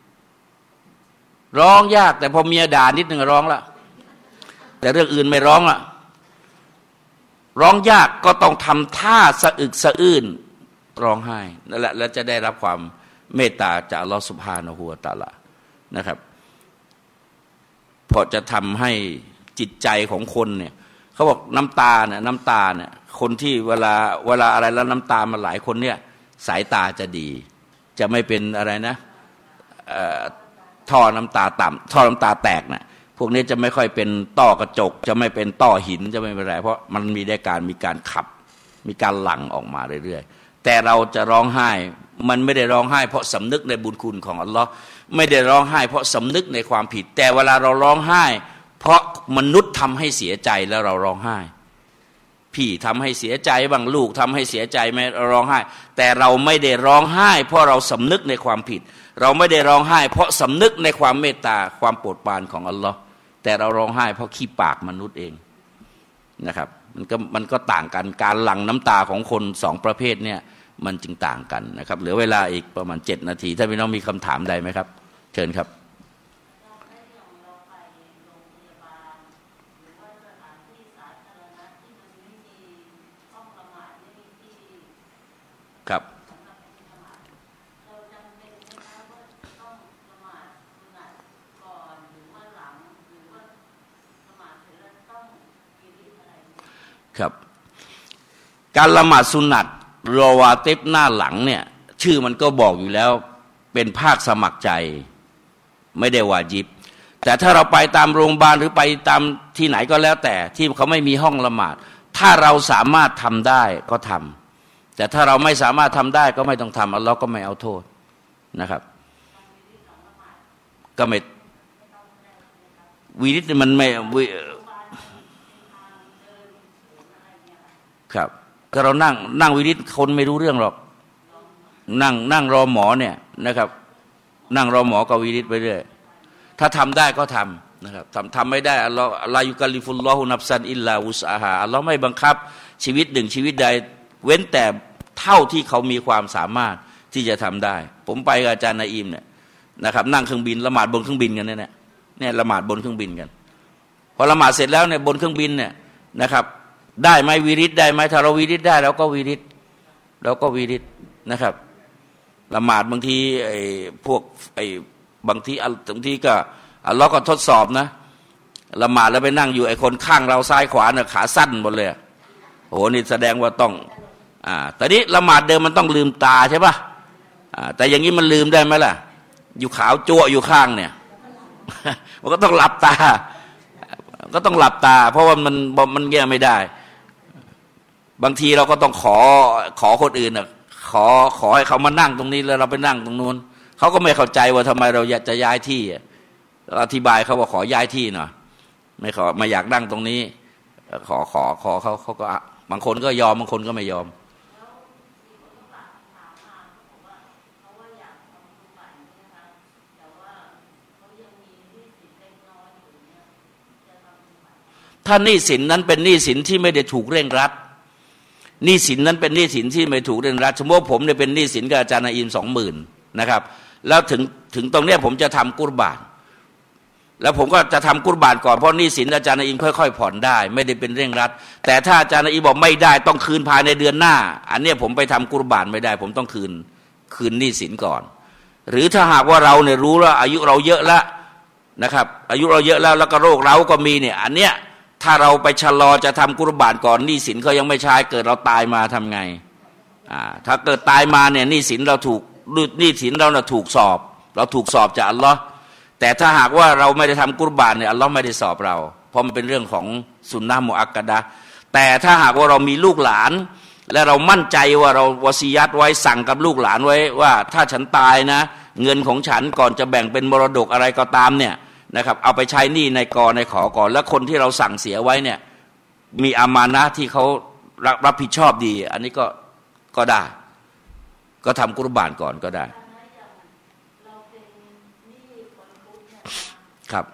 ร้องยากแต่พอเมียด่านิดนึงร้องละแต่เรื่องอื่นไม่ร้องละร้องยากก็ต้องทำท่าสะอึกสะอื้นร้องไห้นั่นแหละแล้วจะได้รับความเมตตาจากอัลลอฮฺซุบฮานะฮูวะตะอาลานะครับเพราะจะทำให้จิตใจของคนเนี่ยเขาบอกน้ำตาเนี่ยคนที่เวลาอะไรแล้วน้ำตามาหลายคนเนี่ยสายตาจะดีจะไม่เป็นอะไรนะท่อน้ำตาต่ำท่อน้ำตาแตกนะพวกนี้จะไม่ค่อยเป็นต้อกระจกจะไม่เป็นต้อหินจะไม่เป็นไรเพราะมันมีการขับมีการหลั่งออกมาเรื่อยๆแต่เราจะร้องไห้มันไม่ได้ร้องไห้เพราะสำนึกในบุญคุณของอัลลอฮ์ไม่ได้ร้องไห้เพราะสำนึกในความผิดแต่เวลาเราร้องไห้เพราะมนุษย์ทำให้เสียใจแล้วเราร้องไห้พี่ทำให้เสียใจบ้างลูกทำให้เสียใจไหมเราร้องไห้แต่เราไม่ได้ร้องไห้เพราะเราสำนึกในความผิดเราไม่ได้ร้องไห้เพราะสำนึกในความเมตตาความโปรดปรานของอัลลอฮ์แต่เราร้องไห้เพราะขี้ปากมนุษย์เองนะครับมันก็ต่างกันการหลั่งน้ำตาของคนสองประเภทเนี่ยมันจึงต่างกันนะครับเหลือเวลาอีกประมาณ7 นาทีถ้าพี่น้องมีคำถามใดไหมครับเชิญครับครับครับการละหมาดสุนัตรอวาติบหน้าหลังเนี่ยชื่อมันก็บอกอยู่แล้วเป็นภาคสมัครใจไม่ได้วาญิบแต่ถ้าเราไปตามโรงพยาบาลหรือไปตามที่ไหนก็แล้วแต่ที่เขาไม่มีห้องละหมาดถ้าเราสามารถทำได้ก็ทำแต่ถ้าเราไม่สามารถทำได้ก็ไม่ต้องทำอัลลอฮ์ก็ไม่เอาโทษนะครับก็ไม่วิริตมันไม่ครับก็เรานั่งวิริตคนไม่รู้เรื่องหรอกนั่งรอหมอเนี่ยนะครับนั่งรอหมอกับวิริตไปเรื่อยถ้าทำได้ก็ทำนะครับทำไม่ได้อัลลอฮ์ลายุกัลลิฟุลลอฮุนัฟซันอิลลาวุสอาฮาอัลลอฮ์ไม่บังคับชีวิตหนึ่งชีวิตใดเว้นแต่เท่าที่เขามีความสามารถที่จะทำได้ผมไปกับอาจารย์นาอิมเนี่ยนะครับนั่งเครื่องบินละหมาดบนเครื่องบินกันเนี่ยละหมาดบนเครื่องบินกันพอละหมาดเสร็จแล้วเนี่ยบนเครื่องบินเนี่ยนะครับได้ไหมวิริตได้ไหมถ้าเราวิริตได้เราก็วิริตนะครับละหมาดบางทีพวกบางทีก็อัลลอฮ์ก็ทดสอบนะละหมาดแล้วไปนั่งอยู่ไอ้คนข้างเราซ้ายขวาเนี่ยขาสั้นหมดเลยโอ้โหนี่แสดงว่าต้องแต่นี้ละหมาดเดิมมันต้องลืมตาใช่ป่ะแต่อย่างนี้มันลืมได้ไหมล่ะอยู่ขาวจั่วอยู่ข้างเนี่ยมันก็ต้องหลับตาเพราะว่ามันแก้ไม่ได้บางทีเราก็ต้องขอคนอื่นขอให้เขามานั่งตรงนี้แล้วเราไปนั่งตรงนู้นเขาก็ไม่เข้าใจว่าทำไมเราอยากจะย้ายที่อธิบายเขาว่าขอย้ายที่หน่อยไม่อยากนั่งตรงนี้ขอเขาก็บางคนก็ยอมบางคนก็ไม่ยอมถ้าหนี้สินนั้นเป็นหนี้สินที่ไม่ได้ถูกเร่งรัดหนี้สินนั้นเป็นหนี้สินที่ไม่ถูกเร่งรัดสมมติผมเนี่ยเป็นหนี้สินกับอาจารย์นาอิม 20,000 นะครับแล้วถึงตรงเนี้ยผมจะทำกุรบานแล้วผมก็จะทำกุรบานก่อนเพราะหนี้สินอาจารย์นาอิมค่อยๆผ่อนได้ไม่ได้เป็นเร่งรัดแต่ถ้าอาจารย์นาอิมบอกไม่ได้ต้องคืนภายในเดือนหน้าอันเนี้ยผมไปทำกุรบานไม่ได้ผมต้องคืนหนี้สินก่อนหรือถ้าหากว่าเราเนี่ยรู้ว่าอายุเราเยอะแล้วนะครับอายุเราเยอะแล้วก็โรคเราก็มีเนี่ยอันเนี้ยถ้าเราไปชะลอจะทำกุรบานก่อนหนี้สินเขายังไม่ใช้เกิดเราตายมาทำไงถ้าเกิดตายมาเนี่ยหนี้สินเราถูกสอบเราถูกสอบจากอัลลอฮ์แต่ถ้าหากว่าเราไม่ได้ทำกุรบานเนี่ยอัลลอฮ์ไม่ได้สอบเราเพราะมันเป็นเรื่องของสุนนะมุอักกะดะห์แต่ถ้าหากว่าเรามีลูกหลานและเรามั่นใจว่าเราวะซียัตไว้สั่งกับลูกหลานไว้ว่าถ้าฉันตายนะเงินของฉันก่อนจะแบ่งเป็นมรดกอะไรก็ตามเนี่ยนะครับเอาไปใช้หนี้ในกอในขอก่อนแล้วคนที่เราสั่งเสียไว้เนี่ยมีอามานะห์ที่เขารับผิดชอบดีอันนี้ก็ได้ก็ทำกุรบานก่อนก็ได้ครับ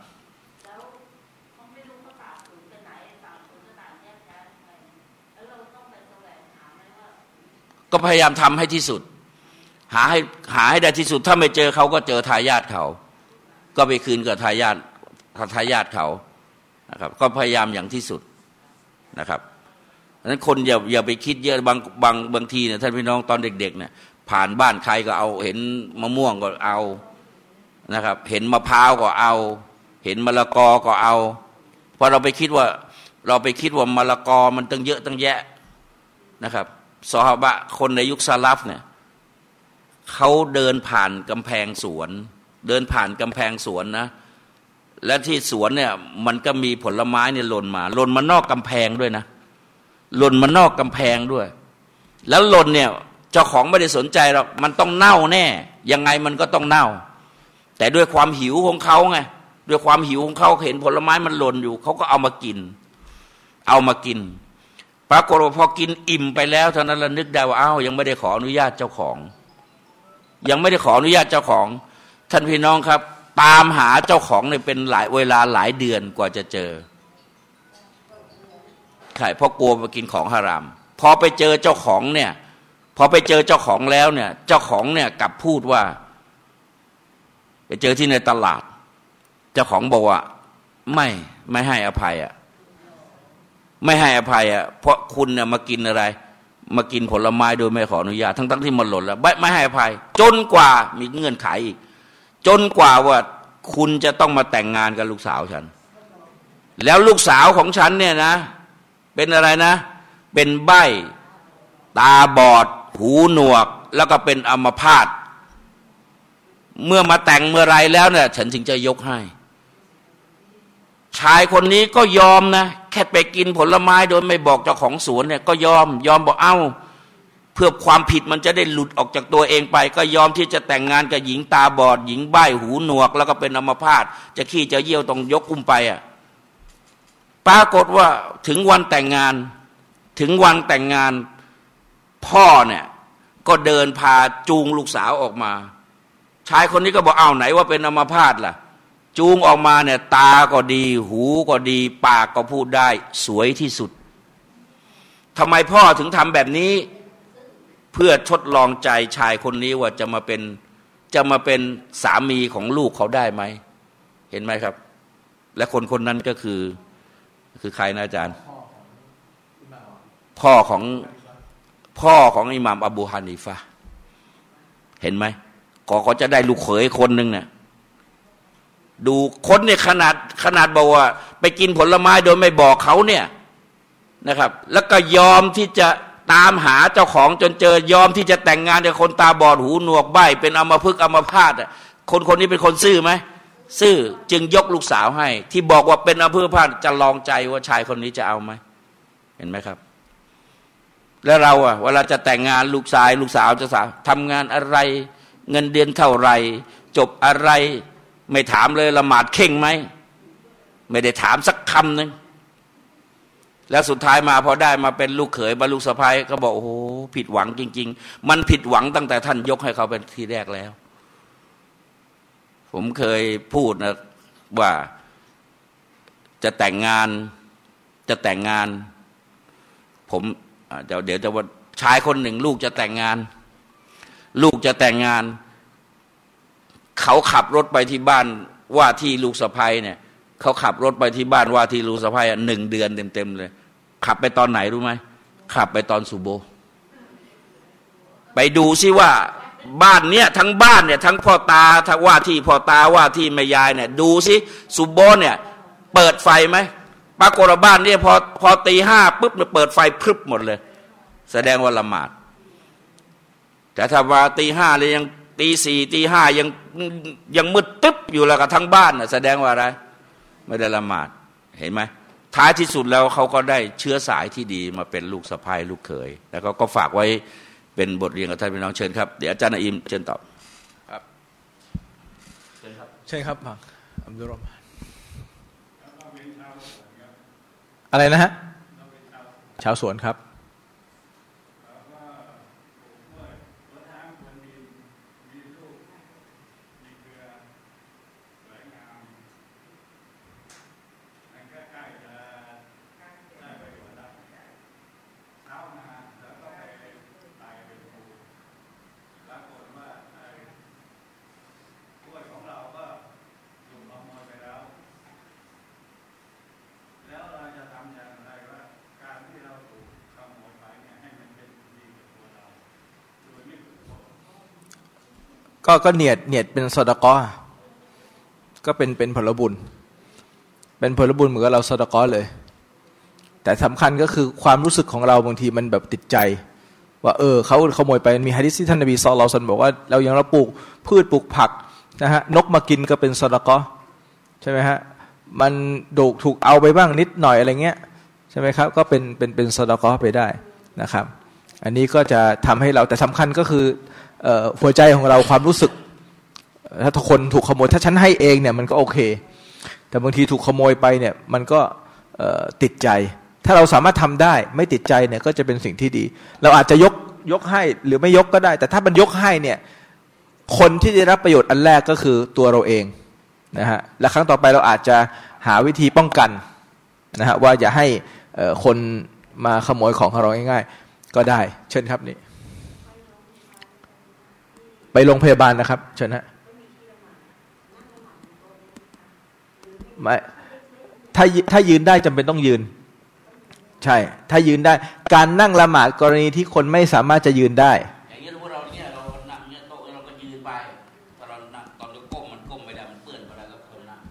ก็พยายามทำให้ที่สุดหาให้ได้ที่สุดถ้าไม่เจอเขาก็เจอทายาทเขาก็ไปคืนกับทายาทเขานะครับก็พยายามอย่างที่สุดนะครับเพราะฉะนั้นคนอย่าไปคิดเยอะบางทีเนี่ยท่านพี่น้องตอนเด็กๆเนี่ยผ่านบ้านใครก็เอาเห็นมะม่วงก็เอานะครับเห็นมะพร้าวก็เอาเห็นมะละกอก็เอาเพราะเราไปคิดว่ามะละกอมันตั้งเยอะตั้งแยะนะครับซอฮาบะคนในยุคซาลัฟเนี่ยเขาเดินผ่านกำแพงสวนนะและที่สวนเนี่ยมันก็มีผลไม้เนี่ยหล่นมานอกกำแพงด้วยนะหล่นมานอกกำแพงด้วยแล้วหล่นเนี่ยเจ้าของไม่ได้สนใจหรอกมันต้องเน่าแน่ยังไงมันก็ต้องเน่าแต่ด้วยความหิวของเขาไงด้วยความหิวของเขาเห็นผลไม้มันหล่นอยู่เขาก็เอามากินปรากฏว่าพอกินอิ่มไปแล้วเท่านั้นละนึกได้ว่าอ้าวยังไม่ได้ขออนุญาตเจ้าของท่านพี่น้องครับตามหาเจ้าของเนี่ยเป็นเวลาหลายเดือนกว่าจะเจอใช่เพราะกลัวมากินของฮารามพอไปเจอเจ้าของเนี่ยแล้วเนี่ยเจ้าของเนี่ยกลับพูดว่าไปเจอที่ในตลาดเจ้าของบอกว่าไม่ให้อภัยเพราะคุณเนี่ยมากินอะไรมากินผลไม้โดยไม่ขออนุญาตทั้งที่มันหล่นแล้วไม่ให้อภัยจนกว่ามีเงื่อนไขอีกจนกว่าว่าคุณจะต้องมาแต่งงานกับลูกสาวฉันแล้วลูกสาวของฉันเนี่ยนะเป็นอะไรนะเป็นใบ้ตาบอดหูหนวกแล้วก็เป็นอัมพาตเมื่อมาแต่งเมื่อไรแล้วเนี่ยฉันถึงจะยกให้ชายคนนี้ก็ยอมนะแค่ไปกินผลไม้โดยไม่บอกเจ้าของสวนเนี่ยก็ยอมบอกเอ้าเพื่อความผิดมันจะได้หลุดออกจากตัวเองไปก็ยอมที่จะแต่งงานกับหญิงตาบอดหญิงใบ้หูหนวกแล้วก็เป็นอัมพาตจะขี้จะเยี่ยวต้องยกอุ้มไปอ่ะปรากฏว่าถึงวันแต่งงานพ่อเนี่ยก็เดินพาจูงลูกสาวออกมาชายคนนี้ก็บอกอ้าวไหนว่าเป็นอัมพาตล่ะจูงออกมาเนี่ยตาก็ดีหูก็ดีปากก็พูดได้สวยที่สุดทำไมพ่อถึงทำแบบนี้เพื่อทดลองใจชายคนนี้ว่าจะมาเป็นสามีของลูกเขาได้ไหมเห็นไหมครับและคนนั้นก็คือใครนะอาจารย์พ่อของอิหม่ามอบูฮานีฟะห์เห็นไหมก็จะได้ลูกเขยคนหนึ่งเนี่ยดูคนเนี่ยขนาดบอกว่าไปกินผลไม้โดยไม่บอกเขาเนี่ยนะครับแล้วก็ยอมที่จะตามหาเจ้าของจนเจอยอมที่จะแต่งงานกับคนตาบอดหูหนวกใบ้เป็นอัมพฤกษ์อัมพาตคนนี้เป็นคนซื่อไหมซื่อจึงยกลูกสาวให้ที่บอกว่าเป็นอัมพฤกษ์อัมพาตจะลองใจว่าชายคนนี้จะเอาไหมเห็นไหมครับแล้วเราอะเวลาจะแต่งงานลูกสาวจะทำงานอะไรเงินเดือนเท่าไรจบอะไรไม่ถามเลยละหมาดเข่งไหมไม่ได้ถามสักคำนึงแล้วสุดท้ายมาพอได้มาเป็นลูกเขยลูกสะใภ้ก็บอกโอ้โหผิดหวังจริงๆมันผิดหวังตั้งแต่ท่านยกให้เขาเป็นทีแรกแล้วผมเคยพูดนะว่าจะแต่งงานผมเดี๋ยวจะว่าชายคนหนึ่งลูกจะแต่งงานเขาขับรถไปที่บ้านว่าที่ลูกสะใภ้เนี่ยเขาขับรถไปที่บ้านว่าที่ลูกสะใภ้1 เดือนเต็มๆเลยขับไปตอนไหนรู้ไหมขับไปตอนซุโบห์ไปดูซิว่าบ้านเนี้ยทั้งบ้านเนี่ยทั้งพ่อตาทั้งว่าที่แม่ยายเนี่ยดูซิซุโบห์เนี่ยเปิดไฟไหมปรากฏว่าบ้านเนี่ยพอตี 5ปุ๊บเนี่ยเปิดไฟพรึบหมดเลยแสดงว่าละหมาดแต่ถ้าว่าตี 5เลยยังตี 4ตี 5ยังมืดตึ๊บอยู่แล้วกับทั้งบ้านน่ะแสดงว่าอะไรไม่ได้ละหมาดเห็นไหมท้ายที่สุดแล้วเขาก็ได้เชื้อสายที่ดีมาเป็นลูกสะใภ้ลูกเขยแล้วก็ฝากไว้เป็นบทเรียนกับท่านพี่น้องเชิญครับเดี๋ยวอาจารย์อิมเชิญตอบครับใช่ครับอับดุลรอห์มานอะไรนะฮะชาวสวนครับก็เนียดเป็นซอดะกอฮ์ก็เป็นผลบุญเป็นผลบุญเหมือนกับเราซอดะกอฮ์เลยแต่สำคัญก็คือความรู้สึกของเราบางทีมันแบบติดใจว่าเขาขโมยไปมีหะดีษที่ท่านนบีศ็อลลัลลอฮุอะลัยฮิวะซัลลัมบอกว่าเรายังปลูกพืชปลูกผักนะฮะนกมากินก็เป็นซอดะกอฮ์ใช่ไหมฮะมันถูกเอาไปบ้างนิดหน่อยอะไรเงี้ยใช่ไหมครับก็เป็นซอดะกอฮ์ไปได้นะครับอันนี้ก็จะทำให้เราแต่สำคัญก็คือหัวใจของเราความรู้สึกถ้าทุกคนถูกขโมยถ้าฉันให้เองเนี่ยมันก็โอเคแต่บางทีถูกขโมยไปเนี่ยมันก็ติดใจถ้าเราสามารถทำได้ไม่ติดใจเนี่ยก็จะเป็นสิ่งที่ดีเราอาจจะยกให้หรือไม่ยกก็ได้แต่ถ้ามันยกให้เนี่ยคนที่ได้รับประโยชน์อันแรกก็คือตัวเราเองนะฮะและครั้งต่อไปเราอาจจะหาวิธีป้องกันนะฮะว่าอย่าให้คนมาขโมยของเราง่ายๆก็ได้เชิญครับนี่ไปโรงพยาบาลนะครับเชิญฮะไม่ถ้ายืนได้จำเป็นต้องยืนใช่ถ้ายืนได้การนั่งละหมาดกรณีที่คนไม่สามารถจะยืนได้อย่างนี้เราเนี่ยเรานั่งเนี่ยโต๊ะเราก็ยืนไปตอนเรานั่งตอนเราก้มมันก้มไม่ได้มันเปื้อนไปแล้วก็คนนั่ง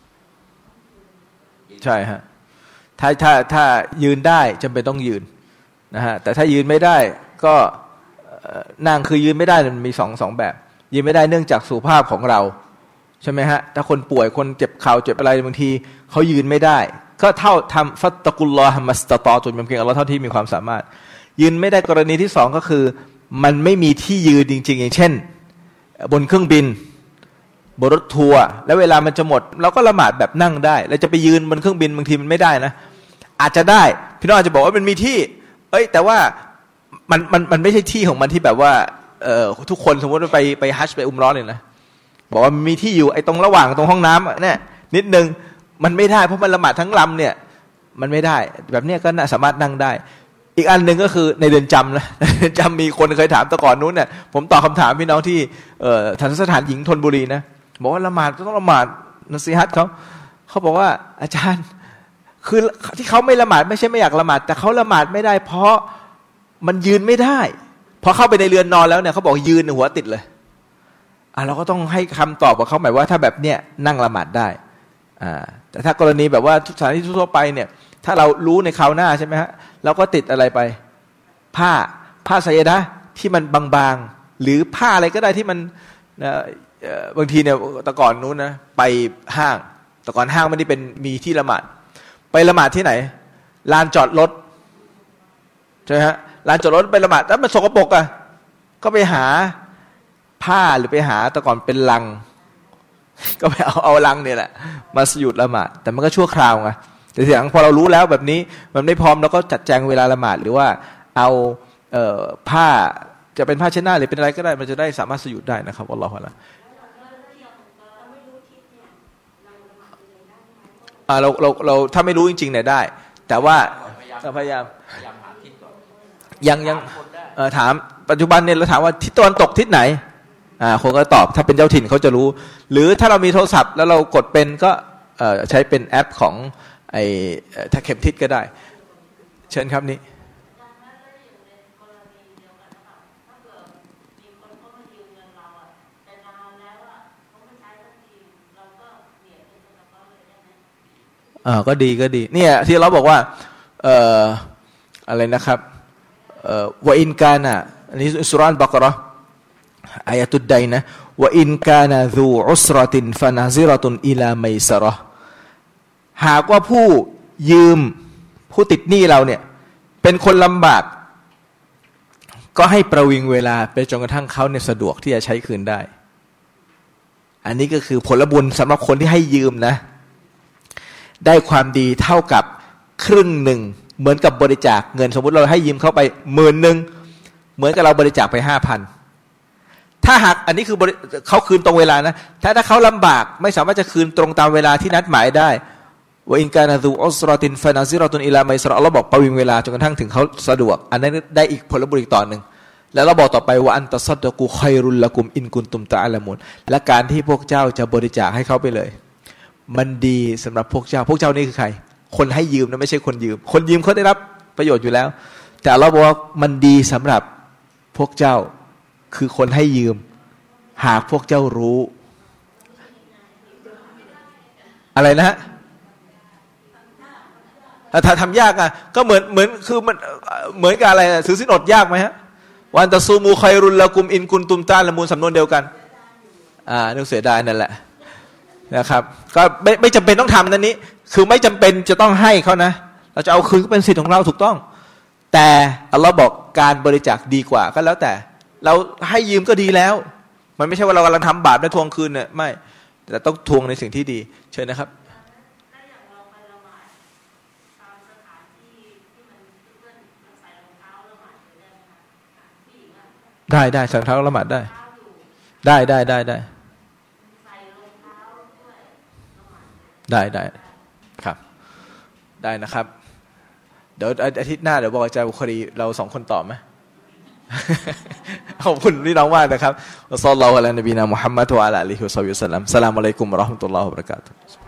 ใช่ฮะถ้ายืนได้จำเป็นต้องยืนนะฮะแต่ถ้ายืนไม่ได้ก็นั่งคือยืนไม่ได้มันมีสองแบบยืนไม่ได้เนื่องจากสุขภาพของเราใช่ไหมฮะถ้าคนป่วยคนเจ็บเข่าเจ็บอะไรบางทีเขายืนไม่ได้ก็เท่าทำฟัตตะกุลลอฮ์มัสตะตอจนเป็นเพียงอัลเลาะห์เท่าที่มีความสามารถยืนไม่ได้กรณีที่สองก็คือมันไม่มีที่ยืนจริงๆอย่างเช่นบนเครื่องบินบนรถทัวร์แล้วเวลามันจะหมดเราก็ละหมาดแบบนั่งได้แล้วจะไปยืนบนเครื่องบินบางทีมันไม่ได้นะอาจจะได้พี่น้องอาจจะบอกว่ามันมีที่แต่ว่ามันไม่ใช่ที่ของมันที่แบบว่าทุกคนสมมติว่าไปฮัจญ์ไปอุมเราะห์เลยนะบอกว่ามีที่อยู่ไอ้ตรงระหว่างตรงห้องน้ำเนี่ยนิดนึงมันไม่ได้เพราะมันละหมาดทั้งลำเนี่ยมันไม่ได้แบบเนี้ยก็สามารถนั่งได้อีกอันนึงก็คือในเรือนจำนะเรือนจำมีคนเคยถามแต่ก่อนนู้นเนี่ยผมตอบคำถามพี่น้องที่ทันสถานหญิงธนบุรีนะบอกว่าละหมาดต้องละหมาดนัซีฮัตเขาบอกว่าอาจารย์คือที่เขาไม่ละหมาดไม่ใช่ไม่อยากละหมาดแต่เขาละหมาดไม่ได้เพราะมันยืนไม่ได้พอเข้าไปในเรือนนอนแล้วเนี่ยเขาบอกยืนหัวติดเลยเราก็ต้องให้คำตอบกับเขาหมายว่าถ้าแบบเนี้ยนั่งละหมาดได้แต่ถ้ากรณีแบบว่าสถานที่ทั่วไปเนี่ยถ้าเรารู้ในคราวหน้าใช่ไหมฮะเราก็ติดอะไรไปผ้าไซยะดะห์ที่มันบางๆหรือผ้าอะไรก็ได้ที่มันบางทีเนี่ยแต่ก่อนนู้นนะไปห้างแต่ก่อนห้างไม่ได้เป็นมีที่ละหมาดไปละหมาดที่ไหนลานจอดรถใช่ไหมฮะลานจอดรถไปละหมาดแล้วมันสกปรกก็ไปหาผ้าหรือไปหาแต่ก่อนเป็นลังก็ไปเอาลังเนี่ยแหละมาสยุดละหมาดแต่มันก็ชั่วคราวไงแต่ทีหลังพอเรารู้แล้วแบบนี้มันไม่พร้อมเราก็จัดแจงเวลาละหมาดหรือว่าเอาผ้าจะเป็นผ้าเช็ดหน้าหรือเป็นอะไรก็ได้มันจะได้สามารถสยุดได้นะครับอัลลอฮฺอัลลอฮฺเราถ้าไม่รู้จริงๆเนี่ยได้แต่ว่าพยายามยังถามปัจจุบันเนี่ยเราถามว่าทิศตะวันตกทิศไหนคนก็ตอบถ้าเป็นเจ้าถิ่นเขาจะรู้หรือถ้าเรามีโทรศัพท์แล้วเรากดเป็นก็ใช้เป็นแอปของถ้าเข็มทิศก็ได้เชิญครับนี่ก็ดีเนี่ยที่เราบอกว่าอะไรนะครับวะอินกานะอันนี้สุราะห์บักเราะห์อายะตุดไดนะวะอินกานะซูอุสเราะตินฟะนาซิเราะตุนอิลามัยซะเราะห์หากว่าผู้ยืมผู้ติดหนี้เราเนี่ยเป็นคนลำบากก็ให้ประวิงเวลาไปจนกระทั่งเขาเนี่ยสะดวกที่จะใช้คืนได้อันนี้ก็คือผลบุญสำหรับคนที่ให้ยืมนะได้ความดีเท่ากับครึ่งหนึ่งเหมือนกับบริจาคเงินสมมุติเราให้ยืมเข้าไป10,000เหมือนกับเราบริจาคไป 5,000 ถ้าหากอันนี้คือเขาคืนตรงเวลานะถ้าเขาลำบากไม่สามารถจะคืนตรงตามเวลาที่นัดหมายได้ว่าอินกานะซูอุสรอตินฟานาซิรอตุนอิลาไมซรออัลเลาะห์บอกประวิงเวลาจนกระทั่งถึงเขาสะดวกอันนั้นได้อีกผลบุญอีกตอนนึงแล้วเราบอกต่อไปว่าอันตัซัดดะกูค็อยรุลละกุมอินกุนตุมตะอะละมุนและการที่พวกเจ้าจะบริจาคให้เขาไปเลยมันดีสำหรับพวกเจ้านี่คือใครคนให้ยืมนะไม่ใช่คนยืมคนยืมเขาได้รับประโยชน์อยู่แล้วแต่เราบอกว่ามันดีสำหรับพวกเจ้าคือคนให้ยืมหากพวกเจ้ารู้อะไรนะฮะถ้าทำยากอ่ะก็เหมือนคือมันเหมือนกับอะไรถือศีลอดยากไหมฮะวันตะซูมูค็อยรุลละกุมอินกุนตุมตะละมูนสำนวนเดียวกันนึกเสียดายนั่นแหละนะครับก็ไม่จำเป็นต้องทำนั่นนี้คือไม่จำเป็นจะต้องให้เขานะเราจะเอาคืนก็เป็นสิทธิ์ของเราถูกต้องแต่อัลเลาะห์บอกการบริจาคดีกว่าก็แล้วแต่เราให้ยืมก็ดีแล้วมันไม่ใช่ว่าเรากำลังทำบาปแล้วทวงคืนเนี่ยไม่แต่ต้องทวงในสิ่งที่ดีเชิญนะครับได้ใส่รองเท้าละหมาดได้ครับได้นะครับเดี๋ยวอาทิตย์หน้าเดี๋ยวบอกอาจารย์บุคลีเรา2คนตอบไหมขอบคุณพี่น้องมากนะครับวะศ็อลลัลลอฮุอะลานบีนามุฮัมมัดวะอะลาอาลิฮิวะศอฮบิวะซัลลัมอัสสลามุอะลัยกุมวะเราะห์มะตุลลอฮิวะบะเราะกาตุฮ์